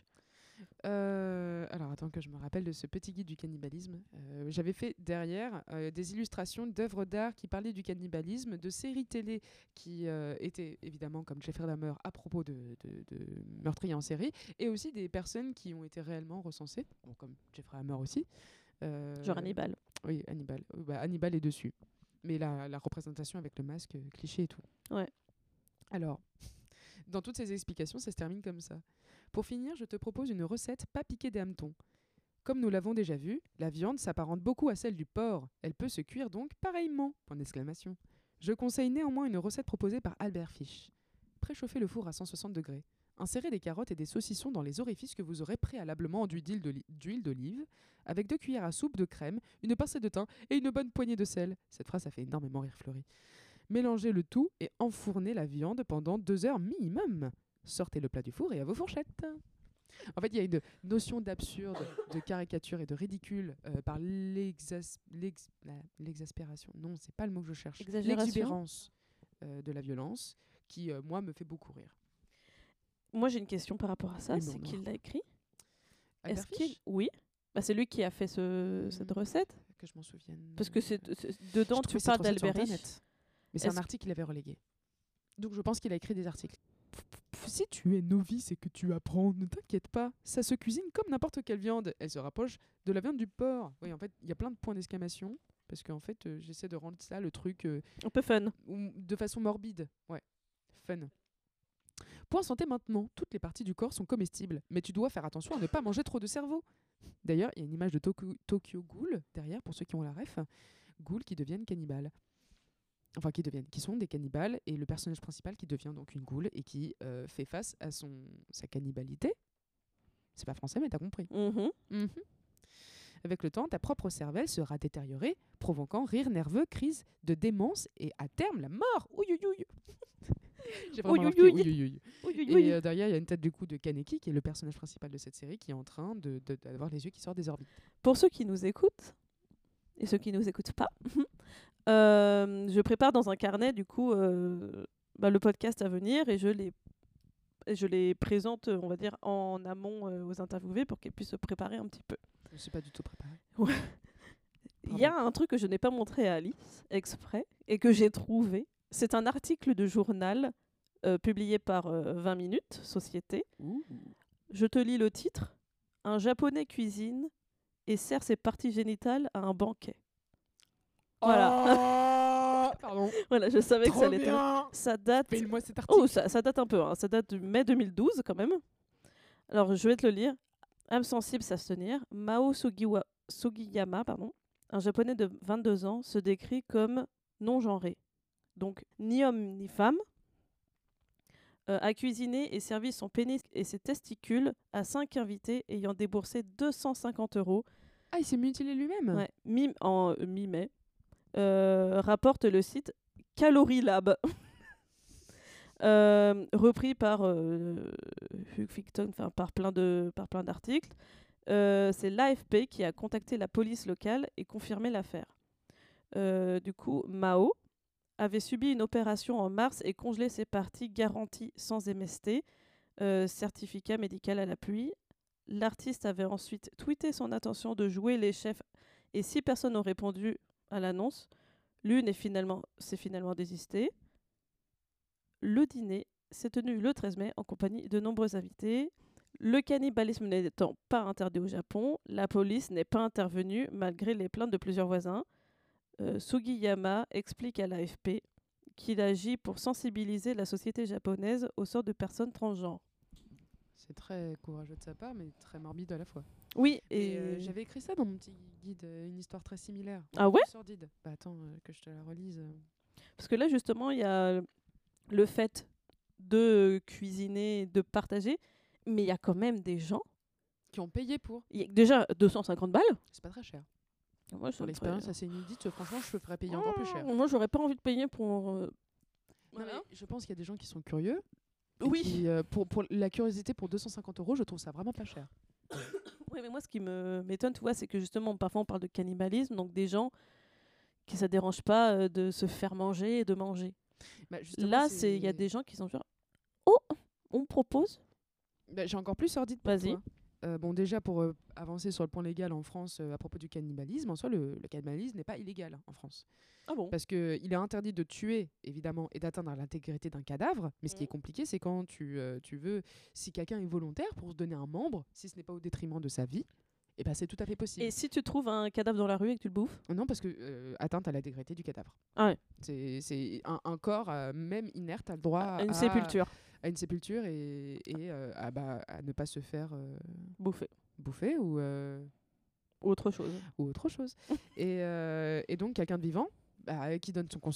Euh, alors attends que je me rappelle de ce petit guide du cannibalisme. Euh, J'avais fait derrière euh, des illustrations d'œuvres d'art qui parlaient du cannibalisme, de séries télé qui euh, étaient évidemment comme Jeffrey Dahmer à propos de, de, de meurtriers en série, et aussi des personnes qui ont été réellement recensées, bon, comme Jeffrey Dahmer aussi. Euh, Genre Hannibal. Oui, Hannibal. Euh, bah, Hannibal est dessus. Mais la, la représentation avec le masque, euh, cliché et tout. Ouais. Alors, dans toutes ces explications, ça se termine comme ça. Pour finir, je te propose une recette pas piquée des hannetons. Comme nous l'avons déjà vu, la viande s'apparente beaucoup à celle du porc. Elle peut se cuire donc pareillement. Point d'exclamation. Je conseille néanmoins une recette proposée par Albert Fish. Préchauffez le four à cent soixante degrés. Insérez des carottes et des saucissons dans les orifices que vous aurez préalablement enduits d'huile d'oli- d'huile d'olive, avec deux cuillères à soupe de crème, une pincée de thym et une bonne poignée de sel. Cette phrase, ça fait énormément rire Fleury. Mélangez le tout et enfournez la viande pendant deux heures minimum. Sortez le plat du four et à vos fourchettes. En fait, il y a une notion d'absurde, de caricature et de ridicule euh, par l'exas- l'ex- la- l'exaspération. Non, c'est pas le mot que je cherche. Exagération. L'exubérance euh, de la violence qui, euh, moi, me fait beaucoup rire. Moi, j'ai une question par rapport à ça. Oui, C'est bon, qui non. l'a écrit? Albert Est-ce qu'il... Fish Oui. Bah, c'est lui qui a fait ce... cette Mhm. recette. Que je m'en souvienne. Parce que c'est, Euh, c'est- dedans, je tu trouvais cette parles recette sur d'Albert Riche. Internet. Mais c'est Est-ce- un article qu'il avait relégué. Donc je pense qu'il a écrit des articles. Si tu es novice et que tu apprends, ne t'inquiète pas, ça se cuisine comme n'importe quelle viande. Elle se rapproche de la viande du porc. Oui, en fait, il y a plein de points d'exclamation parce qu'en fait, euh, j'essaie de rendre ça le truc euh, Un peu fun. ou- de façon morbide. Ouais, fun. Point santé maintenant, toutes les parties du corps sont comestibles, mais tu dois faire attention à ne pas manger trop de cerveau. D'ailleurs, il y a une image de Tokyo, Tokyo Ghoul derrière pour ceux qui ont la ref. Ghoul qui deviennent cannibales. Enfin, qui deviennent, qui sont des cannibales, et le personnage principal qui devient donc une ghoul et qui euh, fait face à son sa cannibalité. C'est pas français, mais t'as compris. Mhm. Mhm. Avec le temps, ta propre cervelle sera détériorée, provoquant rire nerveux, crise de démence et à terme la mort. Ouïe ouïe ouïe. J'ai vraiment Ouïe, marqué ouïe, ouïe ouïe ouïe. Oui, oui, Et oui. euh, derrière, il y a une tête de cou de Kaneki, qui est le personnage principal de cette série, qui est en train de, de- d'avoir les yeux qui sortent des orbites. Pour ceux qui nous écoutent, et ceux qui nous écoutent pas, euh, je prépare dans un carnet, du coup, euh, bah, le podcast à venir et je les, et je les présente, on va dire, en amont euh, aux interviewés pour qu'ils puissent se préparer un petit peu. Je ne suis pas du tout préparée. Il y a un truc que je n'ai pas montré à Alice, exprès, et que j'ai trouvé. C'est un article de journal euh, publié par euh, vingt minutes, Société. Je te lis le titre. Un Japonais cuisine et sert ses parties génitales à un banquet. Voilà. Oh Pardon. Voilà, je savais que ça Trop allait être... bien. Ça date... File-moi cet article. Oh, ça, ça date un peu. Hein. Ça date de mai deux mille douze, quand même. Alors, je vais te le lire. Âme sensible, s'abstenir. Mao Sugiwa... Sugiyama, pardon, un Japonais de vingt-deux ans, se décrit comme non-genré. Donc, ni homme ni femme, euh, a cuisiné et servi son pénis et ses testicules à cinq invités ayant déboursé deux cent cinquante euros. Ah, il s'est mutilé lui-même. Ouais, mi- en euh, mi-mai. Euh, rapporte le site Calorie Lab. Euh, repris par euh, Hugh Ficton, enfin par plein de par plein d'articles. Euh, c'est l'A F P qui a contacté la police locale et confirmé l'affaire. Euh, du coup, Mao avait subi une opération en mars et congelé ses parties garanties sans M S T, euh, certificat médical à l'appui. L'artiste avait ensuite tweeté son intention de jouer les chefs et six personnes ont répondu à l'annonce. L'une est finalement, s'est finalement désistée. Le dîner s'est tenu le treize mai en compagnie de nombreux invités. Le cannibalisme n'étant pas interdit au Japon, la police n'est pas intervenue malgré les plaintes de plusieurs voisins. Euh, Sugiyama explique à l'A F P qu'il agit pour sensibiliser la société japonaise au sort de personnes transgenres. C'est très courageux de sa part, mais très morbide à la fois. Oui, Et et euh, j'avais écrit ça dans mon petit guide, euh, une histoire très similaire. Ah ouais? Sordide. Bah attends, euh, que je te la relise. euh. parce que là justement il y a le fait de cuisiner, de partager, mais il y a quand même des gens. Qui ont payé pour. Il y a déjà deux cent cinquante balles. C'est pas très cher. Moi, ça Pour me l'expérience ferait- assez inédite, franchement, je ferais payer encore plus cher. Oh, moi, j'aurais pas envie de payer pour. euh, Non, Voilà. mais je pense qu'il y a des gens qui sont curieux. et Oui. qui, euh, pour, pour la curiosité, pour deux cent cinquante euros, je trouve ça vraiment pas cher. Oui, mais moi, ce qui me m'étonne, tu vois, c'est que justement, parfois, on parle de cannibalisme, donc des gens qui ça dérange pas euh, de se faire manger et de manger. Bah, justement, Là, c'est il y a des gens qui sont genre, oh, on me propose. Bah, j'ai encore plus sordide pour Vas-y. toi. Euh, bon, déjà, pour euh, avancer sur le point légal en France euh, à propos du cannibalisme, en soi, le, le cannibalisme n'est pas illégal hein, en France. Ah bon? Parce qu'il est interdit de tuer, évidemment, et d'atteindre l'intégrité d'un cadavre. Mais ce qui Mhm. est compliqué, c'est quand tu, euh, tu veux, si quelqu'un est volontaire pour se donner un membre, si ce n'est pas au détriment de sa vie, eh ben, c'est tout à fait possible. Et si tu trouves un cadavre dans la rue et que tu le bouffes? Non, parce que euh, atteinte à l'intégrité du cadavre. Ah ouais. C'est, c'est un, un corps, euh, même inerte, a le droit À une à, sépulture. à une sépulture et, et euh, à, bah, à ne pas se faire euh, Bouffée. bouffer ou, euh, Ou autre chose. ou autre chose. et, euh, et donc, quelqu'un de vivant, bah, qui donne son consentement,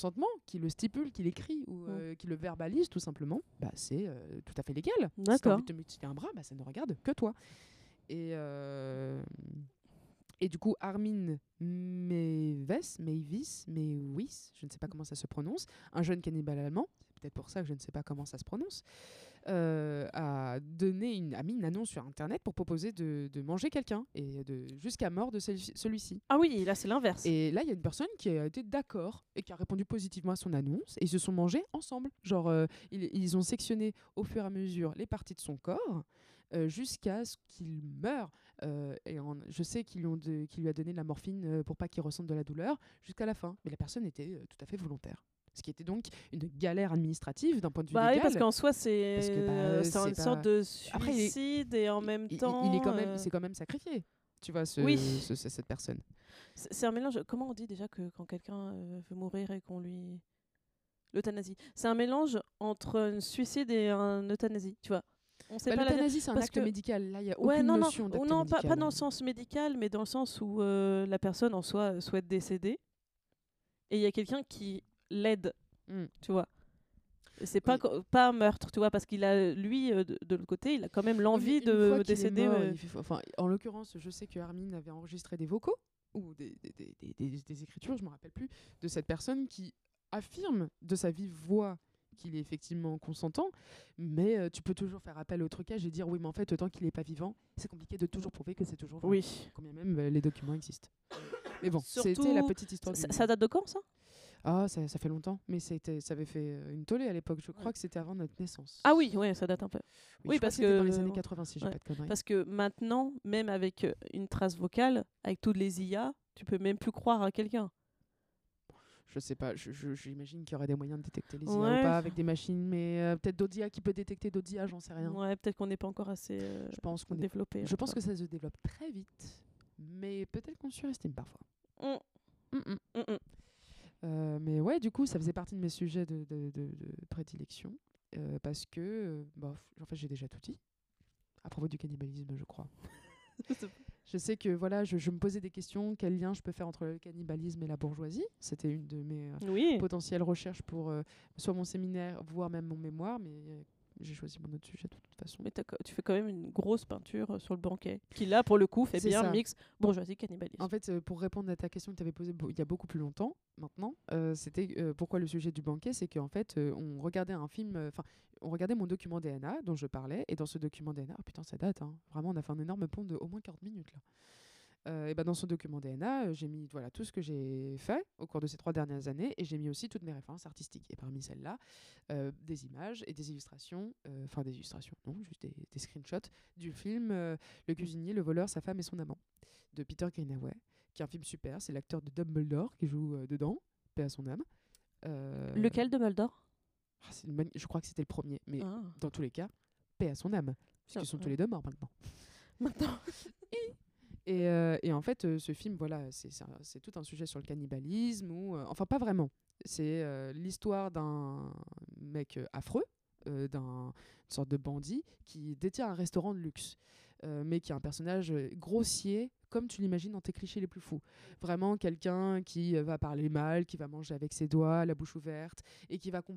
qui le stipule, qui l'écrit ou euh, qui le verbalise tout simplement, bah, c'est euh, tout à fait légal. Si tu as D'accord. envie de te mutiler un bras, bah, ça ne regarde que toi. Et, euh, et du coup, Armin Meiwes, Meiwes, Meiwes, je ne sais pas comment ça se prononce, un jeune cannibale allemand, c'est peut-être pour ça que je ne sais pas comment ça se prononce, euh, a, donné une, a mis une annonce sur Internet pour proposer de, de manger quelqu'un, et de, jusqu'à mort de celui- celui-ci. Ah oui, là c'est l'inverse. Et là, il y a une personne qui a été d'accord et qui a répondu positivement à son annonce, et ils se sont mangés ensemble. Genre, euh, ils, ils ont sectionné au fur et à mesure les parties de son corps, euh, jusqu'à ce qu'il meure. Euh, et en- je sais qu'ils lui, ont de- qu'ils lui a donné de la morphine euh, pour pas qu'il ressente de la douleur jusqu'à la fin. Mais la personne était euh, tout à fait volontaire. Ce qui était donc une galère administrative d'un point de vue Bah oui, légal. parce qu'en soi c'est Parce que, bah, euh, c'est c'est une pas- sorte de Après, il est- suicide et en même il, il- temps. il est quand même, euh, il s'est quand même sacrifié. Tu vois, ce, Oui. ce- ce- cette personne. C'est c'est un mélange. Comment on dit déjà que quand quelqu'un euh, veut mourir et qu'on lui. L'euthanasie. C'est un mélange entre un suicide et un euthanasie, tu vois. On sait Bah, pas la l'euthanasie, c'est un parce acte que- médical. Là, il n'y a Ouais, aucune non, non, notion d'acte ou non, pas, médical. pas dans le sens médical, mais dans le sens où euh, la personne en soi euh, souhaite décéder et il y a quelqu'un qui l'aide, Mm. tu vois. Et c'est pas, Oui. co- pas un meurtre, tu vois, parce qu'il a, lui, euh, de, de l'autre côté, il a quand même Oui, l'envie mais une de fois qu'il est décéder. mort, euh, il fait- enfin, en l'occurrence, je sais que Armin avait enregistré des vocaux ou des, des, des- des- des- des écritures, je me rappelle plus, de cette personne qui affirme de sa vive voix qu'il est effectivement consentant, mais euh, tu peux toujours faire appel au trucage et dire oui, mais en fait, tant qu'il n'est pas vivant, c'est compliqué de toujours prouver que c'est toujours vrai. Oui. Combien même euh, les documents existent. Mais bon, Surtout, c'était la petite histoire. Ça, du- ça date de quand, ça? Ah, ça, ça fait longtemps, mais c'était, ça avait fait euh, une tollée à l'époque. Je crois que c'était avant notre naissance. Ah oui, ouais, ça date un peu. oui, je crois parce c'était dans que- les années quatre-vingts, si j'ai ouais. pas de conneries. Parce que maintenant, même avec euh, une trace vocale, avec toutes les I A, tu peux même plus croire à quelqu'un. Je sais pas, je- je- j'imagine qu'il y aurait des moyens de détecter les I A Ouais. ou pas avec des machines, mais euh, peut-être d'autres I A qui peut détecter d'autres I A, j'en sais rien. Ouais, peut-être qu'on n'est pas encore assez euh, Je pense qu'on est- développé. Je pense encore. que ça se développe très vite, mais peut-être qu'on surestime parfois. Mm, Mm, mm. mm, mm. Euh, mais ouais, du coup, ça faisait partie de mes sujets de, de, de- de prédilection, euh, parce que, euh, bah, f- en fait, j'ai déjà tout dit à propos du cannibalisme, je crois. Je sais que voilà, je, je me posais des questions, quel lien je peux faire entre le cannibalisme et la bourgeoisie. C'était une de mes euh, Oui. potentielles recherches pour euh, soit mon séminaire, voire même mon mémoire, mais euh, j'ai choisi mon autre sujet de toute façon. Mais t'as co- tu fais quand même une grosse peinture euh, sur le banquet, qui là, pour le coup, fait C'est bien ça. mix bourgeoisie-cannibalisme. En fait, euh, pour répondre à ta question que tu avais posée beau- il y a beaucoup plus longtemps, maintenant, euh, c'était euh, pourquoi le sujet du banquet, c'est qu'en fait, euh, on regardait un film, enfin, on regardait mon document D N A dont je parlais, et dans ce document D N A, oh putain, ça date, hein, vraiment, on a fait un énorme pont de au moins quarante minutes là. Euh, et ben dans ce document D N A, euh, j'ai mis voilà, tout ce que j'ai fait au cours de ces trois dernières années, et j'ai mis aussi toutes mes références artistiques. Et parmi celles-là, euh, des images et des illustrations, euh, enfin des illustrations, non, juste des, des screenshots du film euh, Le cuisinier, le voleur, sa femme et son amant, de Peter Greenaway, qui est un film super. C'est l'acteur de Dumbledore qui joue euh, dedans, paix à son âme. Euh, Lequel de Dumbledore? ah, c'est une bonne- Je crois que c'était le premier, mais Ah. dans tous les cas, paix à son âme, parce Tiens, qu'ils sont ouais. tous les deux morts maintenant. Maintenant. Et, euh, et en fait, euh, ce film, voilà, c'est c'est un- c'est tout un sujet sur le cannibalisme, ou euh, enfin pas vraiment. C'est euh, l'histoire d'un mec euh, affreux, euh, d'un une sorte de bandit qui détient un restaurant de luxe, euh, mais qui est un personnage euh, grossier, comme tu l'imagines dans tes clichés les plus fous. Vraiment quelqu'un qui euh, va parler mal, qui va manger avec ses doigts, la bouche ouverte, et qui va com-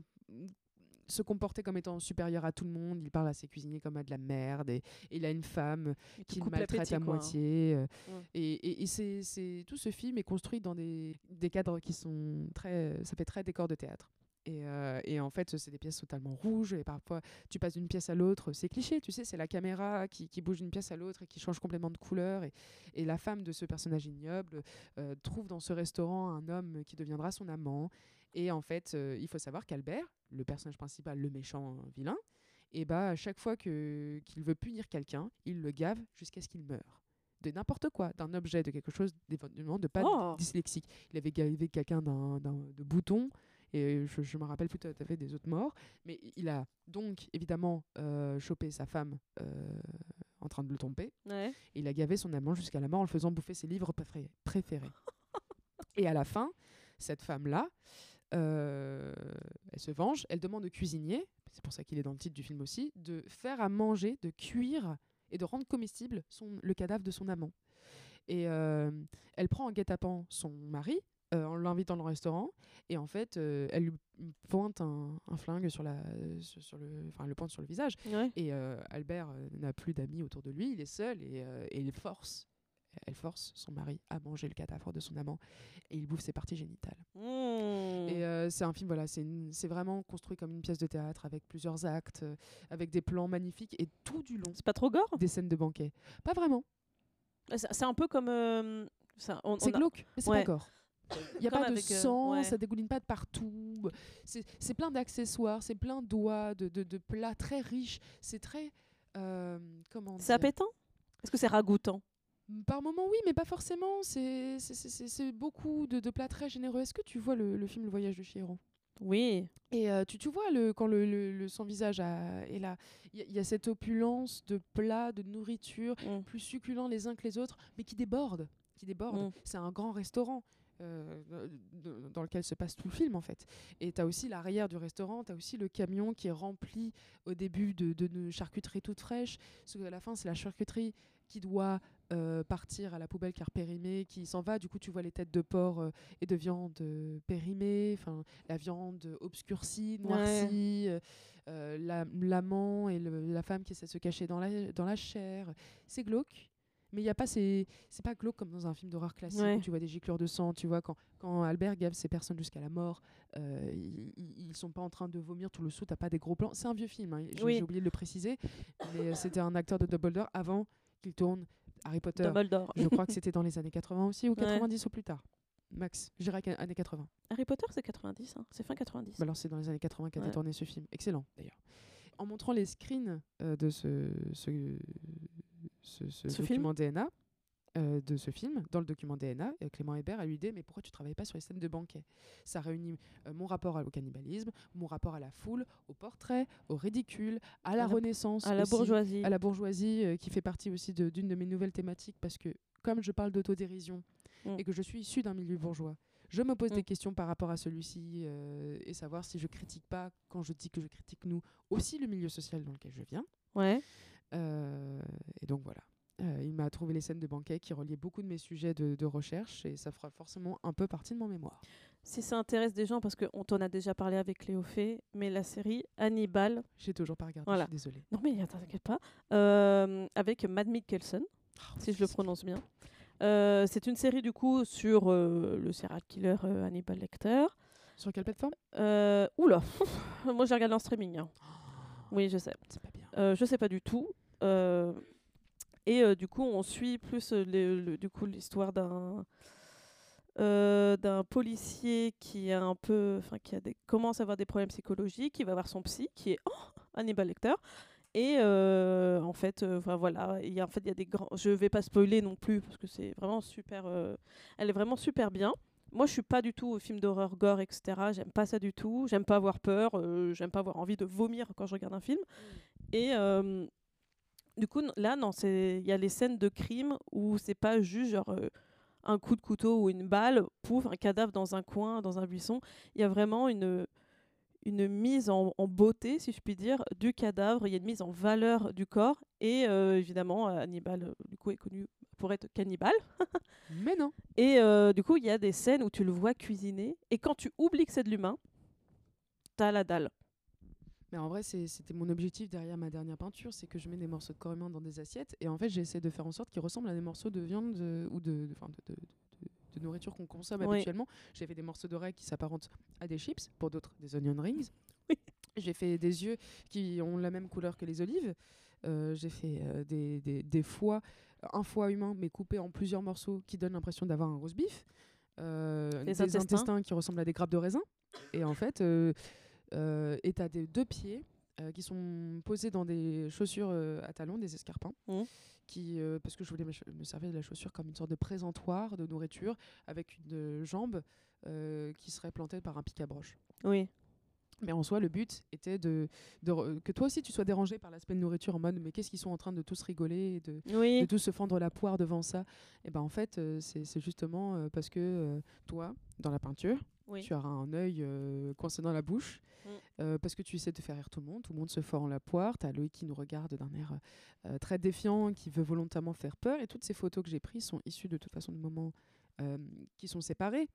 se comporter comme étant supérieur à tout le monde. Il parle à ses cuisiniers comme à de la merde, et, et il a une femme Il te qu'il coupe maltraite l'appétit, à quoi, hein. moitié. euh, Mm. Et, et, et c'est, c'est- tout ce film est construit dans des, des cadres qui sont très... Ça fait très décor de théâtre. Et, euh, et en fait, c'est des pièces totalement rouges. Et parfois, tu passes d'une pièce à l'autre. C'est cliché, tu sais, c'est la caméra qui, qui bouge d'une pièce à l'autre et qui change complètement de couleur. Et, et la femme de ce personnage ignoble euh, trouve dans ce restaurant un homme qui deviendra son amant. Et en fait, euh, il faut savoir qu'Albert, le personnage principal, le méchant vilain, et bah, à chaque fois que, qu'il veut punir quelqu'un, il le gave jusqu'à ce qu'il meure. De n'importe quoi, d'un objet, de quelque chose, d'éventuellement de pas Oh. dyslexique. Il avait gavé quelqu'un d'un, d'un, de bouton, et je, je me rappelle plus tout à fait des autres morts, mais il a donc évidemment euh, chopé sa femme euh, en train de le tromper, Ouais. et il a gavé son amant jusqu'à la mort en le faisant bouffer ses livres préférés. préférés. Et à la fin, cette femme-là, euh, elle se venge, elle demande au cuisinier, c'est pour ça qu'il est dans le titre du film aussi, de faire à manger, de cuire et de rendre comestible son, le cadavre de son amant. Et euh, elle prend en guet-apens son mari, euh, en l'invitant dans le restaurant. Et en fait, euh, elle lui pointe un, un flingue sur, la, sur, sur le, enfin, elle le pointe sur le visage. Ouais. Et euh, Albert euh, n'a plus d'amis autour de lui, il est seul et, euh, et il force, elle force son mari à manger le cadavre de son amant et il bouffe ses parties génitales. Mmh. Et euh, c'est un film, voilà, c'est, une- c'est vraiment construit comme une pièce de théâtre avec plusieurs actes, euh, avec des plans magnifiques et tout du long C'est pas trop gore? des scènes de banquet. Pas vraiment, C'est c'est un peu comme. euh, ça, on, c'est on a- glauque, mais c'est Ouais. pas gore. Il n'y a Comme pas de avec, euh, sang, ouais. ça dégouline pas de partout. C'est, c'est plein d'accessoires, c'est plein d'oies, de, de, de plats très riches. C'est très. euh, comment C'est dire appétant? Est-ce que c'est ragoûtant? Par moments, oui, mais pas forcément. C'est, c'est, c'est, c'est- c'est beaucoup de, de plats très généreux. Est-ce que tu vois le, le film Le Voyage de Chihiro? Oui. Et euh, tu, tu vois, le, quand le, le- le- son visage a- est là, il y, a- il y a cette opulence de plats, de nourriture, Mm. plus succulents les uns que les autres, mais qui débordent. Qui débordent. Mm. C'est un grand restaurant. euh, de- dans lequel se passe tout le film en fait. Et tu as aussi l'arrière du restaurant, tu as aussi le camion qui est rempli au début de, de, de charcuterie toute fraîche, parce qu'à la fin c'est la charcuterie qui doit euh, partir à la poubelle car périmée, qui s'en va, du coup tu vois les têtes de porc euh, et de viande euh, périmée, enfin la viande obscurcie, noircie, euh, euh, la- l'amant et le- la femme qui essaie de se cacher dans la, dans la chair. C'est glauque. Mais il y a pas ces... c'est pas glauque comme dans un film d'horreur classique Ouais. où tu vois des giclures de sang, tu vois, quand, quand Albert gave ces personnes jusqu'à la mort, euh, ils, ils- ils sont pas en train de vomir tout le sou, t'as pas des gros plans. C'est un vieux film, hein, j'ai Oui. j'ai oublié de le préciser, mais euh, c'était un acteur de Dumbledore avant qu'il tourne Harry Potter. Dumbledore. Je crois que c'était dans les années quatre-vingts aussi, ou Ouais. quatre-vingt-dix ou plus tard. Max, je dirais qu'à- années quatre-vingts. Harry Potter, c'est quatre-vingt-dix. Hein. C'est fin quatre-vingt-dix. Bah alors c'est dans les années quatre-vingts qu'a été Ouais. tourné ce film. Excellent d'ailleurs. En montrant les screens euh, de ce, ce, ce, ce Ce document D N A, euh, de ce film, dans le document D N A, euh, Clément Hébert a eu l'idée, mais pourquoi tu travailles pas sur les scènes de banquet? Ça réunit euh, mon rapport au cannibalisme, mon rapport à la foule, au portrait, au ridicule, à la À la- Renaissance, À la aussi, bourgeoisie. à la bourgeoisie, euh, qui fait partie aussi de- d'une de mes nouvelles thématiques, parce que comme je parle d'autodérision Mm. et que je suis issue d'un milieu bourgeois, je me pose Mm. des questions par rapport à celui-ci euh, et savoir si je critique pas, quand je dis que je critique nous, aussi le milieu social dans lequel je viens. Ouais. Euh, et donc voilà. Euh, il m'a trouvé les scènes de banquet qui reliaient beaucoup de mes sujets de, de recherche et ça fera forcément un peu partie de mon mémoire. Si ça intéresse des gens, parce qu'on t'en a déjà parlé avec Léo Fay, mais la série Hannibal. J'ai toujours pas regardé, Voilà. je suis désolée. Non, mais attends, t'inquiète pas. Euh, avec Matt Mikkelsen, Oh, si je le prononce bien. Euh, c'est une série du coup sur euh, le serial killer euh, Hannibal Lecter. Sur quelle plateforme? Euh, oula, moi j'ai regardé en streaming. hein. Oui, je sais. C'est pas bien. Euh, je sais pas du tout. Euh, et euh, du coup, on suit plus euh, le- le- du coup l'histoire d'un euh, d'un policier qui a un peu, enfin qui a des, commence à avoir des problèmes psychologiques, qui va voir son psy, qui est oh, Hannibal Lecter. Et euh, en fait, euh, enfin, voilà, il y a en fait il y a des grands. Je vais pas spoiler non plus parce que c'est vraiment super. euh, Elle est vraiment super bien. Moi, je suis pas du tout au film d'horreur gore, et cetera. J'aime pas ça du tout. J'aime pas avoir peur. euh, J'aime pas avoir envie de vomir quand je regarde un film. Et euh, du coup, n- là, non, c'est il y a les scènes de crime où c'est pas juste genre euh, un coup de couteau ou une balle, pouf, un cadavre dans un coin, dans un buisson. Il y a vraiment une une mise en, en beauté, si je puis dire, du cadavre. Il y a une mise en valeur du corps. Et euh, évidemment, Hannibal, euh, du coup, est connu pour être cannibale. Mais non. Et euh, du coup, il y a des scènes où tu le vois cuisiner. Et quand tu oublies que c'est de l'humain, t'as la dalle. Mais en vrai, c'est- c'était mon objectif derrière ma dernière peinture, c'est que je mets des morceaux de corps humain dans des assiettes et en fait, j'essaie de faire en sorte qu'ils ressemblent à des morceaux de viande euh, ou de, de, enfin, de, de- de- de nourriture qu'on consomme Oui. habituellement. J'ai fait des morceaux d'oreilles qui s'apparentent à des chips, pour d'autres des onion rings. Oui. J'ai fait des yeux qui ont la même couleur que les olives. Euh, J'ai fait euh, des, des, des foies, un foie humain mais coupé en plusieurs morceaux qui donnent l'impression d'avoir un roast beef. Euh, Les des intestins. intestins qui ressemblent à des grappes de raisin. Et en fait, euh, euh, et t'as des deux pieds euh, qui sont posés dans des chaussures euh, à talons, des escarpins, Mhm. qui, euh, parce que je voulais me, ch- me servir de la chaussure comme une sorte de présentoir de nourriture avec une euh, jambe euh, qui serait plantée par un pic à broche. Oui. Mais en soi, le but était de, de re- que toi aussi tu sois dérangé par l'aspect de nourriture en mode mais qu'est-ce qu'ils sont en train de tous rigoler et de, Oui. de tous se fendre la poire devant ça. Et ben en fait, euh, c'est c'est justement euh, parce que euh, toi, dans la peinture, Oui. tu auras un œil euh, coincé dans la bouche Mm. euh, parce que tu essaies de faire rire tout le monde. Tout le monde se fend la poire. Tu as Loïc qui nous regarde d'un air euh, très défiant, qui veut volontairement faire peur. Et toutes ces photos que j'ai prises sont issues de toute façon de moments euh, qui sont séparés.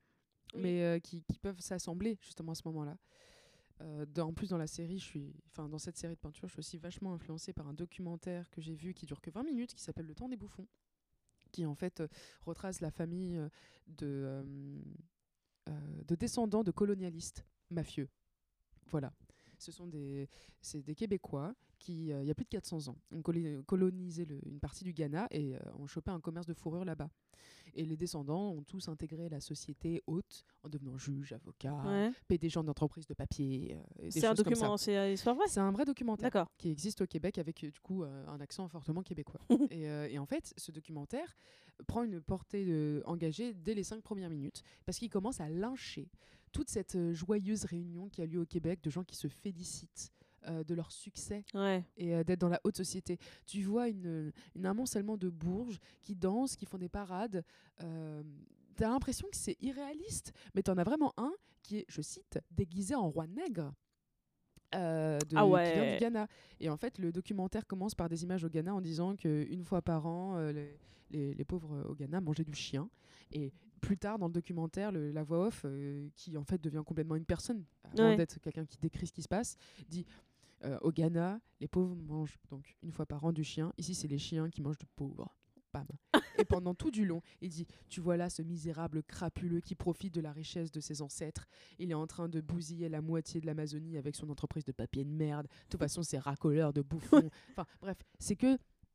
Oui. mais euh, qui, qui peuvent s'assembler justement à ce moment-là. Euh, dans- en plus, dans la série, je suis, enfin, dans cette série de peinture, je suis aussi vachement influencée par un documentaire que j'ai vu qui dure que vingt minutes, qui s'appelle Le Temps des Bouffons, qui en fait euh, retrace la famille euh, de, euh, euh, de descendants de colonialistes mafieux. Voilà. Ce sont des, c'est des Québécois qui, euh, il y a plus de quatre cents ans, ont colo- colonisé le- une partie du Ghana et euh, ont chopé un commerce de fourrure là-bas. Et les descendants ont tous intégré la société haute en devenant juges, avocats, Ouais. P D G d'entreprises de papier, euh, et des C'est un choses comme ça. document, c'est une histoire vraie. C'est un vrai documentaire D'accord. qui existe au Québec avec euh, du coup euh, un accent fortement québécois. et, euh, et en fait, ce documentaire prend une portée euh, engagée dès les cinq premières minutes parce qu'il commence à lyncher toute cette euh, joyeuse réunion qui a lieu au Québec de gens qui se félicitent euh, de leur succès Ouais. et euh, d'être dans la haute société. Tu vois une, une amoncellement de bourges qui dansent, qui font des parades. Euh, T'as l'impression que c'est irréaliste, mais t'en as vraiment un qui est, je cite, déguisé en roi nègre. Euh, de, Ah qui vient ouais. du Ghana. Et en fait, le documentaire commence par des images au Ghana en disant qu'une fois par an, euh, les, les, les pauvres euh, au Ghana mangeaient du chien. Et plus tard, dans le documentaire, le- la voix off, euh, qui en fait devient complètement une personne, avant Ouais. d'être quelqu'un qui décrit ce qui se passe, dit euh, au Ghana, les pauvres mangent donc une fois par an du chien. Ici, c'est les chiens qui mangent de pauvres. Bam. Et pendant tout du long, il dit tu vois là ce misérable crapuleux qui profite de la richesse de ses ancêtres. Il est en train de bousiller la moitié de l'Amazonie avec son entreprise de papier de merde. De toute façon, c'est racoleur de bouffons. Enfin, bref, c'est que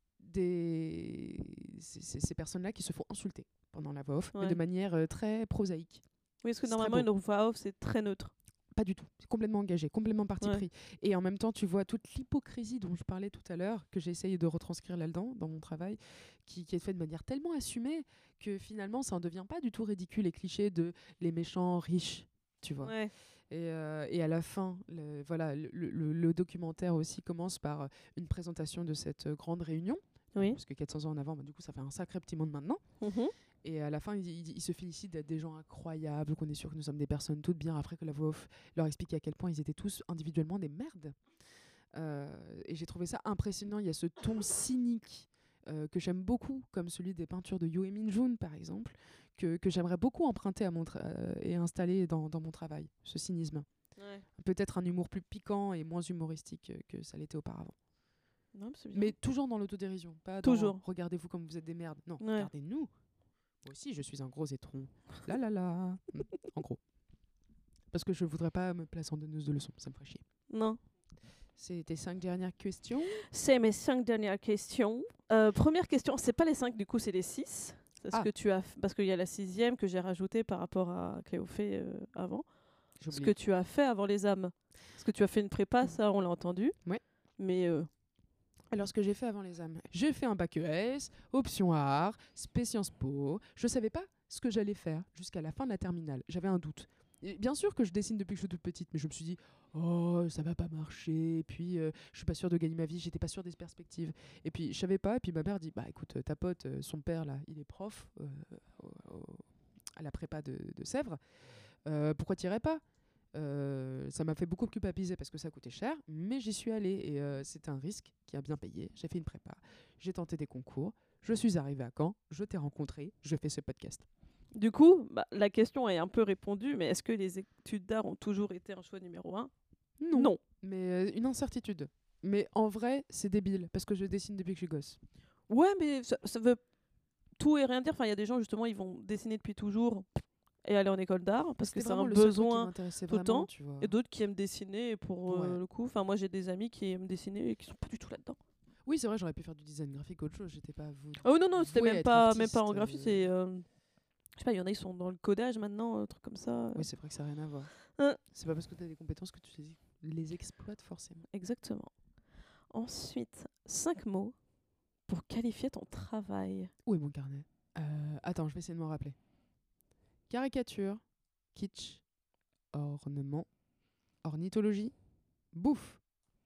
des c'est- c'est ces personnes-là qui se font insulter pendant la voix off, mais Ouais. de manière euh, très prosaïque. Oui, parce que C'est très normalement, beau. une voix off, c'est très neutre. Pas du tout. C'est complètement engagé, complètement parti Ouais. pris. Et en même temps, tu vois toute l'hypocrisie dont je parlais tout à l'heure, que j'ai essayé de retranscrire là-dedans, dans mon travail, qui, qui est fait de manière tellement assumée que finalement, ça en devient pas du tout ridicule et cliché de les méchants riches, tu vois. Ouais. Et, euh, et à la fin, le, voilà, le, le- le documentaire aussi commence par euh, une présentation de cette euh, grande réunion. Oui. Parce que quatre cents ans en avant, bah, du coup, ça fait un sacré petit monde maintenant. Mhm. Et à la fin, il, il- il se félicite d'être des gens incroyables, qu'on est sûr que nous sommes des personnes toutes bien, après que la voix off leur explique à quel point ils étaient tous individuellement des merdes. Euh, et j'ai trouvé ça impressionnant. Il y a ce ton cynique euh, que j'aime beaucoup, comme celui des peintures de Yoo Min-joon, par exemple, que, que j'aimerais beaucoup emprunter à mon tra- euh, et installer dans, dans mon travail, ce cynisme. Ouais. Peut-être un humour plus piquant et moins humoristique euh, que ça l'était auparavant. Non, mais c'est bien. Mais toujours dans l'autodérision, pas dans Toujours. regardez-vous comme vous êtes des merdes. Non, Ouais. regardez-nous. Moi aussi, je suis un gros étron. Là, là, là. Mm, en gros. Parce que je voudrais pas me placer en donneuse de leçons, ça me ferait chier. Non. C'est tes cinq dernières questions. C'est mes cinq dernières questions. Euh, première question, c'est pas les cinq, du coup, c'est les six. C'est ce Ah. que tu as f- parce qu'il y a la sixième que j'ai rajoutée par rapport à Cléophée euh, avant. J'ai Ce oublié. que tu as fait avant les âmes. Parce que tu as fait une prépa, ça, on l'a entendu. Ouais. Mais euh, Alors, ce que j'ai fait avant les âmes, j'ai fait un bac E S, option art, spé Sciences Po. Je savais pas ce que j'allais faire jusqu'à la fin de la terminale. J'avais un doute. Et bien sûr que je dessine depuis que je suis toute petite, mais je me suis dit, oh, ça va pas marcher. Et puis, euh, je suis pas sûre de gagner ma vie, j'étais pas sûre des perspectives. Et puis, je savais pas. Et puis, ma mère dit, bah écoute, ta pote, euh, son père, là, il est prof euh, au- au- à la prépa de, de Sèvres. Euh, pourquoi t'irais pas Euh, Ça m'a fait beaucoup culpabiliser parce que ça coûtait cher, mais j'y suis allée et euh, c'était un risque qui a bien payé. J'ai fait une prépa, j'ai tenté des concours, je suis arrivée à Caen, je t'ai rencontré, je fais ce podcast. du coup, bah, la question est un peu répondue. Mais est-ce que les études d'art ont toujours été un choix numéro un? Non, Non. mais euh, une incertitude. Mais en vrai, c'est débile parce que je dessine depuis que je suis gosse. Ouais, mais ça, ça veut tout et rien dire. Enfin, il y a des gens, justement, ils vont dessiner depuis toujours et aller en école d'art parce que C'était c'est un vraiment le seul truc qui besoin. m'intéressait tout le vraiment, temps, tu vois. Et d'autres qui aiment dessiner pour euh, Ouais. le coup. Enfin, moi, j'ai des amis qui aiment dessiner et qui sont pas du tout là-dedans. Oui, c'est vrai, j'aurais pu faire du design graphique ou autre chose, j'étais pas vous. Oh non, non, c'était vouée à même être pas, même pas en artiste, graphie. euh. C'est, euh, je sais pas, il y en a, ils sont dans le codage maintenant, un truc comme ça. Oui, c'est vrai que ça n'a rien à voir. Hein. C'est pas parce que tu as des compétences que tu les, les exploites forcément. Exactement. Ensuite, cinq mots pour qualifier ton travail. Où est mon carnet Euh, Attends, je vais essayer de m'en rappeler. Caricature, kitsch, ornement, ornithologie, bouffe.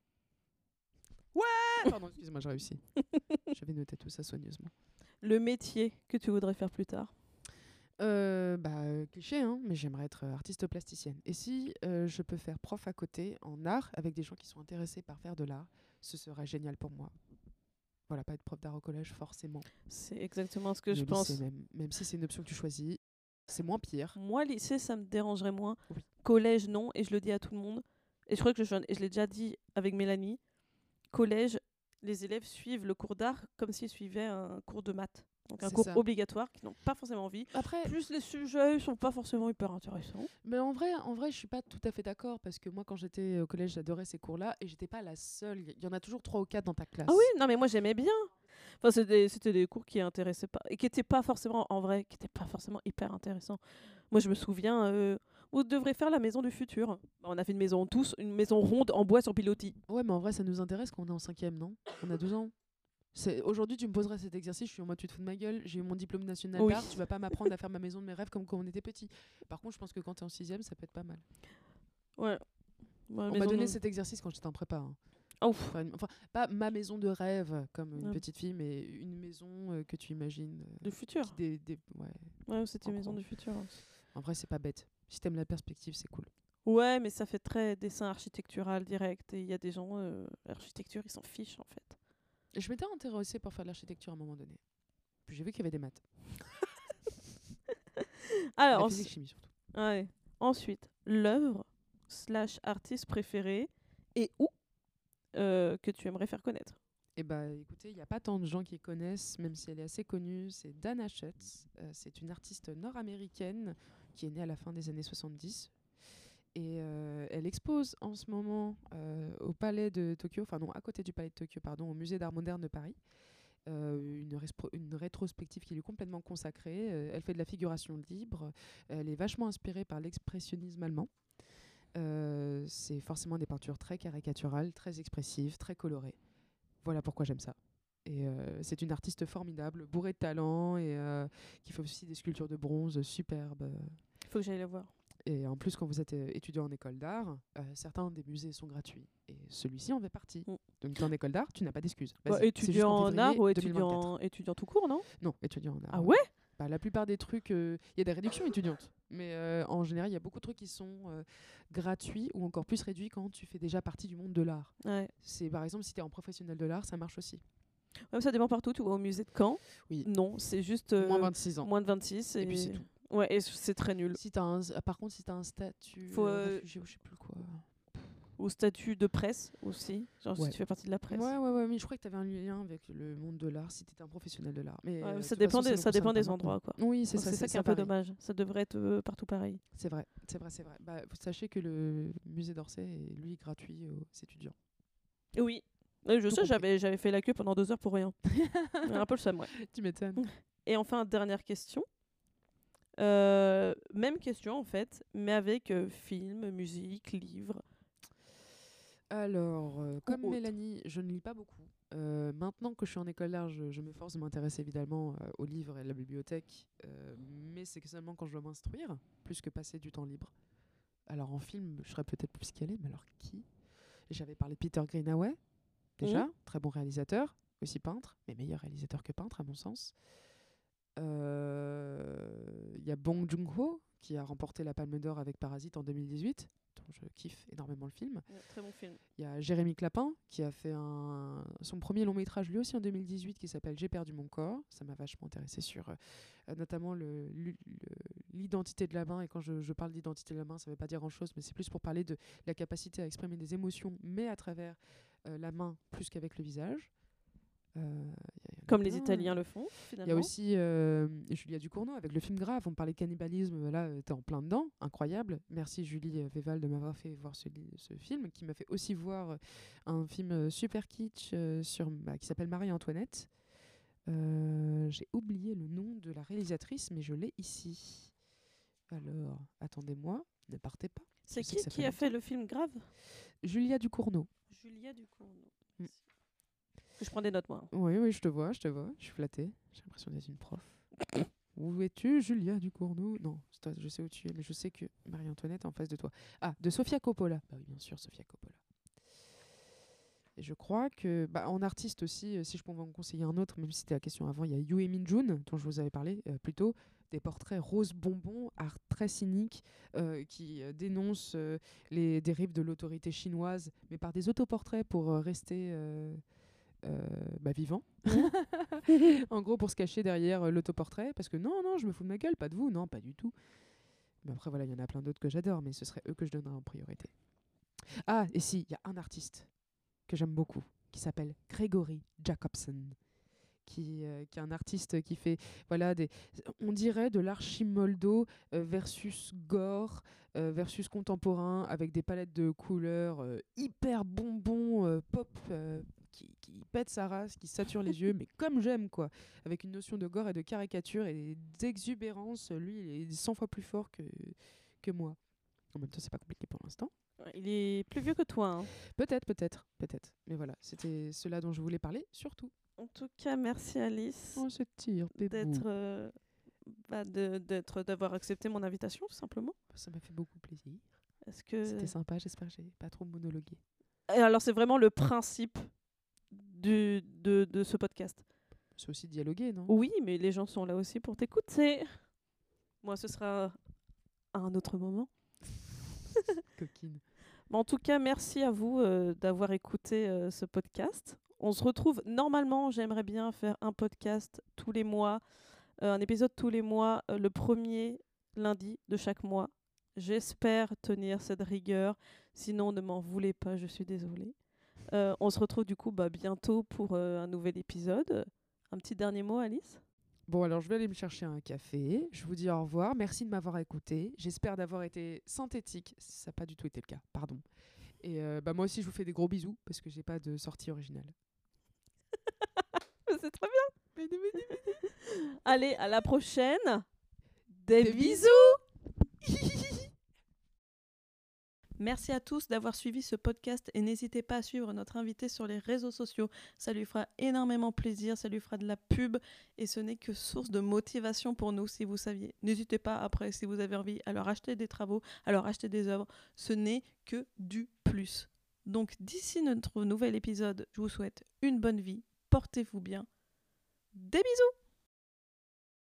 Ouais Pardon, excusez-moi, j'ai réussi. J'avais noté tout ça soigneusement. Le métier que tu voudrais faire plus tard. Euh, bah, euh, cliché, hein, mais j'aimerais être euh, artiste plasticienne. Et si euh, je peux faire prof à côté en art avec des gens qui sont intéressés par faire de l'art, ce serait génial pour moi. Voilà, pas être prof d'art au collège forcément. C'est exactement ce que Mais je au pense. lycée même, même si c'est une option que tu choisis, C'est moins pire. Moi, lycée, ça me dérangerait moins. Oui. Collège, non. Et je le dis à tout le monde. Et je crois que je, et je l'ai déjà dit avec Mélanie. Collège, les élèves suivent le cours d'art comme s'ils suivaient un cours de maths. Donc un C'est cours ça. obligatoire qu'ils n'ont pas forcément envie. Après, Plus les sujets ne sont pas forcément hyper intéressants. mais en vrai, en vrai, je suis pas tout à fait d'accord parce que moi, quand j'étais au collège, j'adorais ces cours-là et j'étais pas la seule. Il y en a toujours trois ou quatre dans ta classe. Ah oui, non mais moi j'aimais bien. Enfin, c'était des, c'était des cours qui intéressaient pas et qui étaient pas forcément en vrai, qui étaient pas forcément hyper intéressants. Moi je me souviens, euh, vous devrez faire la maison du futur. Bah, on a fait une maison tous, une maison ronde en bois sur pilotis. Ouais, mais en vrai, ça nous intéresse quand on est en cinquième, non? On a deux ans. C'est- Aujourd'hui, tu me poserais cet exercice, je suis en mode tu te fous de ma gueule, j'ai eu mon diplôme national Oui. d'art, tu vas pas m'apprendre à faire ma maison de mes rêves comme quand on était petit. Par contre, je pense que quand t'es en sixième, ça peut être pas mal. Ouais. Ouais, On maison m'a donné de- cet exercice quand j'étais en prépa. hein. Ah, ouf. Enfin, une- enfin, pas ma maison de rêve comme une Ouais. petite fille, mais une maison euh, que tu imagines. euh, Du futur. qui dé- dé- ouais. Ouais, c'était En maison gros. du futur. En vrai, c'est pas bête. Si t'aimes la perspective, c'est cool. Ouais, mais ça fait très dessin architectural direct. Et il y a des gens, euh, l'architecture, ils s'en fichent en fait. Et je m'étais intéressée pour faire de l'architecture à un moment donné. Puis j'ai vu qu'il y avait des maths. Alors, la ensuite- physique chimie surtout. ouais. Ensuite, l'œuvre slash artiste préféré et où euh, que tu aimerais faire connaître. Eh bah écoutez, il n'y a pas tant de gens qui connaissent, même si elle est assez connue, c'est Dana Schutz. Euh, c'est une artiste nord-américaine qui est née à la fin des années soixante-dix. Et euh, elle expose en ce moment euh, au Palais de Tokyo, enfin non, à côté du Palais de Tokyo, pardon, au Musée d'Art Moderne de Paris. Euh, une, respro- une rétrospective qui lui est complètement consacrée. Euh, elle fait de la figuration libre. Elle est vachement inspirée par l'expressionnisme allemand. Euh, c'est forcément des peintures très caricaturales, très expressives, très colorées. Voilà pourquoi j'aime ça. Et euh, c'est une artiste formidable, bourrée de talent et euh, qui fait aussi des sculptures de bronze superbes. Il faut que j'aille la voir. Et en plus, quand vous êtes euh, étudiant en école d'art, euh, certains des musées sont gratuits. Et celui-ci en fait partie. Mm. Donc, tu es en école d'art, tu n'as pas d'excuses. Bah, Vas-y, c'est étudiant jusqu'en en art février ou deux mille vingt-quatre. étudiant, étudiant tout court, non? Non, étudiant en art. Ah ouais? Bah, la plupart des trucs, il y a des réductions étudiantes. Mais euh, en général, il y a beaucoup de trucs qui sont euh, gratuits ou encore plus réduits quand tu fais déjà partie du monde de l'art. Ouais. C'est par exemple, si tu es en professionnel de l'art, ça marche aussi. Même ça dépend partout. Tu vois, au musée de Caen, Oui. non, c'est juste euh, Moins vingt-six ans. moins de vingt-six. Et puis c'est tout. Ouais, et c'est très nul. Si t'as un, ah, par contre, si tu as un statut Faut, euh, euh, réfugié ou je sais plus quoi. Au statut de presse aussi. Genre Ouais. si tu fais partie de la presse. Ouais, ouais, ouais, mais je crois que tu avais un lien avec le monde de l'art si tu étais un professionnel de l'art. Mais Ouais, euh, de ça toute dépend façon, des, nous ça dépend concerne pas des maintenant. endroits, quoi. Oui, c'est Donc ça. c'est ça qui est un peu dommage. Ça devrait être euh, partout pareil. C'est vrai, c'est vrai, c'est vrai. Bah, vous sachez que le musée d'Orsay est, lui, gratuit aux étudiants. Oui. Euh, Je Tout sais, compris. j'avais j'avais fait la queue pendant deux heures pour rien. un peu le seum, ouais. Tu m'étonnes. Et enfin, dernière question. Euh, même question en fait, mais avec euh, film, musique, livre. Alors, euh, comme autre. Mélanie, je ne lis pas beaucoup. Euh, maintenant que je suis en école d'art, je, je me force de m'intéresser évidemment euh, aux livres et à la bibliothèque, euh, mais c'est que seulement quand je dois m'instruire, plus que passer du temps libre. Alors en film, je serais peut-être plus calée, mais alors qui? J'avais parlé de Peter Greenaway, déjà, Mhm. très bon réalisateur, aussi peintre, mais meilleur réalisateur que peintre à mon sens. Euh, Il y a Bong Joon-ho, qui a remporté la Palme d'Or avec Parasite en deux mille dix-huit, dont je kiffe énormément le film. Très bon film. Il y a Jérémy Clapin qui a fait un, son premier long métrage lui aussi en deux mille dix-huit qui s'appelle J'ai perdu mon corps. Ça m'a vachement intéressé sur euh, notamment le- lu- le- l'identité de la main. Et quand je, je parle d'identité de la main, ça ne veut pas dire grand chose, mais c'est plus pour parler de la capacité à exprimer des émotions, mais à travers euh, la main plus qu'avec le visage. Euh, y a- y en a Comme les plein. Italiens le font, Il finalement. y a aussi euh, Julia Ducournau avec le film Grave. On parlait de cannibalisme, là, euh, t'es en plein dedans. Incroyable. Merci Julie euh, Véval de m'avoir fait voir ce, li- ce film, qui m'a fait aussi voir euh, un film euh, super kitsch euh, sur, bah, qui s'appelle Marie-Antoinette. Euh, J'ai oublié le nom de la réalisatrice, mais je l'ai ici. Alors, attendez-moi, ne partez pas. C'est je sais qui que ça qui fait a fait le film Grave? Julia Ducournau. Julia Ducournau. Mm. Je prends des notes, moi. Oui, oui, je te vois, je te vois. Je suis flattée. J'ai l'impression d'être une prof. Où es-tu, Julia Ducournau? Non, c'est toi, je sais où tu es, mais je sais que Marie-Antoinette est en face de toi. Ah, de Sofia Coppola. Bah oui, bien sûr, Sofia Coppola. Et je crois que, bah, en artiste aussi, euh, si je pouvais en conseiller un autre, même si c'était la question avant, il y a Yoo Min Jun, dont je vous avais parlé euh, plus tôt, des portraits rose bonbon, art très cynique, euh, qui euh, dénoncent euh, les dérives de l'autorité chinoise, mais par des autoportraits pour euh, rester euh, euh, bah, vivants. En gros, pour se cacher derrière euh, l'autoportrait, parce que non, non, je me fous de ma gueule, pas de vous, non, pas du tout. Mais après, voilà, il y en a plein d'autres que j'adore, mais ce serait eux que je donnerais en priorité. Ah, et si, il y a un artiste que j'aime beaucoup, qui s'appelle Gregory Jacobson, qui, euh, qui est un artiste qui fait, voilà, des, on dirait de l'archimoldo euh, versus gore, euh, versus contemporain, avec des palettes de couleurs euh, hyper bonbons, euh, pop, euh, qui, qui pète sa race, qui sature les yeux, mais comme j'aime, quoi, avec une notion de gore et de caricature et d'exubérance. Lui, il est cent fois plus fort que, que moi. En même temps, c'est pas compliqué pour l'instant. Ouais, il est plus vieux que toi. Hein. Peut-être, peut-être, peut-être. Mais voilà, c'était cela dont je voulais parler, surtout. En tout cas, merci Alice On se tire, bébou. d'être, euh, bah, de- d'être, d'avoir accepté mon invitation, tout simplement. Ça m'a fait beaucoup plaisir. Est-ce que... C'était sympa, j'espère que j'ai pas trop monologué. Et alors, c'est vraiment le principe du, de, de ce podcast. C'est aussi dialoguer, non? Oui, mais les gens sont là aussi pour t'écouter. Moi, ce sera à un autre moment. Coquine. Mais en tout cas, merci à vous euh, d'avoir écouté euh, ce podcast. On se retrouve, normalement, j'aimerais bien faire un podcast tous les mois, euh, un épisode tous les mois, euh, le premier lundi de chaque mois. J'espère tenir cette rigueur. Sinon, ne m'en voulez pas, je suis désolée. Euh, on se retrouve du coup bah, bientôt pour euh, un nouvel épisode. Un petit dernier mot, Alice? Bon, alors je vais aller me chercher un café. Je vous dis au revoir. Merci de m'avoir écouté. J'espère d'avoir été synthétique. Ça n'a pas du tout été le cas, pardon. Et euh, bah, moi aussi, je vous fais des gros bisous parce que j'ai pas de sortie originale. C'est très bien. Allez, à la prochaine. Des, Des bisous. Merci à tous d'avoir suivi ce podcast et n'hésitez pas à suivre notre invité sur les réseaux sociaux. Ça lui fera énormément plaisir, ça lui fera de la pub et ce n'est que source de motivation pour nous si vous saviez. N'hésitez pas après si vous avez envie à leur acheter des travaux, à leur acheter des œuvres. Ce n'est que du plus. Donc d'ici notre nouvel épisode, je vous souhaite une bonne vie, portez-vous bien. Des bisous!